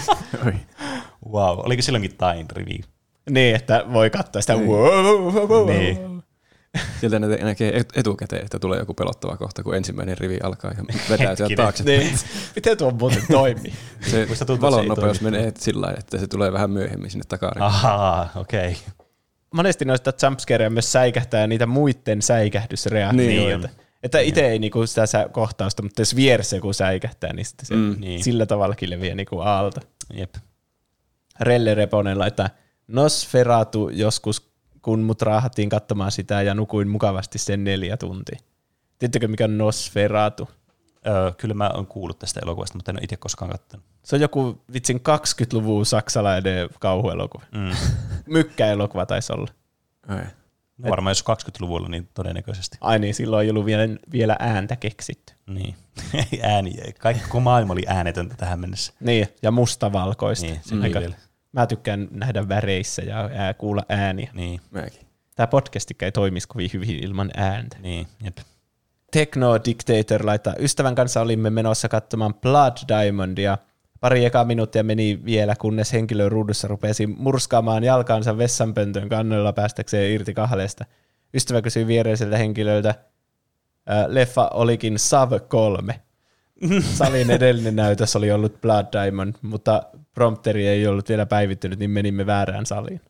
Wow, oliko silloinkin tain-rivi? Niin, että voi katsoa sitä. Niin. Sieltä näkee etukäteen, että tulee joku pelottava kohta, kun ensimmäinen rivi alkaa ja vetää sieltä taakse. Niin. Miten tuo muuten toimii? Se valon nopeus menee sillä lailla, että se tulee vähän myöhemmin sinne takariin. Ahaa, okei. Okay. Monesti noista jumpscareja myös säikähtää niitä muiden säikähdysreaktioita. Niin. Että itse ei niinku sitä kohtausta, mutta jos vieressä joku säikähtää, niin sitten se sillä tavallakin leviää niinku aalta. Jep. Relle Reponen laittaa Nosferatu joskus, kun mut raahattiin katsomaan sitä ja nukuin mukavasti sen 4 tuntia. Tiedättekö, mikä on Nosferatu? Kyllä mä oon kuullut tästä elokuvasta, mutta en ole itse koskaan katsonut. Se on joku vitsin 20-luvun saksalainen kauhuelokuva. Mykkäelokuva taisi olla. No varmaan jos 20-luvulla, niin todennäköisesti. Ai niin, silloin ei ollut vielä ääntä keksitty. Niin. Ääni, kaikki maailma oli äänetöntä tähän mennessä. Niin, ja mustavalkoista. Niin, mä tykkään nähdä väreissä ja kuulla ääniä. Niin. Mäkin. Tämä podcastikka ei toimisi kovin hyvin ilman ääntä. Niin, jep. Techno Dictator laittaa, ystävän kanssa olimme menossa katsomaan Blood Diamondia. Pari ekaa minuuttia meni vielä, kunnes henkilö ruudussa rupesi murskaamaan jalkaansa vessanpöntön kannella päästäkseen irti kahleesta. Ystävä kysyi viereiseltä henkilöltä, leffa olikin Sav 3. Salin edellinen näytös oli ollut Blood Diamond, mutta prompteri ei ollut vielä päivittynyt, niin menimme väärään saliin.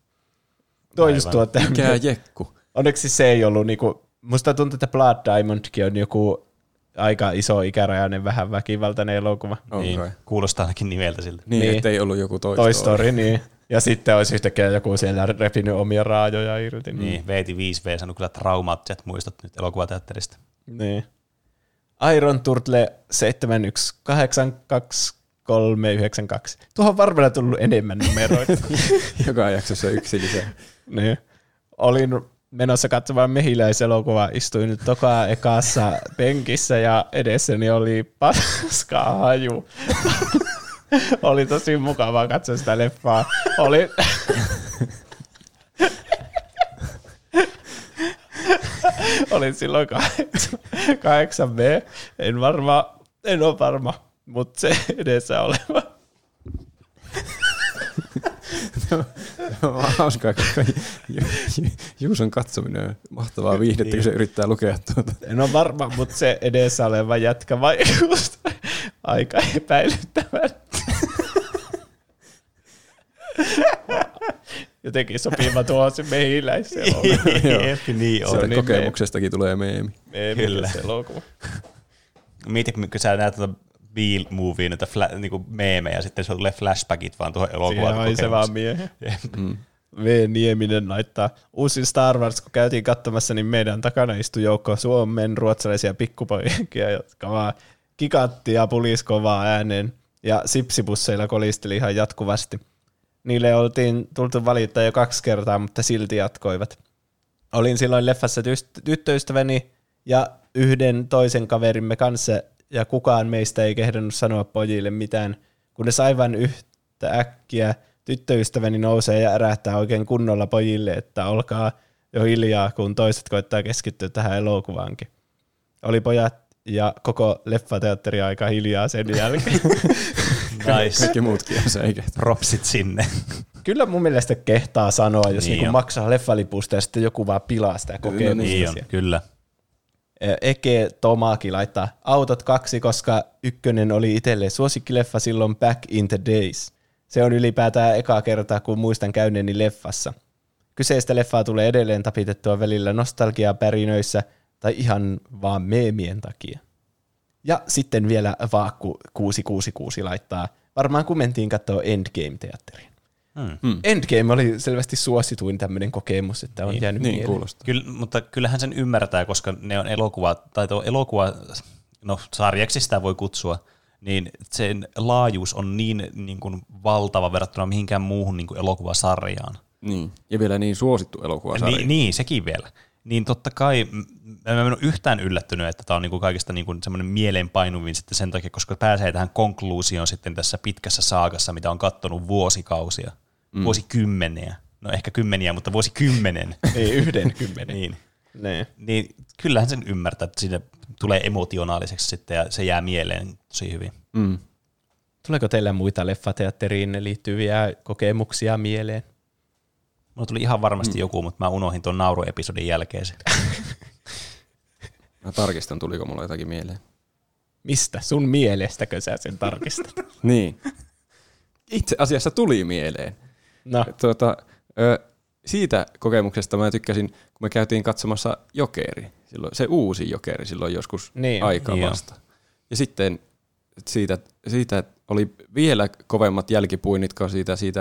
Mikä jekku? Onneksi se ei ollut niinku, musta tuntuu, että Blood Diamondkin on joku aika iso ikärajainen, vähän väkivaltainen elokuva. Niin, kuulostaa ainakin nimeltä siltä. Niin, ettei ollut joku Toy Story, niin. Ja sitten olisi yhtäkkiä joku siellä repinyt omia raajoja irti. Niin, Veeti 5V sanoi kyllä traumaattiset muistot nyt elokuvateatterista. Niin. Iron Turtle 7182392. Tuohon on varmaan tullut enemmän numeroita. Joka jaksossa yksi lisää. Niin. Olin menossa katsomaan mehiläiselokuvaa, istuin toka ekassa penkissä ja edessäni oli paskaa haju. Oli tosi mukavaa katsoa sitä leffaa. Olin silloin 8B. En ole varma, mutta se edessä oleva. Hauskaa, koska Juuson katsominen on mahtavaa viihdettä, kun se yrittää lukea tuota. En ole varma, mutta se edessä oleva jätkä vaikuttaa aika epäilyttävän. Jotenkin sopiva tuohon se mehiläiseen. Niin on. Se kokemuksestakin tulee meemi. Kyllä. Mietitkö, kun sä näet tuota B-movie, näitä niinku meemejä, ja sitten se tulee flashbackit vaan tuohon elokuvaan. Siihen se vaan miehen. V. Nieminen laittaa. Uusin Star Wars, kun käytiin katsomassa, niin meidän takana istui joukko Suomen ruotsalaisia pikkupoikia, jotka vaan giganttia pulis kovaa ääneen, ja sipsibusseilla kolisteli ihan jatkuvasti. Niille oltiin tultu valittaa jo 2 kertaa, mutta silti jatkoivat. Olin silloin leffassa tyttöystäväni ja yhden toisen kaverimme kanssa, ja kukaan meistä ei kehdannut sanoa pojille mitään, kunnes aivan yhtä äkkiä tyttöystäväni nousee ja ärähtää oikein kunnolla pojille, että olkaa jo hiljaa, kun toiset koittaa keskittyä tähän elokuvaankin. Oli pojat ja koko leffateatteri aika hiljaa sen jälkeen. Nice. Kaikki muutkin on säikähtä. Propsit sinne. Kyllä mun mielestä kehtaa sanoa, jos niin maksaa leffalipusta ja sitten joku vaan pilaa sitä kokemusta. Niin on, kyllä. Eke Tomaki laittaa Autot 2, koska 1 oli itselle suosikkileffa silloin Back in the Days. Se on ylipäätään eka kerta, kun muistan käyneeni leffassa. Kyseistä leffaa tulee edelleen tapitettua välillä nostalgiapärinöissä tai ihan vaan meemien takia. Ja sitten vielä Vaakku 666 laittaa, varmaan kun mentiin katsoa Endgame-teatteriin. Endgame oli selvästi suosituin tämmöinen kokemus, että on jäänyt mieleen. Kuulostaa. Mutta kyllähän sen ymmärtää, koska ne on elokuva, tai tuo elokuva, no sarjaksi sitä voi kutsua, niin sen laajuus on niin kuin valtava verrattuna mihinkään muuhun niin kuin elokuvasarjaan. Niin, ja vielä niin suosittu elokuvasarja. Niin, sekin vielä. niin totta kai mä en ole yhtään yllättynyt, että tämä on niinku kaikista niinku semmoinen mieleenpainuvin sitten sen takia, koska pääsee tähän konkluusioon sitten tässä pitkässä saagassa, mitä on kattonut vuosikausia, vuosikymmeniä. No ehkä kymmeniä, mutta vuosikymmenen. Ei 10. Niin kyllähän sen ymmärtää, että siinä tulee emotionaaliseksi sitten ja se jää mieleen tosi hyvin. Tuleeko teillä muita leffateatteriin liittyviä kokemuksia mieleen? Mulla tuli ihan varmasti joku, mutta mä unohdin tuon nauruepisodin jälkeen sen. Mä tarkistan, tuliko mulla jotakin mieleen. Mistä? Sun mielestäkö sä sen tarkistat? Niin. Itse asiassa tuli mieleen. No. Siitä kokemuksesta mä tykkäsin, kun me käytiin katsomassa Jokeri, silloin, se uusi Jokeri silloin joskus aikaa vasta. Ja sitten siitä oli vielä kovemmat jälkipuinnit kuin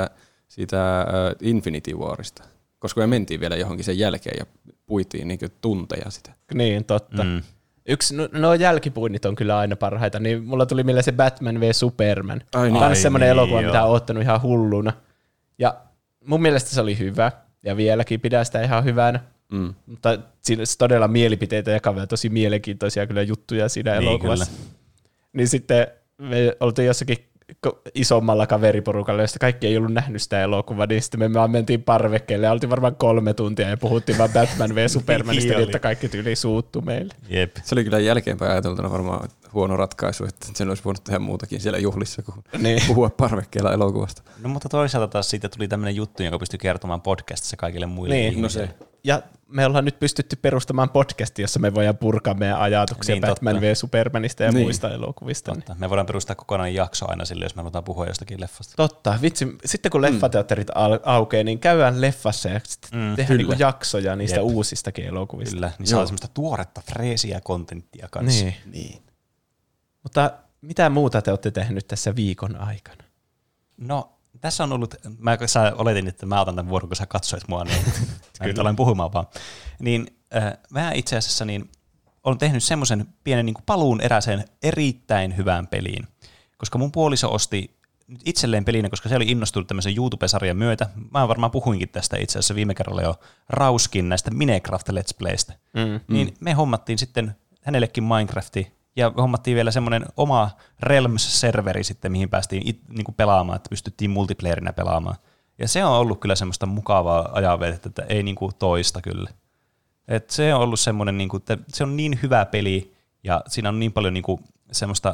siitä Infinity Warista, koska me mentiin vielä johonkin sen jälkeen ja puitiin niin kuin tunteja sitä. Niin, totta. Yksi, no jälkipuinnit on kyllä aina parhaita, niin mulla tuli mieleen se Batman v Superman. Kans semmoinen elokuva, mitä on ottanut ihan hulluna. Ja mun mielestä se oli hyvä, ja vieläkin pidän sitä ihan hyvänä. Mutta siinä todella mielipiteitä jakavia, tosi mielenkiintoisia kyllä juttuja siinä elokuvassa. Kyllä. Niin sitten me oltiin jossakin isommalla kaveriporukalla, josta kaikki ei ollut nähnyt sitä elokuvaa, niin sitten me vaan mentiin parvekkeelle ja oltiin varmaan 3 tuntia ja puhuttiin vaan Batman v Supermanista, niin että kaikki tyyli suuttu meille. Jep. Se oli kyllä jälkeenpäin ajateltuna varmaan huono ratkaisu, että sen olisi voinut tehdä muutakin siellä juhlissa kuin puhua parvekkeella elokuvasta. No mutta toisaalta taas siitä tuli tämmöinen juttu, jonka pystyi kertomaan podcastissa kaikille muille ihmisille. No se. Ja me ollaan nyt pystytty perustamaan podcasti, jossa me voidaan purkaa meidän ajatuksia niin, Batman v Supermanista ja muista elokuvista. Totta. Me voidaan perustaa kokonaan jakso aina sille, jos me halutaan puhua jostakin leffasta. Totta. Vitsi, sitten kun leffateatterit aukeaa, niin käydään leffassa ja tehdään niinku jaksoja niistä uusistakin elokuvista. Kyllä, niin saa semmoista tuoretta, freesiä kontenttia kanssa. Niin. Mutta mitä muuta te olette tehnyt tässä viikon aikana? No, tässä on ollut, sä oletin, että mä otan tämän vuoron, kun sä katsoit mua, niin mä nyt aloin puhumaan vaan. Niin mä itse asiassa olen tehnyt semmoisen pienen niin kuin paluun eräseen erittäin hyvään peliin, koska mun puoliso osti itselleen pelinä, koska se oli innostunut tämmöisen YouTube-sarjan myötä. Mä varmaan puhuinkin tästä itse asiassa viime kerralla jo Rauskin näistä Minecraft Let's Playstä. Niin me hommattiin sitten hänellekin Minecrafti, ja hommattiin vielä semmoinen oma Realms-serveri sitten, mihin päästiin niinku pelaamaan, että pystyttiin multiplayerinä pelaamaan. Ja se on ollut kyllä semmoista mukavaa ajanvetettä, että ei niinku toista kyllä. Et se on ollut semmoinen, niinku, että se on niin hyvä peli, ja siinä on niin paljon niinku semmoista,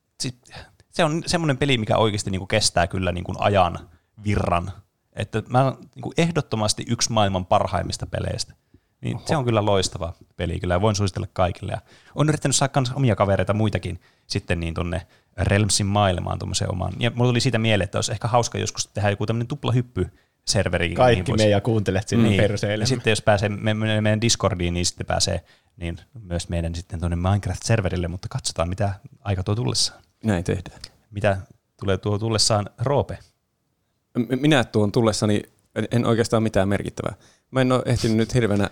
se on semmoinen peli, mikä oikeasti niinku kestää kyllä niinku ajan virran. Että mä niinku ehdottomasti yksi maailman parhaimmista peleistä. Niin se on kyllä loistava peli kyllä, ja voin suositella kaikille. Ja olen yrittänyt saada myös omia kavereita muitakin sitten niin tuonne Realmsin maailmaan tuommoiseen omaan. Ja mulla tuli siitä mieleen, että olisi ehkä hauska joskus tehdä joku tämmöinen tuplahyppy-serveri. Kaikki me ja kuuntelet sinne perseille. Ja sitten jos pääsee meidän Discordiin, niin sitten pääsee myös meidän sitten tuonne Minecraft-serverille, mutta katsotaan mitä aika tuo tullessaan. Näin tehdään. Mitä tulee tuo tullessaan, Roope? Minä tuon tullessani en oikeastaan mitään merkittävää. Mä en ole ehtinyt nyt hirveänä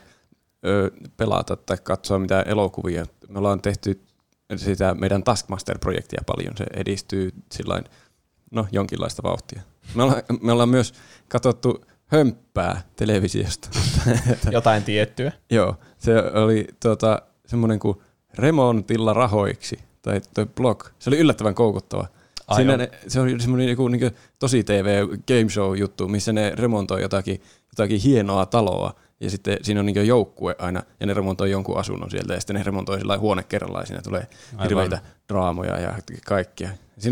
pelata tai katsoa mitään elokuvia. Me ollaan tehty sitä meidän Taskmaster-projektia paljon. Se edistyy sillain, jonkinlaista vauhtia. Me ollaan myös katsottu hömppää televisiosta. Jotain tiettyä. Joo, se oli semmoinen kuin Remontilla rahoiksi, tai toi blog. Se oli yllättävän koukuttava. Se oli semmoinen niin tosi TV game show juttu, missä ne remontoi jotakin hienoa taloa, ja sitten siinä on niin joukkue aina, ja ne remontoi jonkun asunnon sieltä, ja sitten ne remontoi sillä huone kerrallaan, ja siinä tulee hirveitä draamoja ja kaikkia.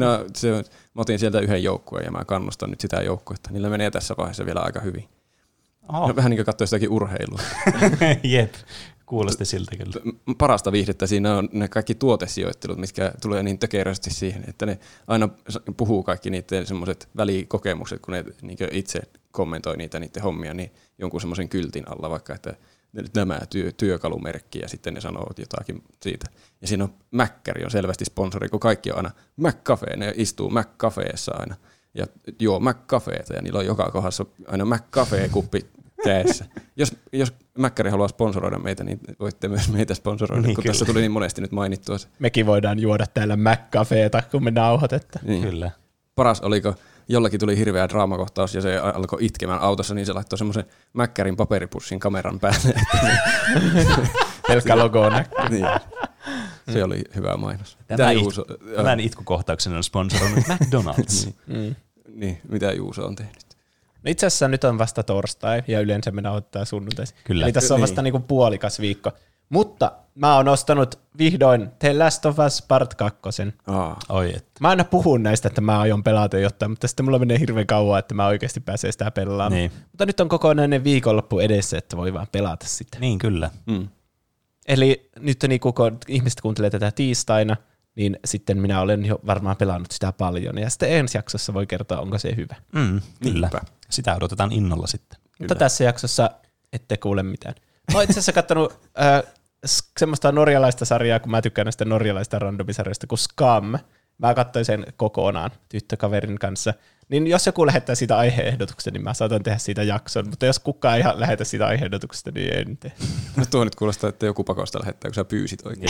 Mä otin sieltä yhden joukkueen, ja mä kannustan nyt sitä joukkuetta. Niillä menee tässä vaiheessa vielä aika hyvin. Vähän niin kuin katsoa sitäkin urheilua. Jep, kuulosti siltä kyllä. Parasta viihdettä siinä on ne kaikki tuotesijoittelut, mitkä tulee niin tökerösti siihen, että ne aina puhuu kaikki niiden semmoiset välikokemukset, kun ne niin itse kommentoi niiden hommia, niin jonkun semmoisen kyltin alla vaikka, että nämä työkalumerkki, ja sitten ne sanoo jotakin siitä. Ja siinä on Mäkkäri on selvästi sponsori, kun kaikki on aina McCafe, ne istuu McCafeessa aina ja juo McCafeeta, ja niillä on joka kohdassa aina McCafe-kuppi kädessä. Jos Mäkkäri haluaa sponsoroida meitä, niin voitte myös meitä sponsoroida, niin, kun kyllä. Tässä tuli niin monesti nyt mainittua se. Mekin voidaan juoda täällä McCafeeta, kun me nauhoitetaan. Niin. Kyllä. Paras oliko jollakin tuli hirveä draamakohtaus ja se alkoi itkemään autossa, niin se laittoi semmoisen Mäkkärin paperipussin kameran päälle. Pelkkä logo näkyy. Niin. Se oli hyvä mainos. Tämän itkukohtauksen on sponsoroinut McDonald's. Niin, mitä Juuso on tehnyt? No itse asiassa nyt on vasta torstai ja yleensä me nauhoittaa sunnuntaisin. Kyllä. Eli tässä on vasta niinku puolikas viikko. Mutta mä oon ostanut vihdoin The Last of Us Part 2. Oi, että. Mä aina puhun näistä, että mä aion pelata jotain, mutta sitten mulla menee hirveän kauan, että mä oikeasti pääsee sitä pelaamaan. Niin. Mutta nyt on kokonainen viikonloppu edessä, että voi vaan pelata sitä. Niin, kyllä. Eli nyt niin kun ihmiset kuuntelee tätä tiistaina, niin sitten minä olen jo varmaan pelannut sitä paljon. Ja sitten ensi jaksossa voi kertoa, onko se hyvä. Kyllä. Sitä odotetaan innolla sitten. Mutta tässä jaksossa ette kuule mitään. Mä oon itse asiassa katsonut semmoista norjalaista sarjaa, kun mä tykkään näistä norjalaista randomisarjoista, kuin Scam. Mä katsoin sen kokonaan tyttökaverin kanssa. Niin jos joku lähettää siitä aihe-ehdotuksesta, niin mä saatan tehdä siitä jakson. Mutta jos kukaan ei lähetä siitä aihe-ehdotuksesta, niin en tee. No tuo nyt kuulostaa, että joku pakosta lähettää, kun sä pyysit oikein.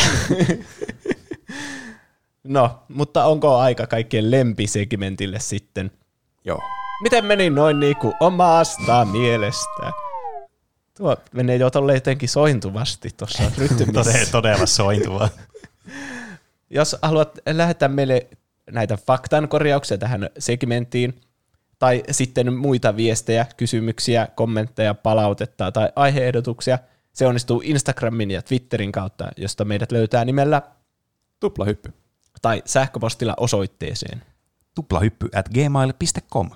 No, mutta onko aika kaikkien lempisegmentille sitten? Joo. Miten meni noin niinku omasta mielestä? Tuo menee jo tolleen jotenkin sointuvasti tuossa rytmissä. Todella sointuva. Jos haluat lähettää meille näitä faktankorjauksia tähän segmenttiin, tai sitten muita viestejä, kysymyksiä, kommentteja, palautetta tai aihe-ehdotuksia, se onnistuu Instagramin ja Twitterin kautta, josta meidät löytää nimellä Tuplahyppy. Tai sähköpostilla osoitteeseen tuplahyppy@gmail.com.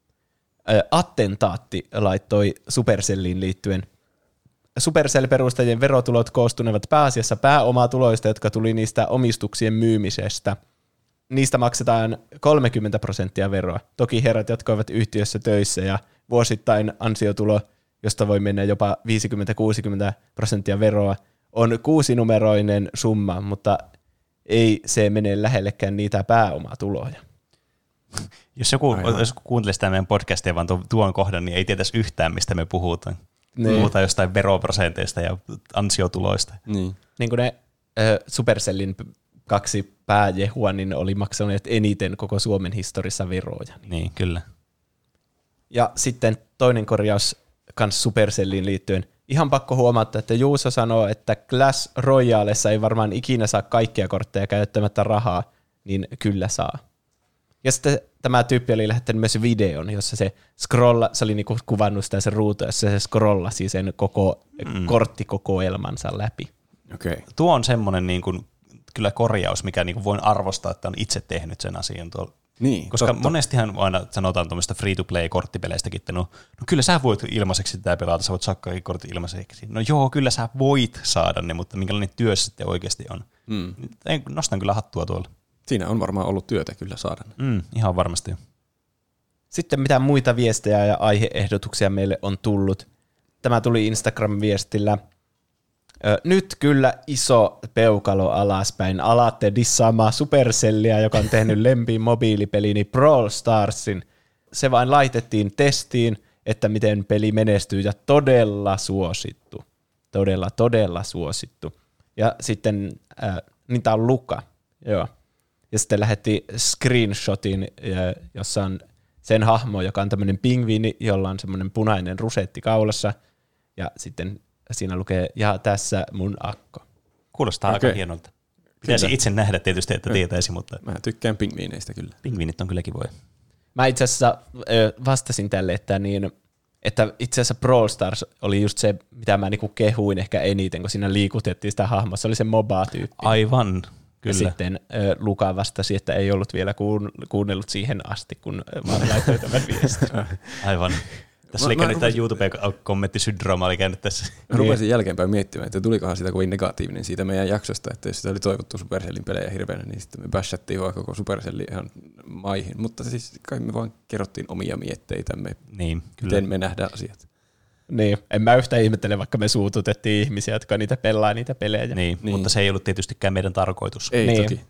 Attentaatti laittoi Supercelliin liittyen. Supercell-perustajien verotulot koostunevat pääasiassa pääomatuloista, jotka tuli niistä omistuksien myymisestä. Niistä maksetaan 30% veroa. Toki herrat jatkoivat yhtiössä töissä ja vuosittain ansiotulo, josta voi mennä jopa 50-60% veroa, on 6-numeroinen summa, mutta ei se mene lähellekään niitä pääomatuloja. Jos joku kuuntelisi tämän meidän podcastia vaan tuon kohdan, niin ei tietäisi yhtään, mistä me puhutaan. Niin. Puhutaan jostain veroprosenteista ja ansiotuloista. Niin kuin ne Supercellin 2 pääjehua, niin oli maksaneet eniten koko Suomen historiassa veroja. Niin, kyllä. Ja sitten toinen korjaus kans Supercelliin liittyen. Ihan pakko huomata, että Juuso sanoo, että Clash Royalessa ei varmaan ikinä saa kaikkia kortteja käyttämättä rahaa, niin kyllä saa. Ja sitten tämä tyyppi oli lähettänyt myös videon, jossa se oli niinku kuvannut sitä sen ruutua, jossa se scrollasi sen koko korttikokoelmansa läpi. Okay. Tuo on semmoinen niin kuin, kyllä korjaus, mikä niin kuin voin arvostaa, että on itse tehnyt sen asian tuolla. Niin, koska totta. monestihan aina sanotaan tuommoista free-to-play-korttipeleistäkin, että no kyllä sä voit ilmaiseksi tätä pelata, sä voit saada kaikki kortit ilmaiseksi. No joo, kyllä sä voit saada ne, mutta minkälainen työ se sitten oikeasti on. Nostan kyllä hattua tuolla. Siinä on varmaan ollut työtä kyllä saada. Ihan varmasti. Sitten mitä muita viestejä ja aihe-ehdotuksia meille on tullut. Tämä tuli Instagram-viestillä. Nyt kyllä iso peukalo alaspäin. Alatte dissaamaan Supercellia, joka on tehnyt lempiin mobiilipelini Brawl Starsin. Se vain laitettiin testiin, että miten peli menestyy ja todella suosittu. Todella suosittu. Ja sitten, niin tää on Luka. Joo. Ja sitten lähetti screenshotin, jossa on sen hahmo, joka on tämmöinen pingviini, jolla on semmoinen punainen rusetti kaulassa. Ja sitten siinä lukee, ja tässä mun akko. Kuulostaa aika hienolta. Pitäisi itse nähdä tietysti, että tietäisi, mutta... Mä tykkään pingviineistä kyllä. Pingviinit on kyllä kivoja. Mä itse asiassa vastasin tälle, että itse asiassa Brawl Stars oli just se, mitä mä niinku kehuin ehkä eniten, kun siinä liikutettiin sitä hahmoa. Se oli se MOBA-tyyppi. Aivan, kyllä. Ja sitten Luka vastasi, että ei ollut vielä kuunnellut siihen asti, kun vaan laittoi tämän viestin. Aivan. Tässä oli käynyt tämä YouTube-kommenttisyndrooma oli käynyt tässä. Rupesin jälkeenpäin miettimään, että tulikohan sitä kovin negatiivinen siitä meidän jaksosta, että jos sitä oli toivottu Supercellin pelejä hirveänä, niin sitten me bashattiin vaan koko Supercellin ihan maihin. Mutta siis kai me vaan kerrottiin omia mietteitämme, niin, miten me nähdään asiat. Niin, en mä yhtään ihmettele, vaikka me suututettiin ihmisiä, jotka niitä pelaa niitä pelejä. Niin, mutta se ei ollut tietystikään meidän tarkoitus. Ei niin. Toki.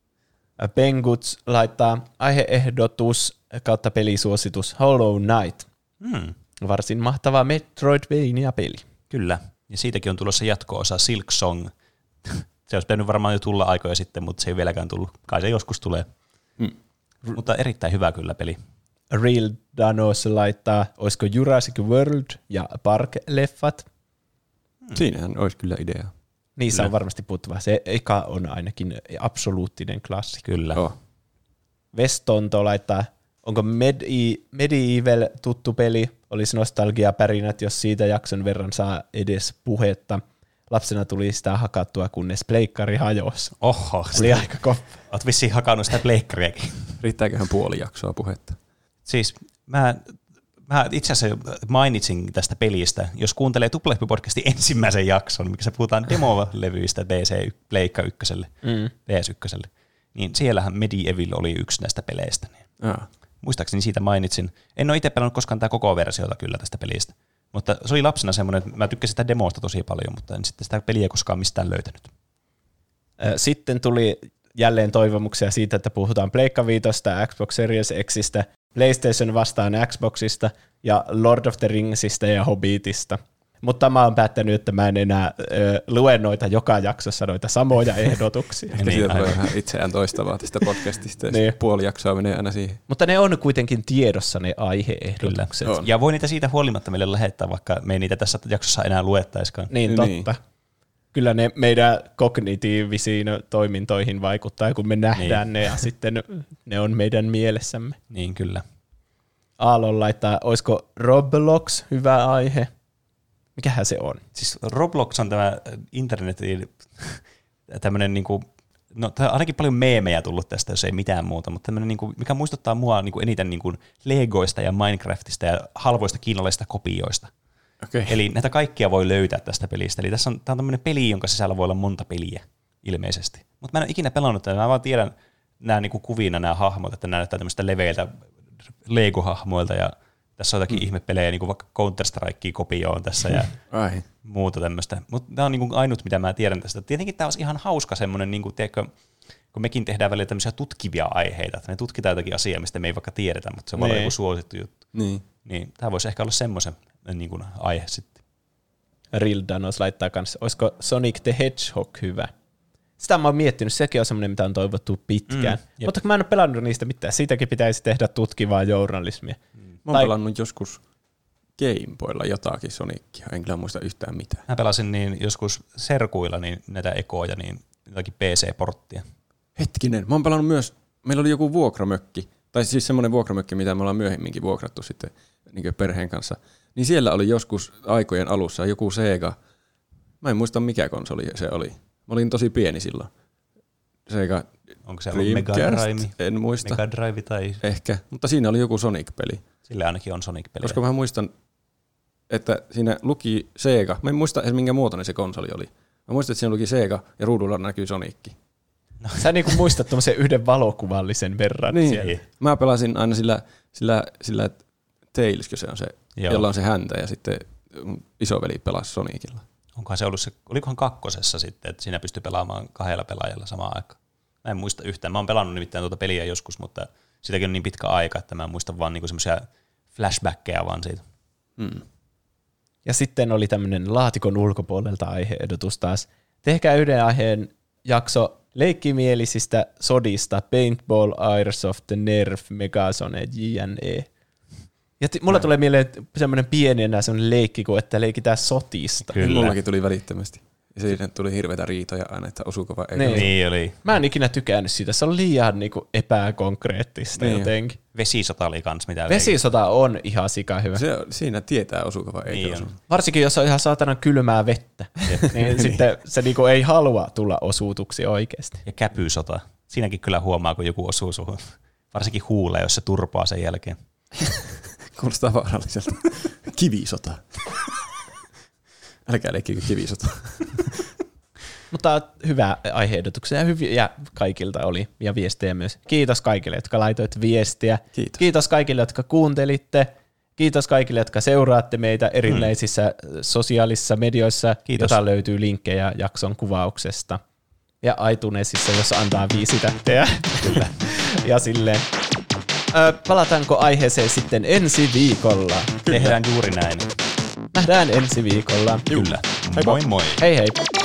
Penguts laittaa aihe-ehdotus kautta pelisuositus Hollow Knight. Varsin mahtava Metroidvania-peli. Kyllä, ja siitäkin on tulossa jatko-osa Silk Song. Se olisi pitänyt varmaan jo tulla aikoja sitten, mutta se ei vieläkään tullut. Kai se joskus tulee. Mutta erittäin hyvä kyllä peli. Real Danos laittaa, olisiko Jurassic World ja Park-leffat. Siinähän olisi kyllä idea. Niissä on varmasti puuttuva. Se eka on ainakin absoluuttinen klassikko. Kyllä. Vestonto laittaa, onko Medieval tuttu peli? Olisi nostalgiapärinät, jos siitä jakson verran saa edes puhetta. Lapsena tuli sitä hakattua, kunnes pleikkari hajosi. Oho. Oli aika koppa. Oot vissiin hakannut sitä pleikkariakin. Riittääköhän puoli jaksoa puhetta? Siis mä itse asiassa mainitsin tästä pelistä, jos kuuntelee Tuplahyppy-podcastin ensimmäisen jakson, mikä se puhutaan demolevyistä PC Pleikka 1:lle, PS1:lle, niin siellähän Medieval oli yksi näistä peleistä. Muistaakseni siitä mainitsin. En ole itse pelannut koskaan tämä koko versiota kyllä tästä pelistä, mutta se oli lapsena semmoinen, että mä tykkäsin sitä demosta tosi paljon, mutta en sitten sitä peliä koskaan mistään löytänyt. Sitten tuli jälleen toivomuksia siitä, että puhutaan Pleikka 5:sta, Xbox Series Xistä, PlayStation vastaan Xboxista ja Lord of the Ringsista ja Hobbitista. Mutta mä oon päättänyt, että mä en enää lue noita joka jaksossa noita samoja ehdotuksia. Ehkä siitä tulee vähän itseään toistavaa tästä podcastista ja niin. Puoli jaksoa menee aina siihen. Mutta ne on kuitenkin tiedossa ne aihe-ehdotukset. Ja voi niitä siitä huolimatta meille lähettää, vaikka me ei niitä tässä jaksossa enää luettaisikaan. Niin, totta. Niin. Kyllä ne meidän kognitiivisiin toimintoihin vaikuttaa, kun me nähdään ne ja sitten ne on meidän mielessämme. Niin, kyllä. Aallon laittaa, olisiko Roblox hyvä aihe? Mikähän se on? Siis Roblox on tämä internetin tämmöinen niinku, no ainakin paljon meemejä tullut tästä, jos ei mitään muuta, mutta tämmöinen niinku, mikä muistuttaa mua niinku eniten niinku Legoista ja Minecraftista ja halvoista kiinalaisista kopioista. Okay. Eli näitä kaikkia voi löytää tästä pelistä. Eli tämä on tämmöinen peli, jonka sisällä voi olla monta peliä ilmeisesti. Mutta mä en ole ikinä pelannut tätä, mä vaan tiedän nämä niinku kuvina nämä hahmot, että nämä näyttää tämmöistä leveiltä Lego-hahmoilta ja tässä on jotakin ihmepelejä, niin kuin vaikka Counter-Strikea kopioon tässä ja muuta tämmöistä. Mutta tämä on niin kuin ainut, mitä mä tiedän tästä. Tietenkin tämä olisi ihan hauska semmoinen, niin kuin, tiedätkö, kun mekin tehdään välillä tämmöisiä tutkivia aiheita, että me tutkitaan jotakin asiaa, mistä me ei vaikka tiedetä, mutta se voi olla joku suosittu juttu. Niin tämä voisi ehkä olla semmoisen niin kuin aihe sitten. Real Danos laittaa kanssa, olisiko Sonic the Hedgehog hyvä? Sitä mä oon miettinyt, sekin on semmoinen, mitä on toivottu pitkään. Mutta kun mä en ole pelannut niistä mitään, siitäkin pitäisi tehdä tutkivaa journalismia. Mä oon pelannut joskus Game Boylla jotakin Sonicia, en kyllä muista yhtään mitään. Mä pelasin niin joskus serkuilla niin näitä ekoja, niin jotakin PC-porttia. Hetkinen, mä oon pelannut myös, meillä oli joku vuokramökki, tai siis semmoinen vuokramökki, mitä me ollaan myöhemminkin vuokrattu sitten niin perheen kanssa. Niin siellä oli joskus aikojen alussa joku Sega, mä en muista mikä konsoli se oli. Mä olin tosi pieni silloin. Sega onko se ollut Mega Drive? En muista. Mega Drive tai... Ehkä, mutta siinä oli joku Sonic-peli. Sillä ainakin on Sonic-peli. Koska mä muistan, että siinä luki Sega. Mä en muista edes minkä muotoinen se konsoli oli. Mä muistan, että siinä luki Sega ja ruudulla näkyy Sonicki. No. Sä niinku muistat tommosen yhden valokuvallisen verran. Niin. Siellä. Mä pelasin aina sillä Tailskö se on se, jolla on se häntä ja sitten isoveli pelasi Sonicilla. Onkohan se ollut se, olikohan kakkosessa sitten, että siinä pystyy pelaamaan 2 pelaajalla samaan aikaan? Mä en muista yhtään. Mä oon pelannut nimittäin tuota peliä joskus, mutta siitäkin on niin pitkä aika, että mä en muista vaan niinku semmoisia flashbackkejä vaan siitä. Ja sitten oli tämmöinen laatikon ulkopuolelta aihe-ehdotus taas. Tehkää yhden aiheen jakso leikkimielisistä sodista, Paintball, Airsoft, Nerf, Megazone, JNE. Ja mulla tulee mieleen semmoinen pieni enää semmoinen leikki, kuin että leikitään sotista. Kyllä. Mullakin tuli välittömästi. Ja siinä tuli hirveitä riitoja aina, että osuuko vai ei. Niin oli. Mä en ikinä tykännyt siitä. Se on liian niinku epäkonkreettista jotenkin. Vesisota oli kans mitä. Vesisota on ihan sika hyvä. Siinä tietää osuuko vai ei osu. Varsinkin jos on ihan saatanan kylmää vettä. niin sitten se niinku ei halua tulla osuutuksi oikeasti. Ja käpysota. Siinäkin kyllä huomaa, kun joku osuu suhun. Varsinkin huulee, jos se turpaa sen jälkeen. Kuulostaa vaaralliselta. Kivisota. Älkää leikkikö kivisota. Mutta hyvä aihe-ehdotuksia ja hyviä kaikilta oli ja viestejä myös. Kiitos kaikille, jotka laitoit viestiä. Kiitos kaikille, jotka kuuntelitte. Kiitos kaikille, jotka seuraatte meitä erinäisissä sosiaalisissa medioissa, jota löytyy linkkejä jakson kuvauksesta. Ja iTunesissa, jos antaa 5 tähteä. Kyllä. Ja silleen. Palataanko aiheeseen sitten ensi viikolla? Tehdään juuri näin. Nähdään ensi viikolla. Kyllä. Moi moi. Hei hei.